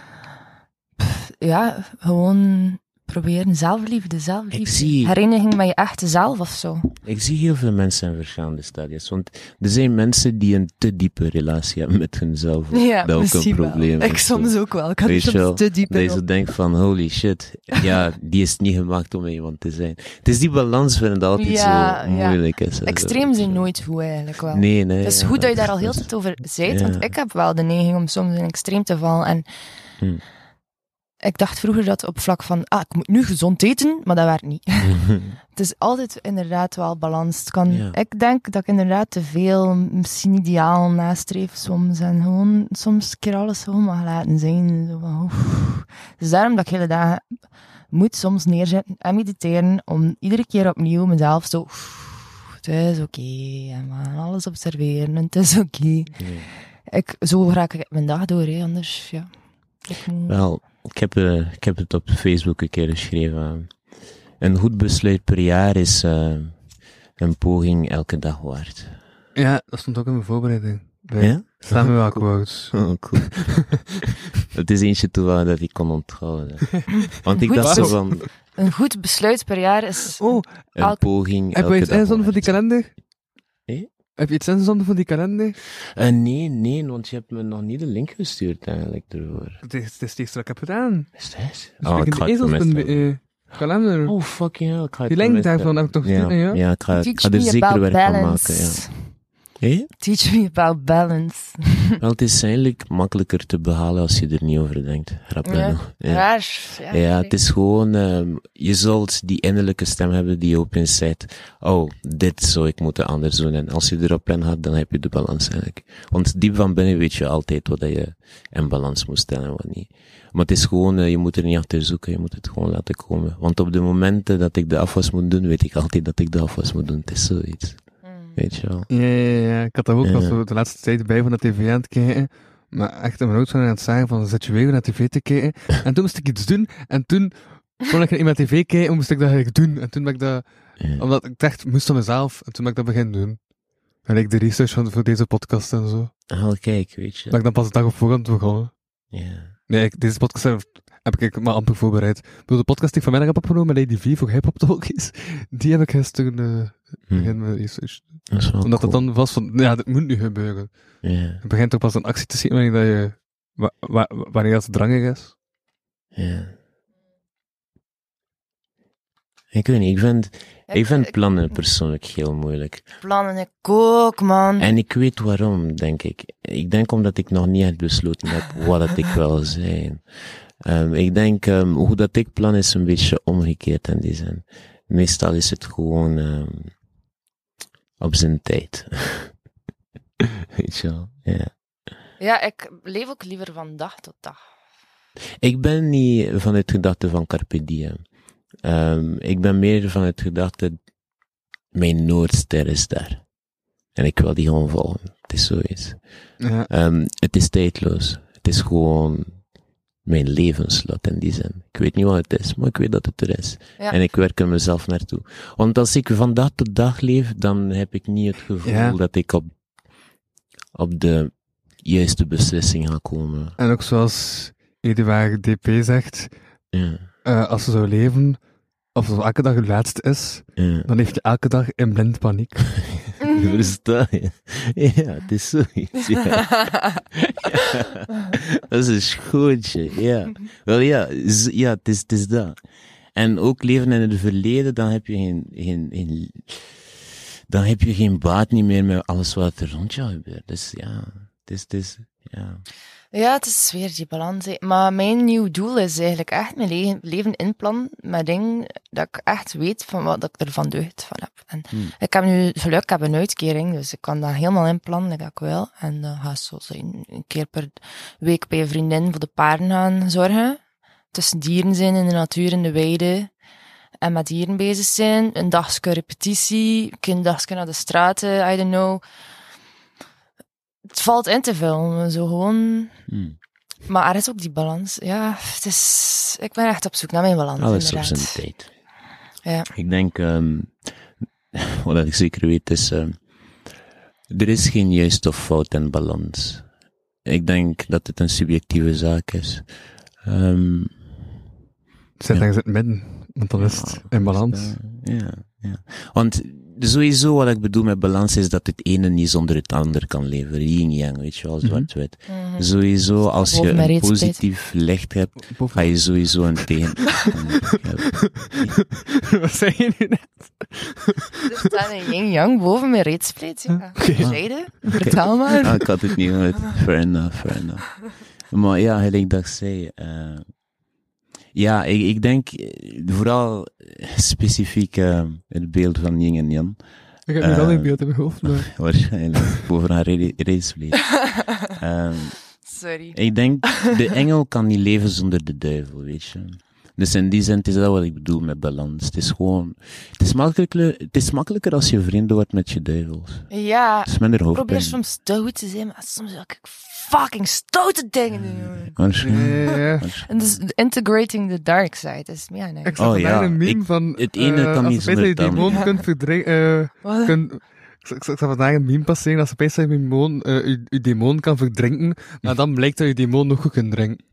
Pff, ja, gewoon proberen zelfliefde, zelfliefde. Ik zie- Hereniging met je echte zelf of zo. Ik zie heel veel mensen in verschillende stadia's, want er zijn mensen die een te diepe relatie hebben met hunzelf. Ja, dat ook een misschien wel. probleem Ik is. soms ook wel. Ik had er Weet je wel, soms te diep dat je in zo op. denkt van, holy shit, ja, die is niet gemaakt om iemand te zijn. Het is die balans vind ik altijd Ja, zo ja. moeilijk. Is, en zo, Extreem weet zijn je wel. nooit goed eigenlijk wel. Nee, nee. Het is ja, goed dat je daar al is- heel dat tijd over zei, Ja. want ik heb wel de neiging om soms in extreem te vallen. En Hm. ik dacht vroeger dat op vlak van, ah, ik moet nu gezond eten, maar dat werkt niet. Het is altijd inderdaad wel balans. Het kan, Ja. Ik denk dat ik inderdaad te veel misschien ideaal nastreef soms. En gewoon soms een keer alles gewoon mag laten zijn. Zo van, oef. Dus daarom dat ik hele dagen moet soms neerzetten en mediteren. Om iedere keer opnieuw mezelf zo... oef, het is oké. en we gaan alles observeren. En het is oké. Ik Zo raak ik mijn dag door. Hè, anders, ja. Ik moet... Wel, ik heb, eh, ik heb het op Facebook een keer geschreven. Een goed besluit per jaar is eh, een poging elke dag waard. Ja, dat stond ook in mijn voorbereiding. Bij Ja? Samuel quotes. Oh, cool. Het is eentje toevallig dat ik kon onthouden. Want ik Goed dacht zo zo. van, Een goed besluit per jaar is... Oh, een Elk- poging heb je elke iets dag ingezonden voor die waard. kalender? Eh? Heb je iets ingezonden voor die kalender? Eh, nee, nee, want je hebt me nog niet de link gestuurd eigenlijk ervoor. Het is, het is het eerste wat ik heb gedaan. Is dat? Dus Oh, ik ik in ga de het vermist hebben. ezels.be kalender. Oh, fucking hell. Ik ga het Die link vermist daarvan hebben. heb ik toch gestuurd, ja, ja? ja, ik ga, ik Teach ga er me zeker about werk van balance. maken, ja. Hé? Teach me about balance. Wel, het is eigenlijk makkelijker te behalen als je er niet over denkt. Grappig Ja. genoeg. Ja. Raar. Ja, Ja, het is gewoon, um, je zult die innerlijke stem hebben die opeens zegt, oh, dit zou ik moeten anders doen. En als je erop in gaat, dan heb je de balans eigenlijk. Want diep van binnen weet je altijd wat je in balans moet stellen en wat niet. Maar het is gewoon, uh, je moet er niet achter zoeken, je moet het gewoon laten komen. Want op de momenten dat ik de afwas moet doen, weet ik altijd dat ik de afwas moet doen. Het is zoiets. Weet je wel. Ja, ja, ja. Ik had dat ook Ja. al zo de laatste tijd bij van de tv aan het kijken. Maar echt in mijn hoofd aan het zeggen van, zit je weer naar tv te kijken? En toen moest ik iets doen. En toen kon ik naar iemand tv kijken, moest ik dat eigenlijk doen. En toen ben ik dat, Ja. omdat ik dacht, moest van mezelf. En toen ben ik dat beginnen doen. En ik de research van, voor deze podcast en zo. Ah, kijk, weet je. Dat ik dan pas een dag op voorhand begonnen. Ja. Nee, ik, deze podcast heb, heb ik maar amper voorbereid. Ik bedoel, de podcast die ik vanmiddag heb opgenomen met Lady V voor Hip Hop Talkies, die heb ik gisteren uh, Hm. begin met research. Dat is wel Omdat cool. dat dan was van, ja, dit moet nu gebeuren. Ja. Je begint toch pas een actie te zien wanneer dat je, wa, wa, wanneer dat drangig is. Ja. Ik weet niet, ik vind, ik vind plannen persoonlijk heel moeilijk. Plannen ik ook, man. En ik weet waarom, denk ik. Ik denk omdat ik nog niet echt besloten heb wat dat ik wil zijn. Um, ik denk, um, hoe dat ik plan is een beetje omgekeerd in die zin. Meestal is het gewoon um, op zijn tijd. Weet je wel, ja. Ja, ik leef ook liever van dag tot dag. Ik ben niet van het gedachte van carpe diem. Um, ik ben meer van het gedachte mijn Noordster is daar. En ik wil die gewoon volgen. Het is zoiets. Ja. Um, het is tijdloos. Het is gewoon mijn levenslot in die zin. Ik weet niet wat het is, maar ik weet dat het er is. Ja. En ik werk er mezelf naartoe. Want als ik van dag tot dag leef, dan heb ik niet het gevoel Ja. dat ik op, op de juiste beslissing ga komen. En ook zoals Eduard D P zegt, Ja, uh, als ze zou leven, of als elke dag de laatste is, ja. dan heeft je elke dag in blind paniek. Versta je? Ja, het is zoiets, ja. Ja. Dat is een schootje, ja. Wel ja, z- ja, het is, het is dat. En ook leven in het verleden, dan heb je geen, geen, geen, dan heb je geen baat niet meer met alles wat er rond jou gebeurt. Dus ja, het is, het is, ja. Ja, het is weer die balans. Hè. Maar mijn nieuw doel is eigenlijk echt mijn le- leven inplannen met dingen dat ik echt weet van wat ik ervan deugd van heb. En Hmm. ik heb nu geluk, ik heb een uitkering, dus ik kan dat helemaal inplannen, dat ik wil. En dan ga ik zo zijn, een keer per week bij een vriendin voor de paarden gaan zorgen. Tussen dieren zijn in de natuur, in de weide. En met dieren bezig zijn. Een dagje repetitie, een dagje naar de straten, I don't know. Het valt in te vullen, zo gewoon. Hmm. Maar er is ook die balans. Ja, het is... Ik ben echt op zoek naar mijn balans, Alles op inderdaad. zijn tijd. Ja. Ik denk, um, wat ik zeker weet is, um, er is geen juist of fout en balans. Ik denk dat het een subjectieve zaak is. Um, Zet Ja. ergens in het midden, want dan is het in balans. Ja, ja. Want sowieso wat ik bedoel met balans is dat het ene niet zonder het ander kan leven. Yin-yang, weet je wel, zwart-wit. Mhm. Sowieso, als je Boven mijn een reet spijt. positief licht hebt, ga je sowieso een tegen... Wat zei je nu net? Er staat een yin-yang boven mijn reetspleet. Ja. Zijde, vertel maar. Ah, ik had het niet gehoord. Fair enough, fair enough. Maar ja, gelijk dat ik zei, uh, ja, ik, ik denk eh, vooral specifiek uh, het beeld van yin en yang. Ik heb nu Eh, wel een beeld in mijn hoofd, maar... Waarschijnlijk, boven haar re- reisvlees. um, Sorry. ik denk, de engel kan niet leven zonder de duivel, weet je. Dus in die zin is dat wat ik bedoel met balans. Het is gewoon, het is makkelijker, het is makkelijker als je vrienden wordt met je duivels. Ja, Het is minder ik probeer hoofdpijn. soms stout te zijn, maar soms wil ik fucking stoute dingen doen, jongen. Waarschijnlijk. Ja, ja, ja. En dus integrating the dark side is mega Ik nice. zag Oh, vandaag ja, een meme ik- van... het ene eh, kan als niet je beter zonder je het demon andere. kunt verdringen... eh, Wat? kun, ik zag ik zag vandaag een meme passeren, als je beter je demon, eh, je, je demon kan verdrinken, maar dan blijkt dat je demon nog goed kunt drinken.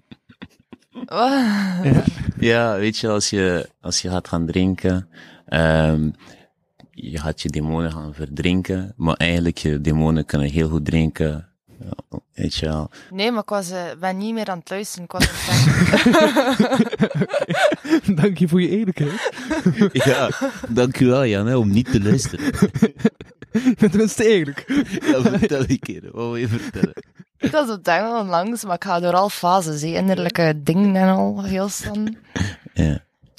Wat? Ja. Ja, weet je, als je, als je gaat gaan drinken, um, je gaat je demonen gaan verdrinken, maar eigenlijk je demonen kunnen heel goed drinken. Ja, weet je wel. Nee, maar ik was, eh, ben niet meer aan het luisteren. Ik was aan het denken. Dank je voor je eerlijkheid. Ja, dankjewel Jan, hè, om niet te luisteren. Ik ben tenminste eerlijk. Ja, vertel een keer, wat wil je vertellen? Ik was op het denken onlangs, maar ik ga door al fases, hè. Innerlijke dingen en al, heel snel. Ja.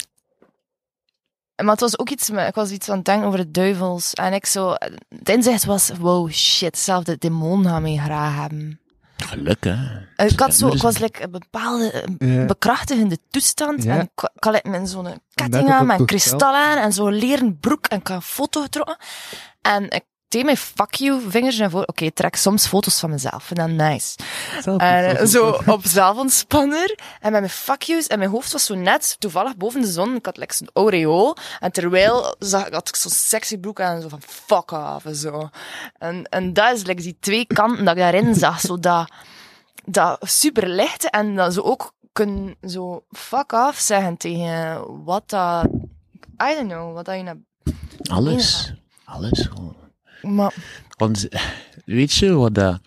Maar het was ook iets, met- ik was iets aan het denken over de duivels. En ik zo, het inzicht was, wow, shit, zelf de demon gaan mij graag hebben. Geluk, hè. Eh, Ik had zo, Ja, ik was like, een bepaalde eh, Ja. bekrachtigende toestand. Ja. En ik, ik had like, met zo'n net ketting ook aan, op met een het kristal aan en zo'n leren broek. En ik had een foto getrokken. En ik deed mijn fuck you vingers naar voren. Oké, ik trek soms foto's van mezelf. Vind dat nice. Zelf En niet, eh, zelf zo op zelfontspanner. En met mijn fuck yous. En mijn hoofd was zo net toevallig boven de zon. Ik had like, zo'n aureool. En terwijl zag, had ik zo'n sexy broek aan. En zo van fuck off en zo. En, en dat is like, die twee kanten dat ik daarin zag. Zo dat, dat super lichte. En dat ze ook kunnen zo fuck off zeggen tegen wat dat... I don't know, wat dat je... naar- Alles. Alles gewoon. Maar Want, weet je wat dat...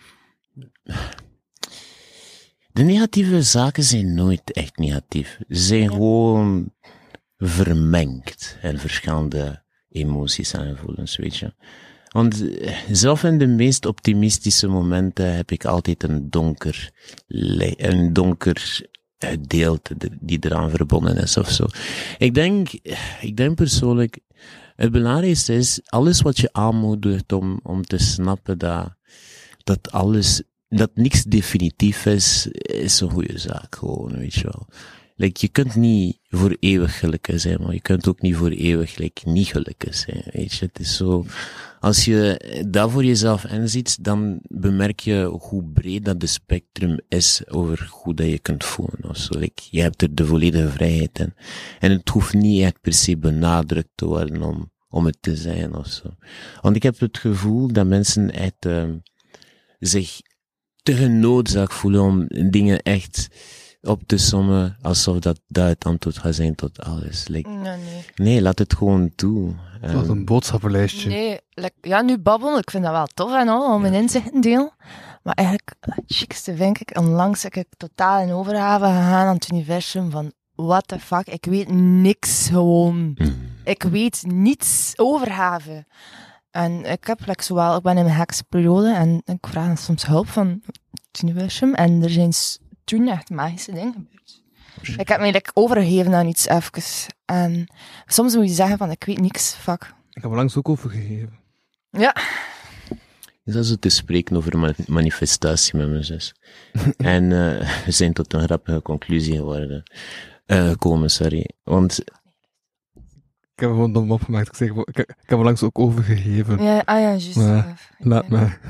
De negatieve zaken zijn nooit echt negatief. Ze zijn gewoon vermengd in verschillende emoties en gevoelens, weet je. Want eh, zelf in de meest optimistische momenten heb ik altijd een donker, li- een donker gedeelte de- die eraan verbonden is of zo. Ik denk, ik denk persoonlijk, het belangrijkste is, alles wat je aanmoedigt om, om te snappen dat, dat alles, dat niks definitief is, is een goede zaak, gewoon, weet je wel. like, je kunt niet voor eeuwig gelukkig zijn, maar je kunt ook niet voor eeuwig like, niet gelukkig zijn, weet je. Het is zo, als je dat voor jezelf inziet, dan bemerk je hoe breed dat de spectrum is over hoe dat je kunt voelen, of zo. Like, je hebt er de volledige vrijheid in. En het hoeft niet echt per se benadrukt te worden om, om het te zijn, of zo. Want ik heb het gevoel dat mensen echt, uh, zich te genoodzaakt voelen om dingen echt op te sommen, alsof dat, dat het antwoord gaat zijn tot alles. Like, Nee, nee. nee, laat het gewoon toe. Zoals Um, een boodschappenlijstje. Nee, like, ja, nu babbelen, ik vind dat wel tof en al, om mijn inzichten te delen. Maar eigenlijk, het chicste vind ik, onlangs heb ik totaal in overgave gegaan aan het universum van, what the fuck, ik weet niks gewoon. Ik weet niets, overgave. En ik heb, like, zowel, ik ben in mijn heksenperiode en ik vraag soms hulp van het universum en er zijn s- toen echt magische dingen gebeurd. Ik heb me like, overgegeven aan iets even. En soms moet je zeggen van, ik weet niks, fuck. Ik heb er langs ook overgegeven. Ja. is dat zo te spreken over ma- manifestatie met mijn zus. En uh, we zijn tot een grappige conclusie geworden. Uh, gekomen, sorry. Want ik heb gewoon dom opgemaakt. Ik, zeg, ik, ik heb er langs ook overgegeven. Ja, ah ja, juist. Maar, laat okay. maar.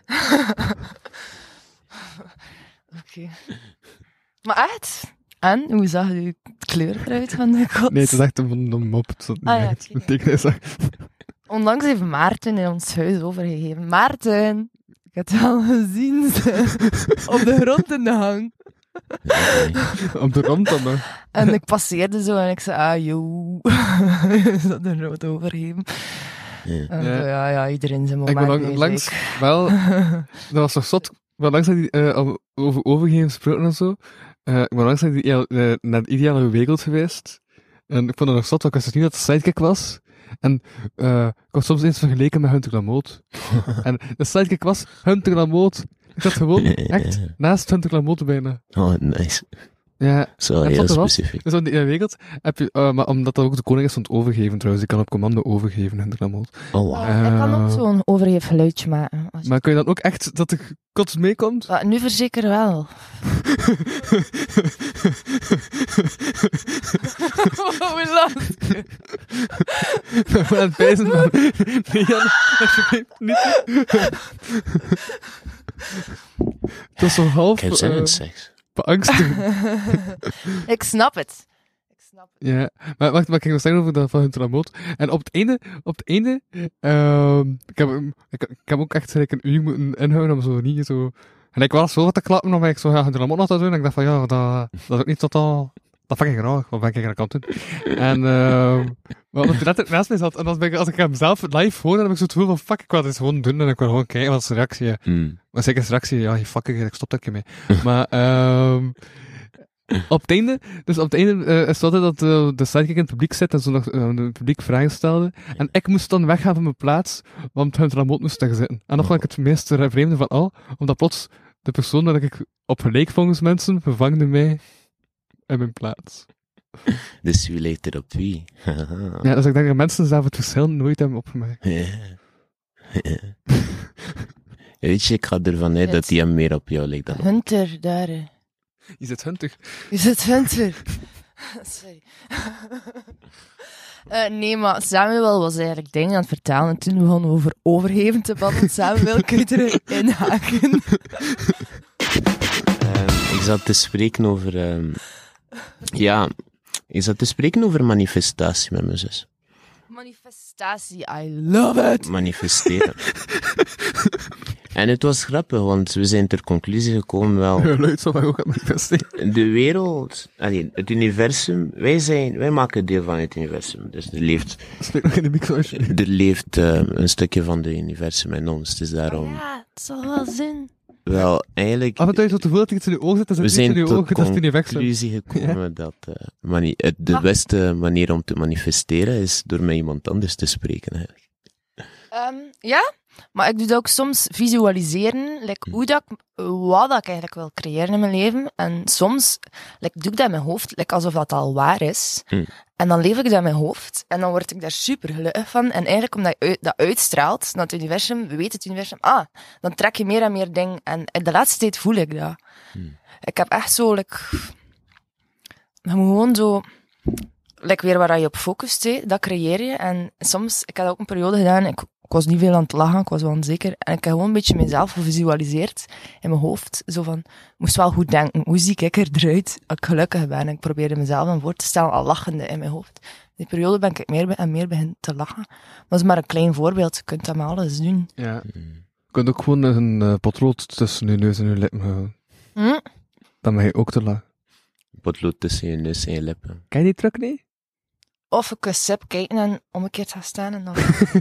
Oké. Okay. Maar echt? En? Hoe zag je kleur eruit van de kot? Nee, het is echt een dom mop. Het is niet Ah, ja, echt okay. een tekenis. Onlangs heeft Maarten in ons huis overgegeven. Maarten! Ik heb het al gezien. Op de grond in de hang. Op de rand dan nog. En ik passeerde zo en ik zei, ah, joh. Is dat een rood overgeven? Ja. En Ja. zo, ja, ja, iedereen zijn Ik moment. ben lang, mee, langs, zei ik. wel, dat was toch zot. Ik ben langs naar die, uh, al- over overgeven gesproken en zo. Uh, ik ben langs naar, die, ja, uh, naar de ideale wereld geweest. En ik vond het nog zot, want ik wist niet dat het sidekick was. En uh, ik was soms eens vergeleken met Hunter Lamoot. En de sidekick was Hunter Lamoot. Ik zat gewoon echt naast Hunter Lamoot bijna. Oh, nice. Ja, Zo, en heel wat er was, specifiek. dus in de wereld heb je, uh, maar omdat dat ook de koning is van het overgeven trouwens, die kan op commando overgeven, Hunter Lamoot. Oh, wow. Ja, ik kan ook zo'n overgeef geluidje maken. Als je- Maar kun je dan ook echt dat de kots meekomt? Maar nu verzeker wel. Hoe laat? Ik ben aan het pijzen van... Nee, Jan, alsjeblieft niet. Het was zo half Ik heb zin in uh, seks. beangstigend. Ik snap het. Ik snap het. Ja, maar wacht, maar ik ging nog zeggen over dat van Hunter Lamoot. En op het einde, op het einde, uh, ik, heb, ik, ik heb ook echt like, een uur moeten inhouden om zo niet zo... En ik was zo wat te klappen, dan ben ik zo, ja, Hunter Lamoot nog te doen. En ik dacht van, ja, dat, dat is ook niet totaal... Dat vind ik graag, wat ben ik eigenlijk aan het doen? En, uh, maar omdat hij net naast mij zat, en als, ben ik, als ik hem zelf live hoor, dan heb ik zo het gevoel van, fuck, ik wil dit gewoon doen, en ik wil gewoon kijken wat zijn reactie is. Mm. Maar zeker zijn reactie, ja, fuck, ik stop daar een keer mee. Maar, ehm op het einde, dus op het einde uh, is het altijd dat uh, de sidekick in het publiek zit en zo nog uh, het publiek vragen stelde. En ik moest dan weggaan van mijn plaats, want Hunter Lamoot moest daar zitten. En nog vond ik het meest vreemde van al, omdat plots de persoon dat ik op gelijk volgens mensen vervangde mij in mijn plaats. Dus wie lijkt er op wie? Ja, dus ik denk dat mensen zelf het verschil nooit hebben opgemerkt. Ja. Ja. Weet je, ik ga ervan uit dat hij hem meer op jou lijkt dan op. Hunter, daar. eh. Je zit Hunter. Is het Hunter? Sorry. Uh, nee, maar Samuel was eigenlijk dingen aan het vertellen en toen begonnen we over overgeven te babbelen. Samuel, kun je erin haken? Um, ik zat te spreken over... Um, ja, ik zat te spreken over manifestatie met mijn zus. Manifestatie, I love it! Manifesteren. En het was grappig, want we zijn ter conclusie gekomen wel... Ja, luid zal mij ook aan manifesteren. De wereld, allee, het universum, wij zijn, wij maken deel van het universum. Dus er leeft, Spreek nog in de micro alsjeblieft. er leeft uh, een stukje van het universum in ons. Dus daarom, Ja, het zal wel zin. wel, eigenlijk, Af en toe heb je het gevoel dat ik iets in je ogen zit, en we zit iets in zijn je ogen, tot dat is het universum. conclusie gekomen dat uh, mani- het, de Ah. beste manier om te manifesteren is door met iemand anders te spreken. Eigenlijk. Um, ja, maar ik doe dat ook soms visualiseren, like, hoe dat ik, wat dat ik eigenlijk wil creëren in mijn leven. En soms like, doe ik dat in mijn hoofd, like, alsof dat al waar is. Mm. En dan leef ik dat in mijn hoofd en dan word ik daar super gelukkig van. En eigenlijk omdat je uit- dat uitstraalt naar het universum, weet het universum, ah, dan trek je meer en meer dingen. En in de laatste tijd voel ik dat. Mm. Ik heb echt zo, like, je moet gewoon zo... Like weer waar je op focust, hè, dat creëer je. En soms, ik had ook een periode gedaan, ik, ik was niet veel aan het lachen, ik was wel onzeker. En ik heb gewoon een beetje mezelf gevisualiseerd in mijn hoofd. Zo van, ik moest wel goed denken, hoe zie ik eruit als ik gelukkig ben? En ik probeerde mezelf dan voor te stellen, al lachende in mijn hoofd. In die periode ben ik meer en meer begin te lachen. Dat is maar een klein voorbeeld, je kunt dat met alles doen. Ja. Je kunt ook gewoon een uh, potlood tussen je neus en je lippen houden. Hm? Dan ben je ook te lachen. Potlood tussen je neus en je lippen. Ken je die truc niet? Of ik een sip kijken en omgekeerd gaan staan en dan...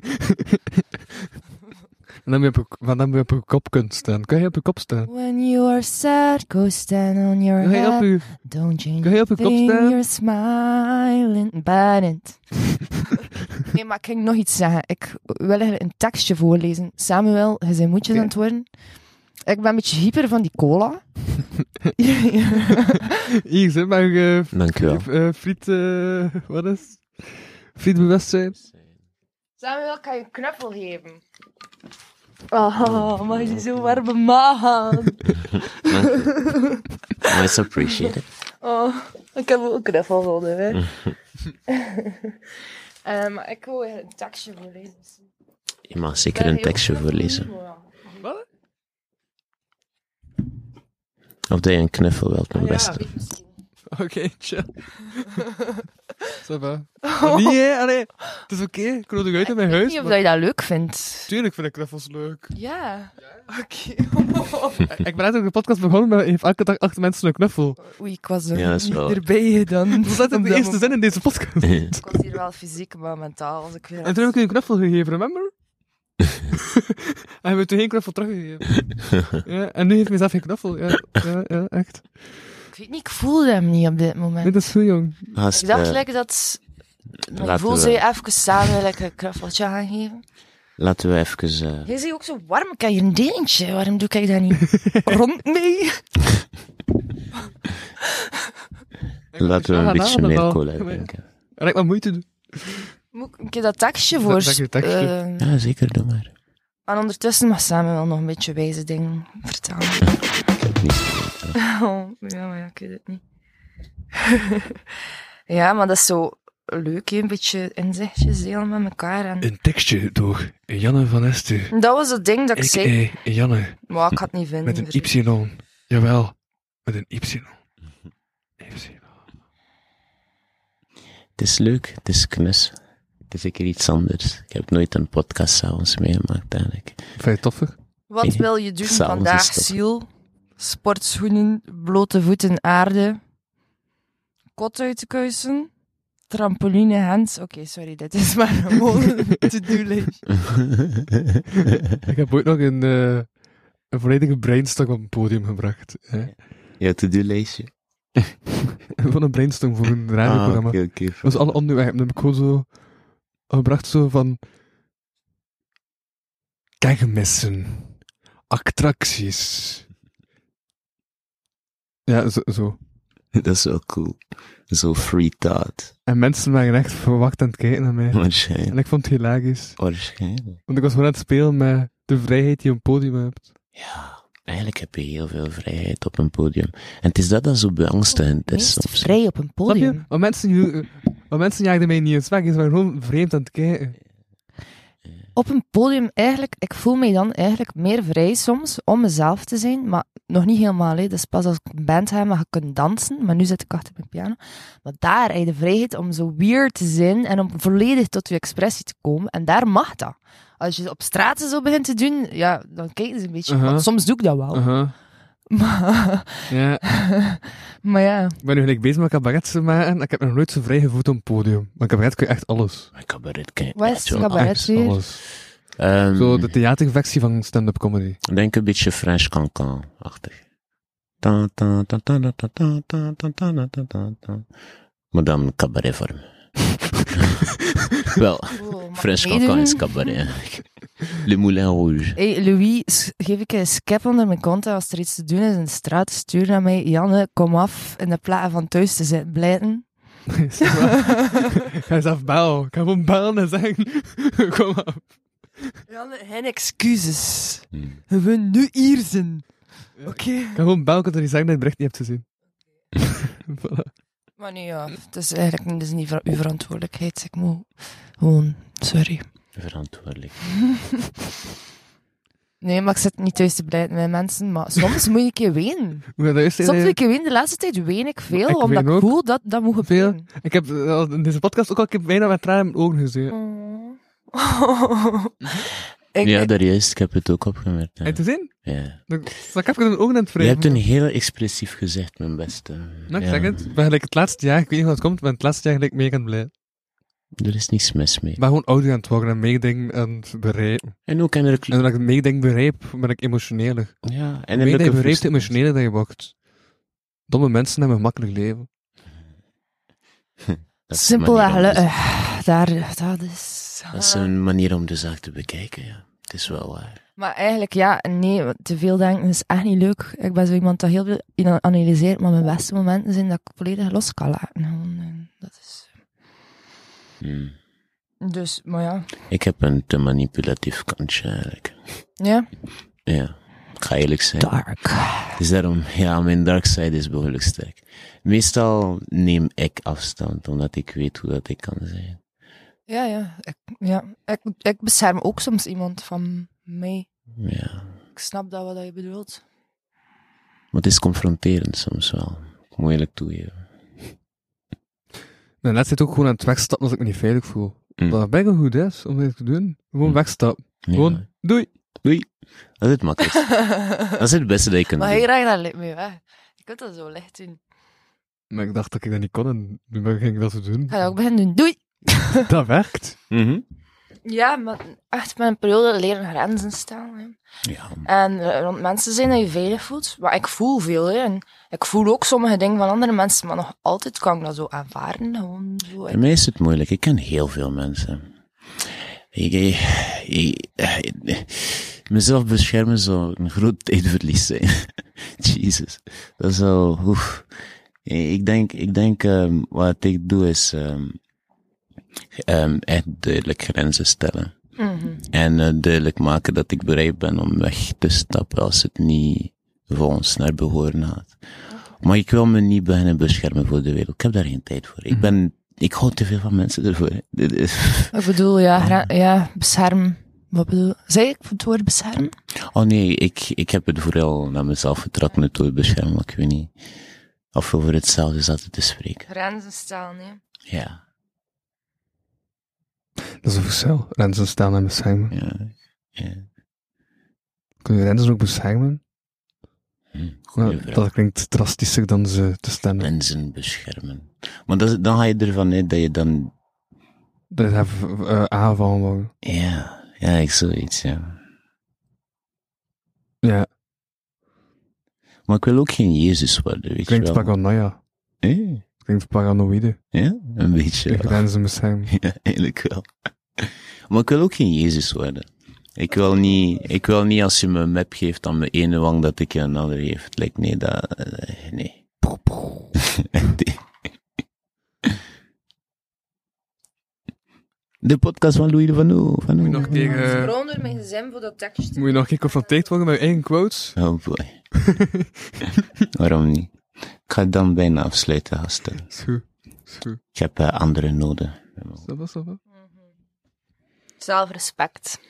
En dan moet je op je, dan moet je op je kop kunt staan. Kun je op je kop staan? When you are sad, go stand on your Kun je op head. je, Don't change kun je op je kop thing, staan? you're smiling, badend. Nee, maar ik ging nog iets zeggen. Ik wil eigenlijk een tekstje voorlezen. Samuel, je zijn moedjes Oké. aan het worden. Ik ben een beetje hyper van die cola. Hier, zeg maar, uh, Dank u wel. uh, friet, uh, wat is? Frietbewustzijn. Samuel, ik kan je een knuffel geven. Oh, mag je zo warme maag aan? Dank u. Much appreciated. Oh, ik heb ook een knuffel nodig, hè. uh, maar ik wil een tekstje voorlezen. Je mag zeker een tekstje voorlezen. Wat? Of dat je een knuffel wilt, mijn Ah, ja. beste. Oké, okay, chill. Ça va. Oh. Nee, hè? Allee, het is oké. Okay. Ik nodig uit in mijn Ik weet huis. niet of Maar... je dat leuk vindt. Tuurlijk vind ik knuffels leuk. Ja. Oké. Ik ben net ook de podcast begonnen met heeft elke dag acht mensen een knuffel. Oei, ik was er Ja, dat is niet wel- erbij dan. Dat is net in de eerste zin in deze podcast. Ik was hier wel fysiek, maar mentaal als ik weer... En toen heb ik je een knuffel gegeven, remember? En hebben we toen geen knuffel teruggegeven. Ja, en nu heeft hij zelf geen knuffel. Ja, ja, ja, echt. Ik weet niet, ik voelde hem niet op dit moment. Dit is zo jong. Gast, Ik dacht eh, lekker dat... Ik laten voel we- ze je even samen lekker een knuffeltje gaan geven. laten we even... eh, Jij zei ook zo warm, ik heb hier een deentje. Waarom doe ik dat niet rond mee? laten we een Ja, beetje na, meer dan cola wel. drinken. En ik wat moeite doen. Moet ik een keer dat tekstje voor... zeg je tekstje. eh, Ja, zeker, doe maar. en ondertussen mag Samuel nog een beetje wijze dingen vertellen. Ik heb niet geweten. Oh, ja, maar ja, ik weet het niet. Ja, maar dat is zo leuk, hè, een beetje inzichtjes delen met elkaar. En... Een tekstje door Janne van Estu. Dat was het ding dat ik, Ik, zei. eh, Janne, Maar ik had het niet vinden. met een vriend. Y. Jawel, met een Y. Y. Het is leuk, het is knus. Het is een keer iets anders. Ik heb nooit een podcast s'avonds meegemaakt, eigenlijk. Vind je het toffig? Wat wil je doen S'avonds vandaag, is het toch- ziel? Sportschoenen, blote voeten, aarde. Kot uitkuisen. Trampoline, hands. Oké, sorry, dit is maar gewoon een to-do-list. Ik heb ooit nog een, uh, een volledige brainstorm op een podium gebracht. Hè? Ja, to-do-lijstje. Van een brainstorm voor een radioprogramma. Ah, oké, oké. Dat was alle onderwerpen. Dan heb ik gewoon zo gebracht zo van kermissen, attracties. Ja, zo, zo. Dat is wel cool. Zo free thought. En mensen waren echt verwacht aan het kijken naar mij. Waarschijnlijk. En ik vond het hilarisch. Waarschijnlijk. Want ik was gewoon aan het spelen met de vrijheid die je op een podium hebt. Ja, eigenlijk heb je heel veel vrijheid op een podium. En het is dat dat zo beangstigend is Meest soms. vrij op een Snap je? podium. Want mensen, want mensen jaagden mij niet eens weg. Ze waren gewoon vreemd aan het kijken. Op een podium, eigenlijk, ik voel mij dan eigenlijk meer vrij soms om mezelf te zijn, maar nog niet helemaal. Hè. Dus pas als ik een band heb, mag ik kunnen dansen, maar nu zit ik achter mijn piano. Maar daar heb je de vrijheid om zo weird te zijn en om volledig tot je expressie te komen. En daar mag dat. Als je op straat zo begint te doen, ja, dan kijken ze een beetje. Uh-huh. Want soms doe ik dat wel. Aha. Maar, Ja. maar ja, Ik ben nu gelijk bezig met cabaret te maken. En ik heb nog nooit zo vrij gevoeld op een podium. Maar cabaret kun je echt alles. Maar cabaret kan je Wat is echt wel cabaret alles. weer? Alles. Ehm, Zo de theaterversie van stand-up comedy. Ik denk een beetje French Cancan-achtig. Ta, ta, ta, ta, ta, ta, ta, ta, ta, ta, ta, ta, ta. Maar dan cabaretvorm. Wel, Oh, mag ik French meedoen? Cancan is cabaret eigenlijk. Le Moulin Rouge. Hey, Louis, s- geef ik een skip onder mijn kont en als er iets te doen is in de straat, stuur naar mij. Janne, kom af in de plaats van thuis te zitten blijten. Ga eens af bellen. Ik ga gewoon bellen en zeggen: kom op. Janne, geen excuses. Hmm. We willen nu hier zijn. Oké. Ik ga gewoon bellen, ik kan er niet zeggen dat je het bericht niet hebt gezien. Voilà. Maar nee, ja, het is eigenlijk niet, het is niet ver- uw verantwoordelijkheid. Ik moet gewoon, sorry. Verantwoordelijk. Nee, maar ik zit niet thuis te blijven met mensen, maar soms moet je een keer wenen. Hoe gaat dat juist Soms zijn? moet ik een keer wenen. De laatste tijd ween ik veel, Ik omdat ween ik ook. voel dat dat moet Veel. gebeuren. Ik heb eh, in deze podcast ook al een keer bijna met tranen in mijn ogen gezien. Oh. ik, Ja, daar juist. Ik heb het ook opgemerkt. Ja. Heb je het gezien? Ja. Dan sta ik even in mijn ogen aan het Je wrijven. hebt een heel expressief gezegd, mijn beste. Nou, ik Ja. zeg het. Ik ben gelijk het laatste jaar, ik weet niet hoe het komt, maar het laatste jaar gelijk mee aan het blij. Er is niks mis mee. Ik ben gewoon ouder aan het worden en meedingen aan het bereiken. En ook eindelijk... En als ik meeding begrijp, ben ik emotioneler. Ja, Meeding eindelijk... begrijpt, hoe emotioneler dat je wordt. Domme mensen hebben een makkelijk leven. Dat is Simpel een en manier om de- gelukkig. Daar, dat is... Dat is een manier om de zaak te bekijken, ja. Het is wel waar. Maar eigenlijk, ja, nee, want te veel denken is echt niet leuk. Ik ben zo iemand dat heel veel analyseert, maar mijn beste momenten zijn dat ik volledig los kan laten. Gewoon, en dat is... Hmm. Dus, maar ja. Ik heb een te manipulatief kantje, eigenlijk. Ja? Ja. Ik ga eerlijk zijn. Dark. Dus daarom, ja, mijn dark side is behoorlijk sterk. Meestal neem ik afstand, omdat ik weet hoe dat ik kan zijn. Ja, ja. Ik, ja. Ik, ik bescherm ook soms iemand van mij. Ja. Ik snap dat wat je bedoelt. Maar het is confronterend soms wel. Ik moet eerlijk toegeven. Mijn net zit ook gewoon aan het wegstappen als ik me niet veilig voel. Mm. Dat best wel goed is om dit te doen. Gewoon Mm. wegstappen. Ja. Gewoon, doei. Doei. Dat is het makkelijkste. Dat is het beste dat je kunt Maar doen. hij raakt daar mee weg. Je kunt dat zo licht doen. Maar ik dacht dat ik dat niet kon en toen ging ik dat zo doen. Ik ga dat ook beginnen doen. Doei! Dat werkt. Mhm. Ja, maar echt met een periode leren grenzen stellen. Hè. Ja. En eh, rond mensen zijn dat je veilig voelt. Maar ik voel veel, hè. En ik voel ook sommige dingen van andere mensen, maar nog altijd kan ik dat zo aanvaarden. Gewoon zo. Voor mij is het moeilijk. Ik ken heel veel mensen. Ik, ik, ik- mezelf beschermen zou een groot tijdverlies zijn. Jezus. Dat is wel, oef. Ik denk, ik denk, um, wat ik doe is, um, um, echt duidelijk grenzen stellen. Mhm. En uh, duidelijk maken dat ik bereid ben om weg te stappen als het niet volgens naar behoren gaat. Maar ik wil me niet beginnen beschermen voor de wereld. Ik heb daar geen tijd voor. Ik ben, ik hou te veel van mensen ervoor. hè. Dit is- Ik bedoel, ja, gra- ja, bescherm. Wat bedoel Zei ik het woord bescherm? Oh nee, ik, ik heb het vooral naar mezelf getrokken, het door beschermen, maar ik weet niet of we over hetzelfde zaten te spreken. Grenzen stellen, hè. Ja, Dat is een verschil. Renzen staan en beschermen. ja, ja. Kun je renzen ook beschermen? Hm, Ja, goeie vraag. dat klinkt drastischer dan ze te stemmen. Mensen beschermen. Maar dat, is- dan ga je ervan uit dat je dan, Dat hebben uh, aangevallen worden. ja, ja, ik zoiets, ja. Ja, Maar ik wil ook geen Jezus worden, weet klinkt je wel. paranoia. Eh, Klinkt paranoïde. ja, een beetje Ik wel. renzen beschermen. Ja, eigenlijk wel. Maar ik wil ook geen Jezus worden. Ik wil niet, ik wil niet als je me een map geeft aan mijn ene wang dat ik je een andere geef. Het lijkt, nee, dat, eh, nee. Nee. De podcast van Louis de Van Oe. Van Moet je Oe. nog tegen... Gewoon door mijn gezin voor dat tekstje. Moet je nog een keer geconfronteerd worden met je eigen quotes? Oh boy. Waarom niet? Ik ga het dan bijna afsluiten, gasten. Is goed. Is goed. Ik heb eh, andere noden. Dat was dat wel. Zelfrespect.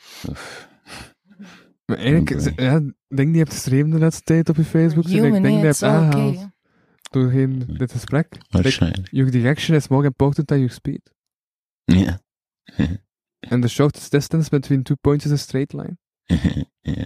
Maar eigenlijk, Oké. is- ja, ik denk die je hebt geschreven de laatste tijd op je Facebook. Dus ik Human, denk nee, dat je het hebt is wel aangehaald. oké. Door geen, dit gesprek. Like, Waarschijnlijk. your direction is more important than your speed. Ja. And the shortest distance between two points is a straight line. Ja.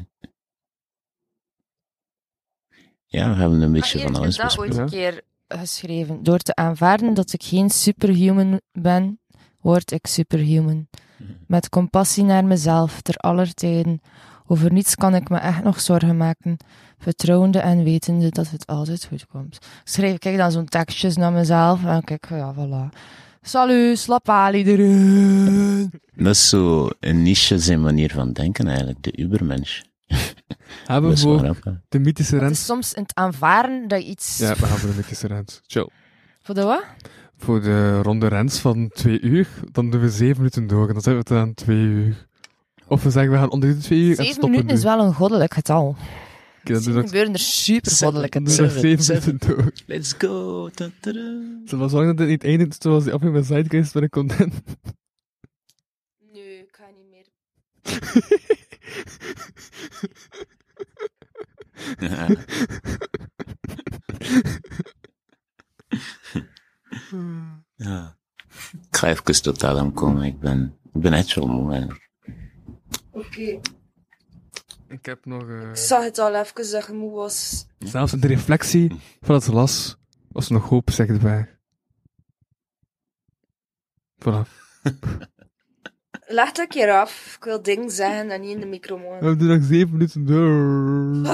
Ja, we hebben een beetje Maar van hier, alles ik heb dat ooit besproken. Ja. een keer geschreven. Door te aanvaarden dat ik geen superhuman ben, word ik superhuman. Met compassie naar mezelf, ter aller tijden. Over niets kan ik me echt nog zorgen maken. Vertrouwende en wetende dat het altijd goed komt. Schrijf ik dan zo'n tekstjes naar mezelf en kijk, ja, voilà. Salut, slap iedereen. Dat is zo een niche zijn manier van denken eigenlijk, de ubermensch. Hebben Dat we is wel voor grappig. de mythische Het is rens? soms in het aanvaarden dat je iets... Ja, we gaan voor de mythische rens. Chill. Voor de wat? Voor de ronde rens van twee uur, dan doen we zeven minuten door. En dan zijn we het aan twee uur. Of we zeggen, we gaan onder de twee uur en Zeven stoppen minuten nu. is wel een goddelijk getal. dat Misschien doe ik gebeuren er super goddelijke doe dingen. nog zeven Seven. minuten door. Let's go. Ta-ta-da. Zo was lang dat het niet eindigt, zoals die aflevering met Sidequest met een content. Nee, ik ga niet meer. Ja. Ik ga even totaal aankomen. Ik ben, ik ben echt wel moe eigenlijk. Oké. Ik heb nog... Uh... Ik zag het al even dat je moe was. Zelfs in de reflectie van het las was er nog hoop, zegt de vraag. Voilà. Leg het een keer af. Ik wil dingen zeggen en niet in de micro mogen. We doen nog zeven minuten door.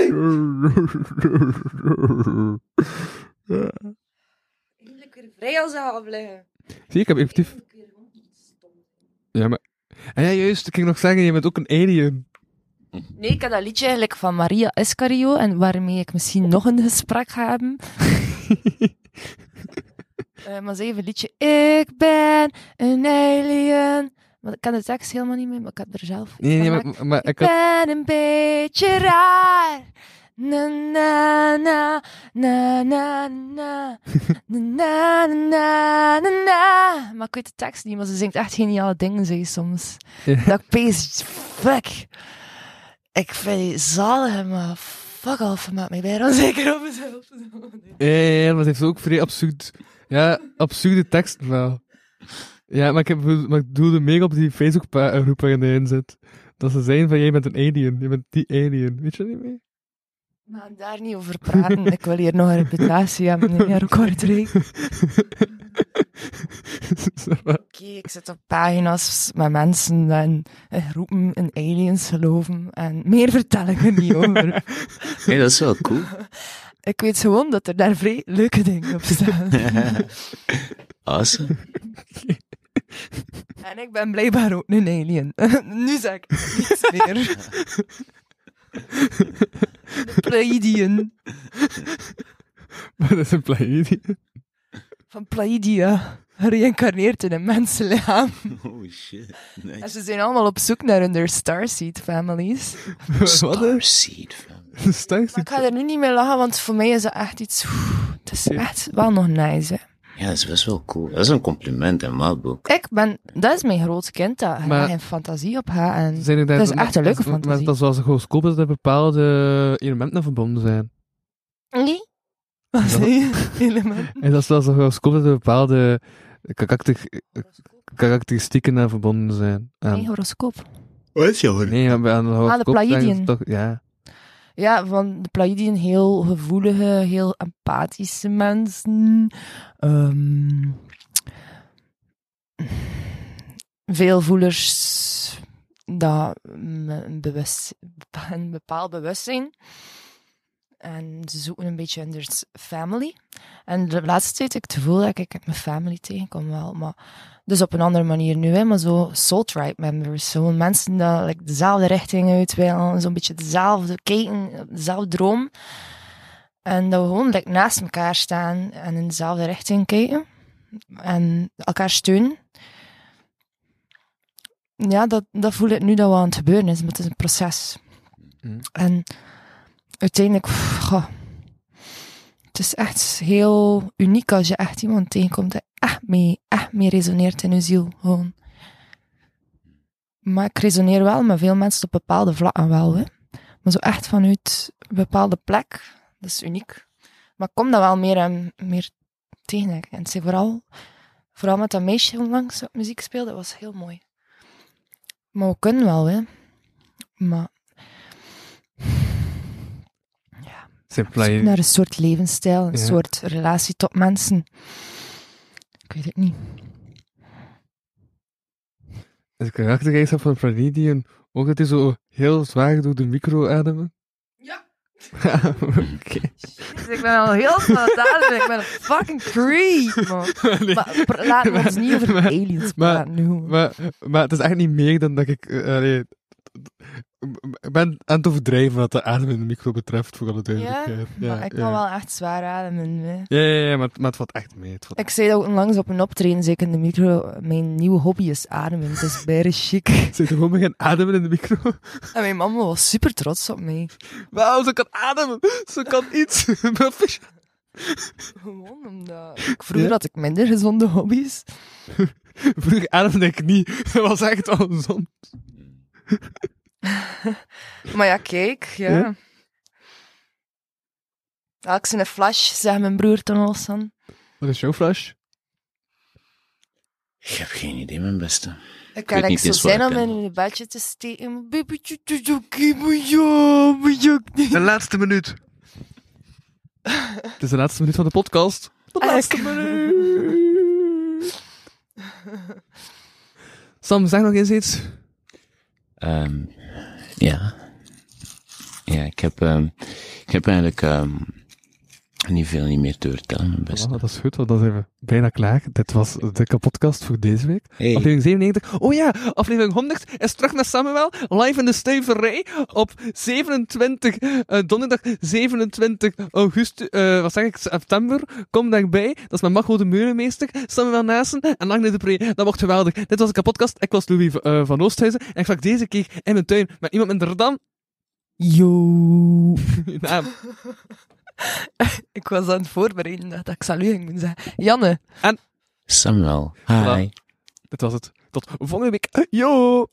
Eindelijk weer vrij als ze liggen. Zie, ik heb effectief... Ja, maar... En ja, juist, ik ging nog zeggen, je bent ook een alien. Nee, ik heb dat liedje eigenlijk van Maria Escario en waarmee ik misschien nog een gesprek ga hebben. uh, maar ze heeft een liedje. Ik ben een alien. Maar ik ken de tekst helemaal niet meer, maar ik heb er zelf iets Nee, nee, van maar, gemaakt. maar ik Ik had... ben een beetje raar. Na na na na na na na na na na na. Maar ik weet de tekst niet, maar ze zingt echt geniale dingen, zeg je soms. Ja. Dat ik pees, fuck. Ik vind die zalig, maar fuck off, maakt mij bijna onzeker op mezelf. Ja, ja, ja, maar het heeft ook vrij absurd... Ja, absurde teksten wel. Ja, maar ik, heb, maar ik doelde meer op die Facebook-groep waarin hij in zit. Dat ze zijn van, jij bent een alien. Je bent die alien. Weet je dat niet meer? We gaan daar niet over praten. Ik wil hier nog een reputatie hebben in jaar Kortrijk. Oké, ik zit op pagina's met mensen en in groepen in aliens geloven. En meer vertel ik er niet over. Nee, dat is wel cool. Ik weet gewoon dat er daar vrij leuke dingen op staan. Awesome. En ik ben blijkbaar ook een alien. Nu zeg ik niets meer. De Pleiadiën. Maar dat is een Pleiadië. Van Pleiadia. Gereïncarneerd in een mensenlichaam. Oh shit. En Nice. ze zijn allemaal op zoek naar hun Starseed families. Wat? Starseed, fam. Stank Maar ik ga er nu niet mee lachen, want voor mij is dat echt iets... Het is echt wel nog nice, hè. Ja, dat is best wel cool. Dat is een compliment in mijn boek. Ik ben... Dat is mijn groot kind, dat je Maar- geen fantasie op gaat. En Zijn er daar- dat is echt een leuke maar- fantasie. Maar dat is wel zo horoscoop dat er bepaalde elementen verbonden zijn. Nee? Wat zeg je? Element. En dat is wel zo horoscoop dat er bepaalde karakter, karakteristieken aan verbonden zijn. Aan- Geen horoscoop. Wat is jouw nee, maar aan de horoscoop zeggen ze Pleiadiën. toch, ja. Ja, van de Pleiadiën heel gevoelige, heel empathische mensen. Ehm veel voelers dat een, bewust, een bepaald bewustzijn. En ze zoeken een beetje in their family. En de laatste tijd heb ik het gevoel dat ik mijn family tegenkom wel. Maar, dus op een andere manier nu, hè, maar zo soul tribe members. Zo mensen die like, dezelfde richting uit willen. Zo'n beetje dezelfde kijken, dezelfde droom. En dat we gewoon like, naast elkaar staan en in dezelfde richting kijken. En elkaar steunen. Ja, dat, dat voel ik nu dat wat aan het gebeuren is. Maar het is een proces. Mm. En uiteindelijk, pff, goh, het is echt heel uniek als je echt iemand tegenkomt die echt mee, echt mee resoneert in je ziel. Gewoon. Maar ik resoneer wel met veel mensen op bepaalde vlakken wel. Hè. Maar zo echt vanuit een bepaalde plek, dat is uniek. Maar ik kom dat wel meer en meer tegen. denk ik. En het is vooral, vooral met dat meisje onlangs dat muziek speelde, dat was heel mooi. Maar we kunnen wel, hè. Maar... Zijn Zoek Pleiadiën. naar een soort levensstijl, een Ja. soort relatie tot mensen. Ik weet het niet. Is de karaktereigenschap van Pleiadiën ook dat hij zo heel zwaar door de micro ademen? Ja. Oké. Dus ik ben al heel snel aan het ademen. Ik ben een fucking creep, man. Nee. Maar pr- laten we ons niet over Maar- aliens maar- praten nu. Maar, maar het is echt niet meer dan dat ik... eh, allee, Ik ben aan het overdrijven wat de adem in de micro betreft, voor alle duidelijkheid. Ja, maar ik kan wel echt zwaar ademen. Hè. Ja, ja, ja, maar, maar het valt echt mee. Het valt... Ik zei dat ook onlangs op een optreden, zeker in de micro. Mijn nieuwe hobby is ademen. Het is bijna chic. Zit er gewoon gaan ademen in de micro? En mijn mama was super trots op mij. Wauw, ze kan ademen! Ze kan iets! Gewoon omdat... Ik vroeger had ik minder gezonde hobby's. Vroeger ademde ik niet. Dat was echt ongezond. Maar ja, kijk, ja. Ja? Elk zijn een flash, zei mijn broer toen al aan. Wat is jouw flash? Ik heb geen idee, mijn beste. Ik weet kan niet echt zo eens wat zijn ik om ken. in een bedje te steken. Babytje, het is oké, maar ja, maar ja, niet. De laatste minuut. Het is de laatste minuut van de podcast. De laatste minuut. Sam, zeg nog eens iets. Um, ja. Ja, ik heb, um, ik heb eigenlijk um, niet veel niet meer te vertellen, mijn beste. Oh, dat is goed, want dan zijn we bijna klaar. Dit was de podcast voor deze week. Hey. Aflevering zevenennegentig. Oh ja, aflevering honderd is terug met Samuel. Live in de Stuiverij op zevenentwintig, uh, donderdag zevenentwintig augustus, uh, wat zeg ik, september. Kom daarbij. Dat is met Macho de Meulenmeester, Samuel Naassen en Agne de Pre. Dat wordt geweldig. Dit was de podcast. Ik was Louis uh, van Oosthuizen. En ik sprak deze keer in mijn tuin met iemand minder dan... Yo. naam. Ik was aan het voorbereiden dat ik salut ging moeten zeggen. Janne. Samuel, hi. Voilà. Dit was het. Tot volgende week. Yo!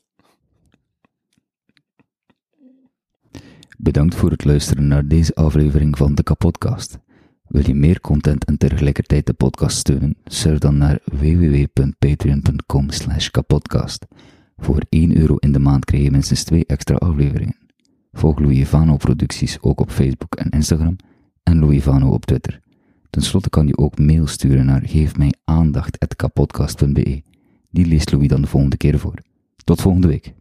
Bedankt voor het luisteren naar deze aflevering van de Kapodcast. Wil je meer content en tegelijkertijd de podcast steunen? Surf dan naar w w w punt patreon punt com slash kapodcast. Voor één euro in de maand krijg je minstens twee extra afleveringen. Volg Louis Vano producties ook op Facebook en Instagram en Louis Vano op Twitter. Ten slotte kan je ook mail sturen naar geefmijaandacht apenstaartje kapodcast punt be. Die leest Louis dan de volgende keer voor. Tot volgende week.